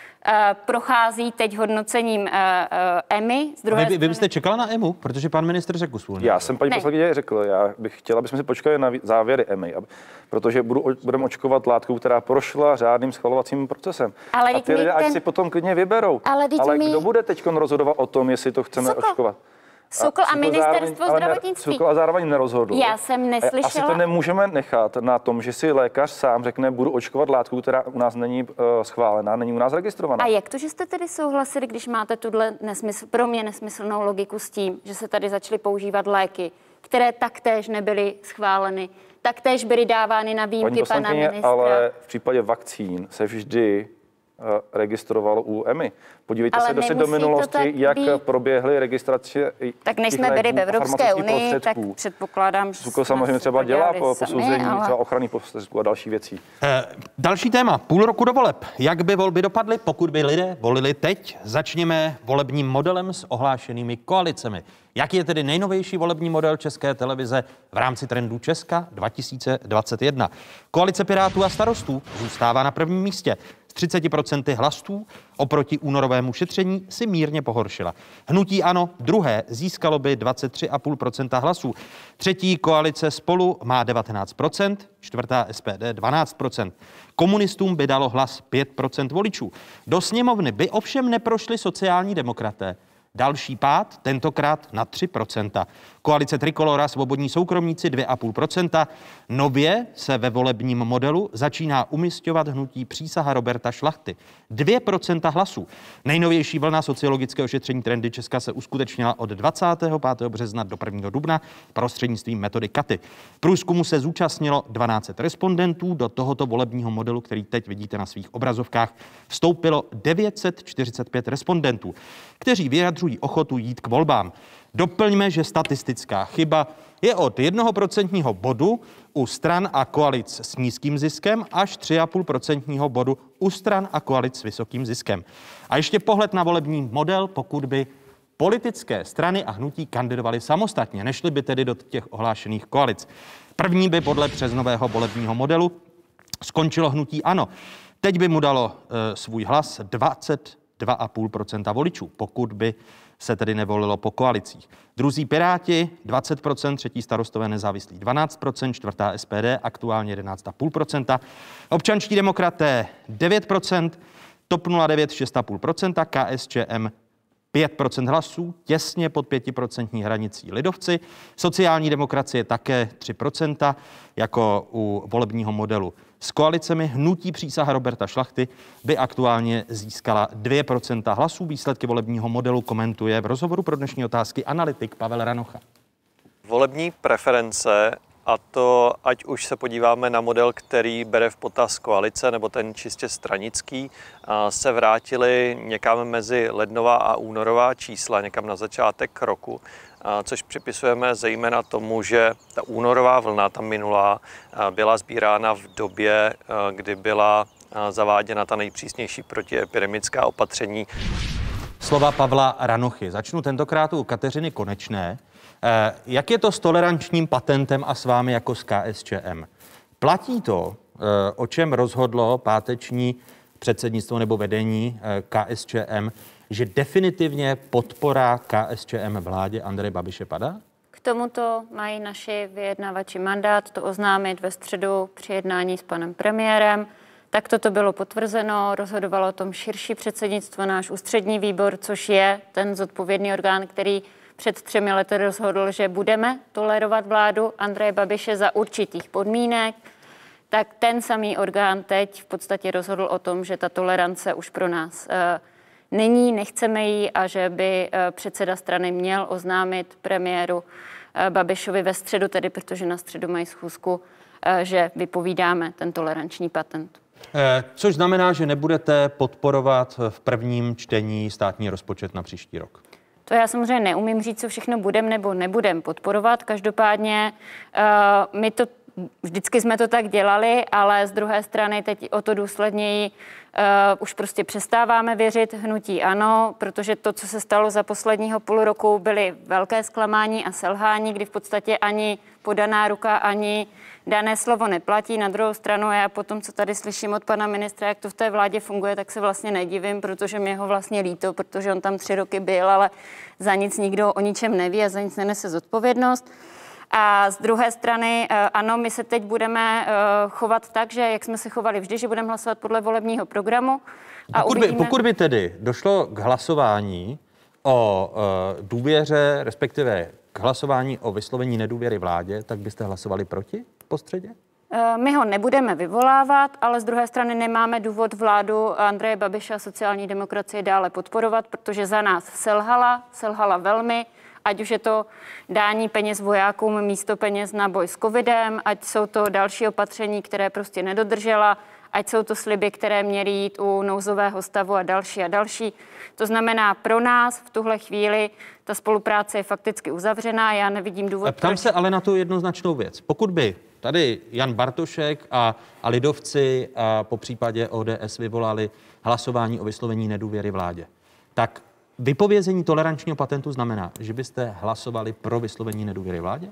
Prochází teď hodnocením EMI. Z druhé
vy byste čekala na EMU, protože pan ministr řekl svůj.
Já jsem paní poslankyně řekl, já bych chtěla, abychom si počkali na závěry EMI, protože budeme očkovat látku, která prošla řádným schvalovacím procesem.
Ale
a ty lidé, ať si potom klidně vyberou. Ale kdo bude teď rozhodovat o tom, jestli to chceme očkovat?
Sokol a ministerstvo zdravotnictví.
Sokol a zároveň nerozhodl.
Já jsem neslyšela.
Asi to nemůžeme nechat na tom, že si lékař sám řekne, budu očkovat látku, která u nás není schválená, není u nás registrovaná.
A jak to, že jste tedy souhlasili, když máte tuhle pro mě nesmyslnou logiku s tím, že se tady začaly používat léky, které taktéž nebyly schváleny, taktéž byly dávány na výjimky pana ministra?
Ale v případě vakcín se vždy registrovalo u EMI. Podívejte se do minulosti, jak proběhly registrace.
Tak než jsme byli v Evropské unii, tak předpokládám, že
samozřejmě třeba dělá posouzení třeba ochranných prostředků a další věcí.
Další téma. Půl roku do voleb. Jak by volby dopadly, pokud by lidé volili teď? Začněme volebním modelem s ohlášenými koalicemi. Jaký je tedy nejnovější volební model České televize v rámci trendů Česka 2021? Koalice Pirátů a Starostů zůstává na prvním místě. S 30% hlasů oproti únorovému šetření si mírně pohoršila. Hnutí ANO druhé získalo by 23,5% hlasů. Třetí koalice Spolu má 19%, čtvrtá SPD 12%. Komunistům by dalo hlas 5% voličů. Do sněmovny by ovšem neprošli sociální demokraté. Další pád, tentokrát na 3%. Koalice Trikolora, Svobodní soukromníci 2,5%. Nově se ve volebním modelu začíná umisťovat hnutí Přísaha Roberta Šlachty. 2% hlasů. Nejnovější vlna sociologického šetření Trendy Česka se uskutečnila od 25. března do 1. dubna prostřednictvím metody Katy. Průzkumu se zúčastnilo 12 respondentů. Do tohoto volebního modelu, který teď vidíte na svých obrazovkách, vstoupilo 945 respondentů, kteří vyjadřují ochotu jít k volbám. Doplňme, že statistická chyba je od 1% bodu u stran a koalic s nízkým ziskem až 3,5% bodu u stran a koalic s vysokým ziskem. A ještě pohled na volební model, pokud by politické strany a hnutí kandidovaly samostatně, nešly by tedy do těch ohlášených koalic. První by podle březnového volebního modelu skončilo hnutí ANO. Teď by mu dalo svůj hlas 22,5% voličů, pokud by se tedy nevolilo po koalicích. Druzí Piráti 20%, třetí Starostové nezávislí 12%, čtvrtá SPD aktuálně 11,5%, občanští demokraté 9%, TOP 09 6,5%, KSČM 5% hlasů, těsně pod 5% hranicí lidovci, sociální demokracie také 3%, jako u volebního modelu. S koalicemi hnutí Přísaha Roberta Šlachty by aktuálně získala 2% hlasů. Výsledky volebního modelu komentuje v rozhovoru pro dnešní otázky analytik Pavel Ranocha.
Volební preference, a to ať už se podíváme na model, který bere v potaz koalice, nebo ten čistě stranický, se vrátily někam mezi lednová a únorová čísla, někam na začátek roku, což připisujeme zejména tomu, že ta únorová vlna, ta minulá, byla sbírána v době, kdy byla zaváděna ta nejpřísnější protiepidemická opatření.
Slova Pavla Ranochy. Začnu tentokrát u Kateřiny Konečné. Jak je to s tolerančním patentem a s vámi jako s KSČM? Platí to, o čem rozhodlo páteční předsednictvo nebo vedení KSČM, že definitivně podpora KSČM vládě Andreje Babiše padá?
K tomuto mají naši vyjednavači mandát to oznámit ve středu při jednání s panem premiérem. Tak toto bylo potvrzeno, rozhodovalo o tom širší předsednictvo, náš ústřední výbor, což je ten zodpovědný orgán, který před 3 lety rozhodl, že budeme tolerovat vládu Andreje Babiše za určitých podmínek, tak ten samý orgán teď v podstatě rozhodl o tom, že ta tolerance už pro nás není, nechceme ji a že by předseda strany měl oznámit premiéru Babišovi ve středu, tedy protože na středu mají schůzku, že vypovídáme ten toleranční patent.
Což znamená, že nebudete podporovat v prvním čtení státní rozpočet na příští rok.
To já samozřejmě neumím říct, co všechno budem nebo nebudem podporovat. Každopádně vždycky jsme to tak dělali, ale z druhé strany teď o to důsledněji už prostě přestáváme věřit hnutí ANO, protože to, co se stalo za posledního půl roku, byly velké zklamání a selhání, kdy v podstatě ani podaná ruka, ani dané slovo neplatí. Na druhou stranu já potom, co tady slyším od pana ministra, jak to v té vládě funguje, tak se vlastně nedivím, protože mě ho vlastně líto, protože on tam 3 roky byl, ale za nic nikdo o ničem neví a za nic nenese zodpovědnost. A z druhé strany, ano, my se teď budeme chovat tak, že jak jsme se chovali vždy, že budeme hlasovat podle volebního programu. A
pokud by tedy došlo k hlasování o důvěře, respektive k hlasování o vyslovení nedůvěry vládě, tak byste hlasovali proti po středě?
My ho nebudeme vyvolávat, ale z druhé strany nemáme důvod vládu Andreje Babiše a sociální demokracie dále podporovat, protože za nás selhala velmi. Ať už je to dání peněz vojákům místo peněz na boj s covidem, ať jsou to další opatření, které prostě nedodržela, ať jsou to sliby, které měly jít u nouzového stavu a další a další. To znamená, pro nás v tuhle chvíli ta spolupráce je fakticky uzavřená, já nevidím důvod.
Ptám se ale na tu jednoznačnou věc. Pokud by tady Jan Bartošek a lidovci a po případě ODS vyvolali hlasování o vyslovení nedůvěry vládě, tak vypovězení tolerančního patentu znamená, že byste hlasovali pro vyslovení nedůvěry vládě?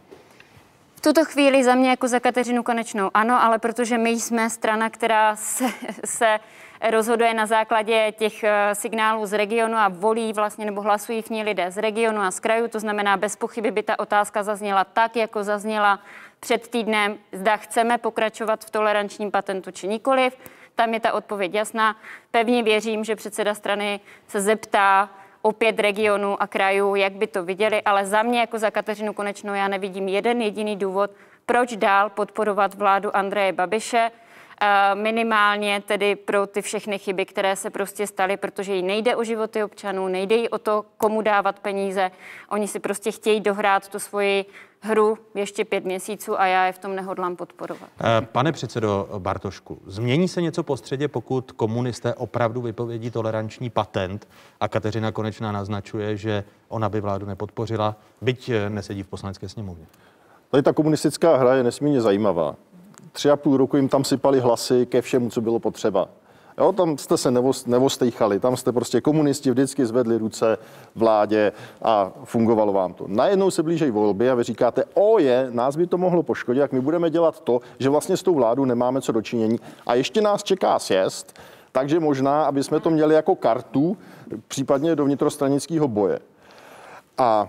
V tuto chvíli za mě jako za Kateřinu Konečnou ano, ale protože my jsme strana, která se rozhoduje na základě těch signálů z regionu a volí vlastně nebo hlasují v ní lidé z regionu a z krajů, to znamená bez pochyby by ta otázka zazněla tak, jako zazněla před týdnem, zda chceme pokračovat v tolerančním patentu či nikoliv. Tam je ta odpověď jasná. Pevně věřím, že předseda strany se zeptá opět regionů a krajů, jak by to viděli, ale za mě jako za Kateřinu Konečnou já nevidím jeden jediný důvod, proč dál podporovat vládu Andreje Babiše, minimálně tedy pro ty všechny chyby, které se prostě staly, protože jí nejde o životy občanů, nejde jí o to, komu dávat peníze. Oni si prostě chtějí dohrát tu svoji hru ještě 5 měsíců a já je v tom nehodlám podporovat.
Pane předsedo Bartošku, změní se něco po středě, pokud komunisté opravdu vypovědí toleranční patent a Kateřina Konečná naznačuje, že ona by vládu nepodpořila, byť nesedí v Poslanecké sněmovně?
Tady ta komunistická hra je nesmírně zajímavá. 3,5 roku jim tam sypali hlasy ke všemu, co bylo potřeba. Jo, tam jste se nevostejchali, tam jste prostě komunisti vždycky zvedli ruce vládě a fungovalo vám to. Najednou se blíží volby a vy říkáte, nás by to mohlo poškodit, jak my budeme dělat to, že vlastně s tou vládou nemáme co dočinění a ještě nás čeká sjezd, takže možná, aby jsme to měli jako kartu, případně do vnitrostranického boje. A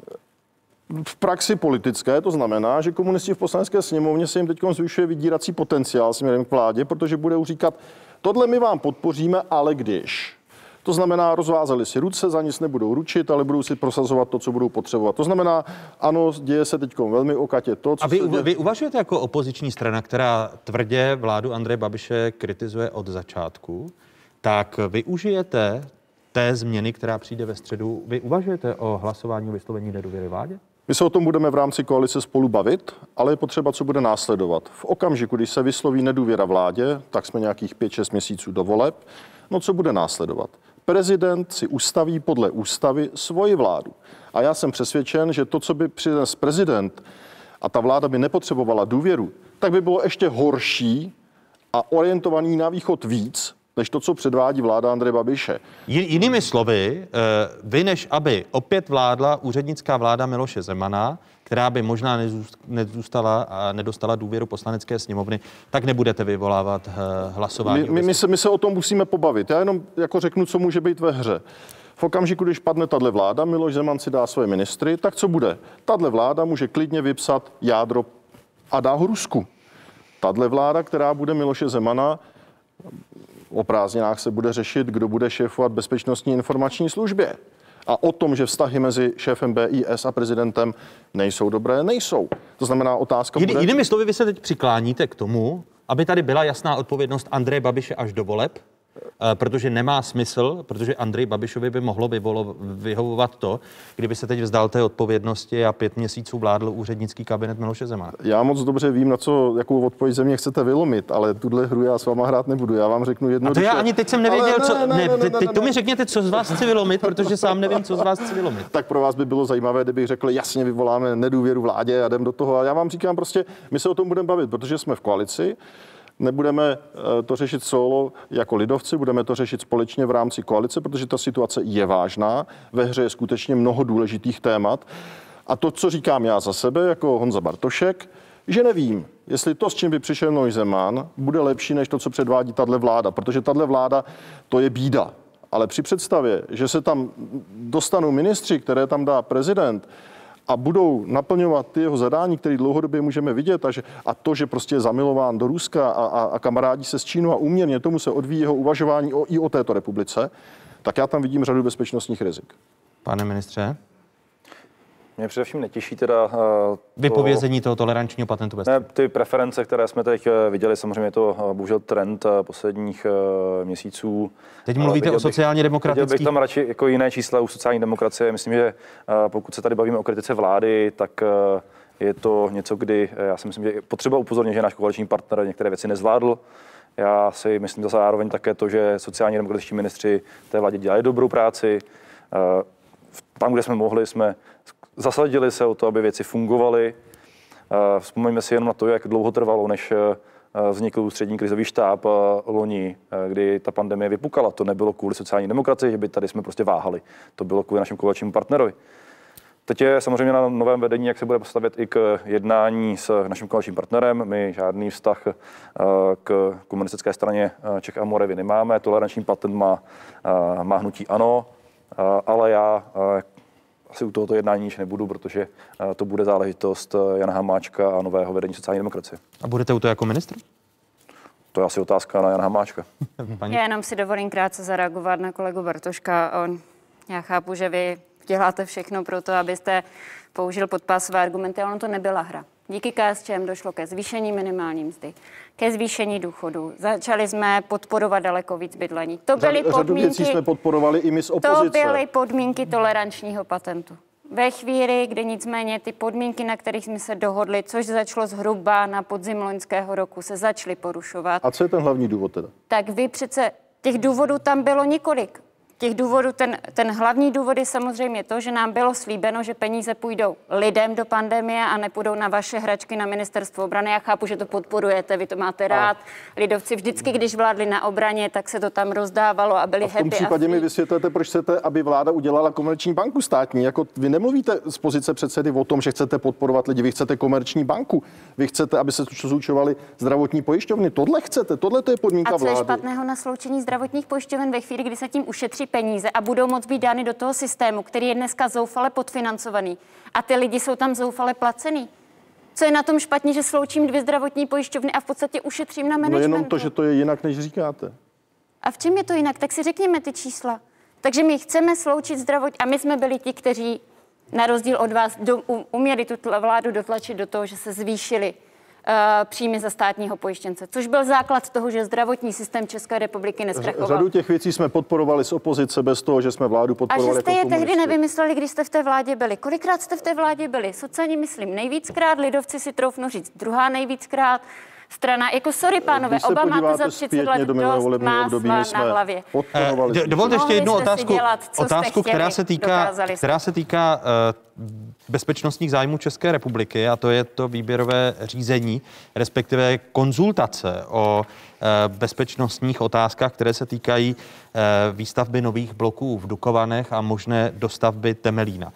v praxi politické to znamená, že komunisti v Poslanecké sněmovně se jim teď zvyšuje vydírací potenciál směrem k vládě, protože budou říkat, tohle my vám podpoříme, ale když. To znamená, rozvázali si ruce, za nic nebudou ručit, ale budou si prosazovat to, co budou potřebovat. To znamená, ano, děje se teď velmi okatě to, co
vy uvažujete jako opoziční strana, která tvrdě vládu Andreje Babiše kritizuje od začátku, tak využijete té změny, která přijde ve středu, vy uvažujete o hlasování o vyslovení nedůvěry vládě?
My se o tom budeme v rámci koalice spolu bavit, ale je potřeba, co bude následovat. V okamžiku, když se vysloví nedůvěra vládě, tak jsme nějakých 5-6 měsíců do voleb. No co bude následovat? Prezident si ustaví podle ústavy svoji vládu. A já jsem přesvědčen, že to, co by přinesl prezident a ta vláda by nepotřebovala důvěru, tak by bylo ještě horší a orientovaný na východ víc, než to, co předvádí vláda Andreje Babiše.
Jinými slovy, vy než aby opět vládla úřednická vláda Miloše Zemana, která by možná nezůstala a nedostala důvěru Poslanecké sněmovny, tak nebudete vyvolávat hlasování.
My se o tom musíme pobavit. Já jenom jako řeknu, co může být ve hře. V okamžiku, když padne tahle vláda, Miloš Zeman si dá svoje ministry, tak co bude? Tahle vláda může klidně vypsat jádro a dá ho Rusku. Tahle vláda, která bude Miloše Zemana, o prázdninách se bude řešit, kdo bude šéfovat Bezpečnostní informační službě. A o tom, že vztahy mezi šéfem BIS a prezidentem nejsou dobré, nejsou. To znamená, otázka bude...
Jinými slovy, vy se teď přikláníte k tomu, aby tady byla jasná odpovědnost Andreje Babiše až do voleb, protože nemá smysl, protože Andreji Babišovi by mohlo vyhovovat to, kdyby se teď vzdal té odpovědnosti a 5 měsíců vládl úřednický kabinet Miloše Zemana.
Já moc dobře vím, jakou odpověď ze mě chcete vylomit, ale tuhle hru já s váma hrát nebudu. Já vám řeknu jednoduše.
A to já ani teď jsem nevěděl, teď to mi řekněte, co z vás chci vylomit, protože sám nevím, co z vás chci vylomit.
Tak pro vás by bylo zajímavé, kdybych řekl, jasně vyvoláme nedůvěru vládě a jdem do toho. A já vám říkám prostě, my se o tom budeme bavit, protože jsme v koalici. Nebudeme to řešit solo jako lidovci, budeme to řešit společně v rámci koalice, protože ta situace je vážná. Ve hře je skutečně mnoho důležitých témat. A to, co říkám já za sebe, jako Honza Bartošek, že nevím, jestli to, s čím by přišel Miloš Zeman, bude lepší než to, co předvádí tahle vláda, protože tahle vláda, to je bída. Ale při představě, že se tam dostanou ministři, které tam dá prezident, a budou naplňovat ty jeho zadání, které dlouhodobě můžeme vidět, a to, že prostě je zamilován do Ruska a kamarádí se s Čínou a úměrně tomu se odvíjí jeho uvažování i o této republice, tak já tam vidím řadu bezpečnostních rizik.
Pane ministře?
Mě především netěší teda
vypovězení toho tolerančního patentu.
Ne, ty preference, které jsme teď viděli, samozřejmě je to bohužel trend posledních měsíců.
Teď mluvíte o sociálně demokratických.
Viděl bych tam radši jako jiné čísla u sociální demokracie. Myslím, že pokud se tady bavíme o kritice vlády, tak je to něco, kdy já si myslím, že je potřeba upozornit, že náš koaliční partner některé věci nezvládl. Já si myslím zase zároveň také to, že sociálně demokratičtí ministři té vládě dělají dobrou práci. Tam, kde jsme mohli, jsme zasadili se o to, aby věci fungovaly. Vzpomeňme si jenom na to, jak dlouho trvalo, než vznikl ústřední krizový štáb loni, kdy ta pandemie vypukala. To nebylo kvůli sociální demokracii, že by tady jsme prostě váhali. To bylo kvůli našemu koaličnímu partnerovi. Teď je samozřejmě na novém vedení, jak se bude postavit i k jednání s naším koaličním partnerem. My žádný vztah k komunistické straně Čech a Moravy nemáme. Toleranční patent má hnutí ANO, ale já asi u tohoto jednání již nebudu, protože to bude záležitost Jana Hamáčka a nového vedení sociální demokracie.
A budete u toho jako ministr?
To je asi otázka na Jana Hamáčka.
Já jenom si dovolím krátce zareagovat na kolegu Bartoška. Já chápu, že vy děláte všechno pro to, abyste použil podpásové argumenty, ale ono to nebyla hra. Díky KSČM došlo ke zvýšení minimální mzdy, ke zvýšení důchodů. Začali jsme podporovat daleko víc bydlení. To byly podmínky,
jsme podporovali i my z opozice.
To byly podmínky tolerančního patentu. Ve chvíli, kdy nicméně ty podmínky, na kterých jsme se dohodli, což začalo zhruba na podzim loňského roku, se začaly porušovat.
A co je ten hlavní důvod teda?
Tak vy přece, těch důvodů tam bylo několik. Těch důvodů, ten hlavní důvod je samozřejmě to, že nám bylo slíbeno, že peníze půjdou lidem do pandemie a nepůjdou na vaše hračky na ministerstvo obrany. Já chápu, že to podporujete, vy to máte rád. Lidovci vždycky, když vládli na obraně, tak se to tam rozdávalo a byli happy.
V tom případě mi vysvětlete, proč chcete, aby vláda udělala komerční banku státní. Jako vy nemluvíte z pozice předsedy o tom, že chcete podporovat lidi, vy chcete komerční banku. Vy chcete, aby se zúčtovaly zdravotní pojišťovny. Tohle chcete, tohle to je podmínka vlády.
A co je špatného na sloučení zdravotních pojišťoven ve chvíli, kdy se tím ušetří peníze a budou moct být dány do toho systému, který je dneska zoufale podfinancovaný a ty lidi jsou tam zoufale placený? Co je na tom špatně, že sloučím 2 zdravotní pojišťovny a v podstatě ušetřím na managementu?
No jenom to, že to je jinak, než říkáte.
A v čem je to jinak? Tak si řekněme ty čísla. Takže my chceme sloučit zdravotní a my jsme byli ti, kteří na rozdíl od vás uměli tu vládu dotlačit do toho, že se zvýšily příjmy za státního pojištěnce, což byl základ toho, že zdravotní systém České republiky nezkrachoval.
Řadu těch věcí jsme podporovali z opozice bez toho, že jsme vládu podporovali.
A že jste je tehdy nevymysleli, když jste v té vládě byli. Kolikrát jste v té vládě byli? Sociální myslím nejvíckrát, lidovci si troufnu říct druhá nejvíckrát. Strana, jako sorry pánové, oba máte za 30 let dost másla na hlavě.
Dovolte ještě jednu otázku, která se týká bezpečnostních zájmů České republiky, a to je to výběrové řízení, respektive konzultace o bezpečnostních otázkách, které se týkají výstavby nových bloků v Dukovanech a možné dostavby Temelína.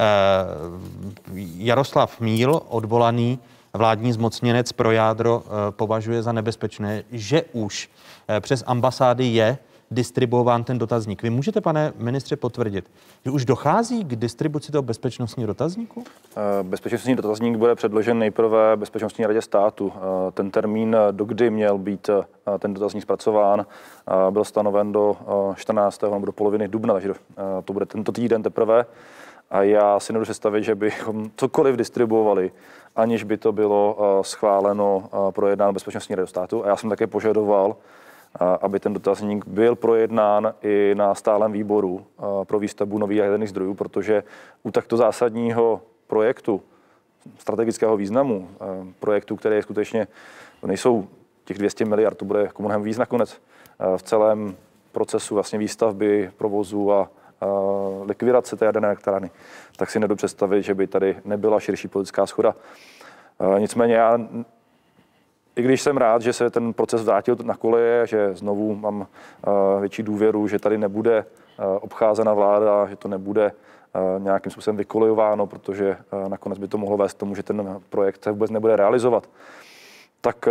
Jaroslav Míl, odvolaný vládní zmocněnec pro jádro, považuje za nebezpečné, že už přes ambasády je distribuován ten dotazník. Vy můžete, pane ministře, potvrdit, že už dochází k distribuci toho bezpečnostního dotazníku?
Bezpečnostní dotazník bude předložen nejprve Bezpečnostní radě státu. Ten termín, dokdy měl být ten dotazník zpracován, byl stanoven do 14. nebo do poloviny dubna, takže to bude tento týden teprve. A já si nedovedu představit, že bychom cokoliv distribuovali, aniž by to bylo schváleno, projednáno Bezpečnostní radou státu. A já jsem také požadoval, aby ten dotazník byl projednán i na stálem výboru pro výstavbu nových jaderných zdrojů, protože u takto zásadního projektu, strategického významu, projektu, který je skutečně, nejsou těch 200 miliard, to bude mnohem víc nakonec v celém procesu vlastně výstavby, provozu a likvidace té jaderné elektrárny, tak si nedovedu představit, že by tady nebyla širší politická shoda. Nicméně já, i když jsem rád, že se ten proces vrátil na koleje, že znovu mám větší důvěru, že tady nebude obcházena vláda, že to nebude nějakým způsobem vykolejováno, protože nakonec by to mohlo vést k tomu, že ten projekt se vůbec nebude realizovat, tak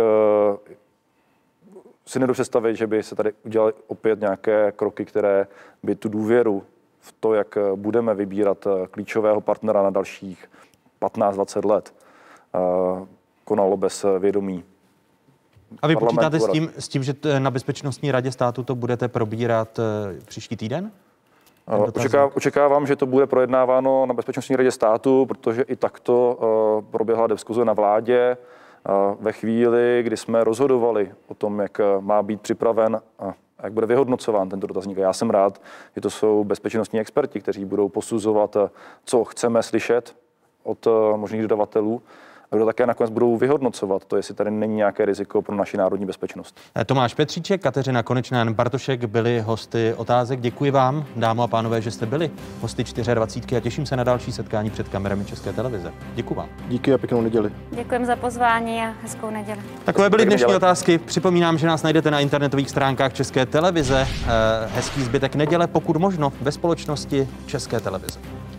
si nedovedu představit, že by se tady udělaly opět nějaké kroky, které by tu důvěru v to, jak budeme vybírat klíčového partnera na dalších 15-20 let, konalo bez vědomí.
A vy počítáte s tím, že na Bezpečnostní radě státu to budete probírat příští týden?
Očekávám, že to bude projednáváno na Bezpečnostní radě státu, protože i takto proběhla diskuze na vládě ve chvíli, kdy jsme rozhodovali o tom, jak má být připraven a jak bude vyhodnocován tento dotazník. A já jsem rád, že to jsou bezpečnostní experti, kteří budou posuzovat, co chceme slyšet od možných dodavatelů, a kdo také nakonec budou vyhodnocovat to, jestli tady není nějaké riziko pro naši národní bezpečnost.
Tomáš Petříček, Kateřina Konečná, Jan Bartošek byli hosty Otázek. Děkuji vám, dámy a pánové, že jste byli hosty 24 a těším se na další setkání před kamerami České televize. Děkuji vám.
Díky a pěknou neděli.
Děkujeme za pozvání a hezkou neděli.
Takové byly dnešní otázky. Připomínám, že nás najdete na internetových stránkách České televize. Hezký zbytek neděle, pokud možno ve společnosti České televize.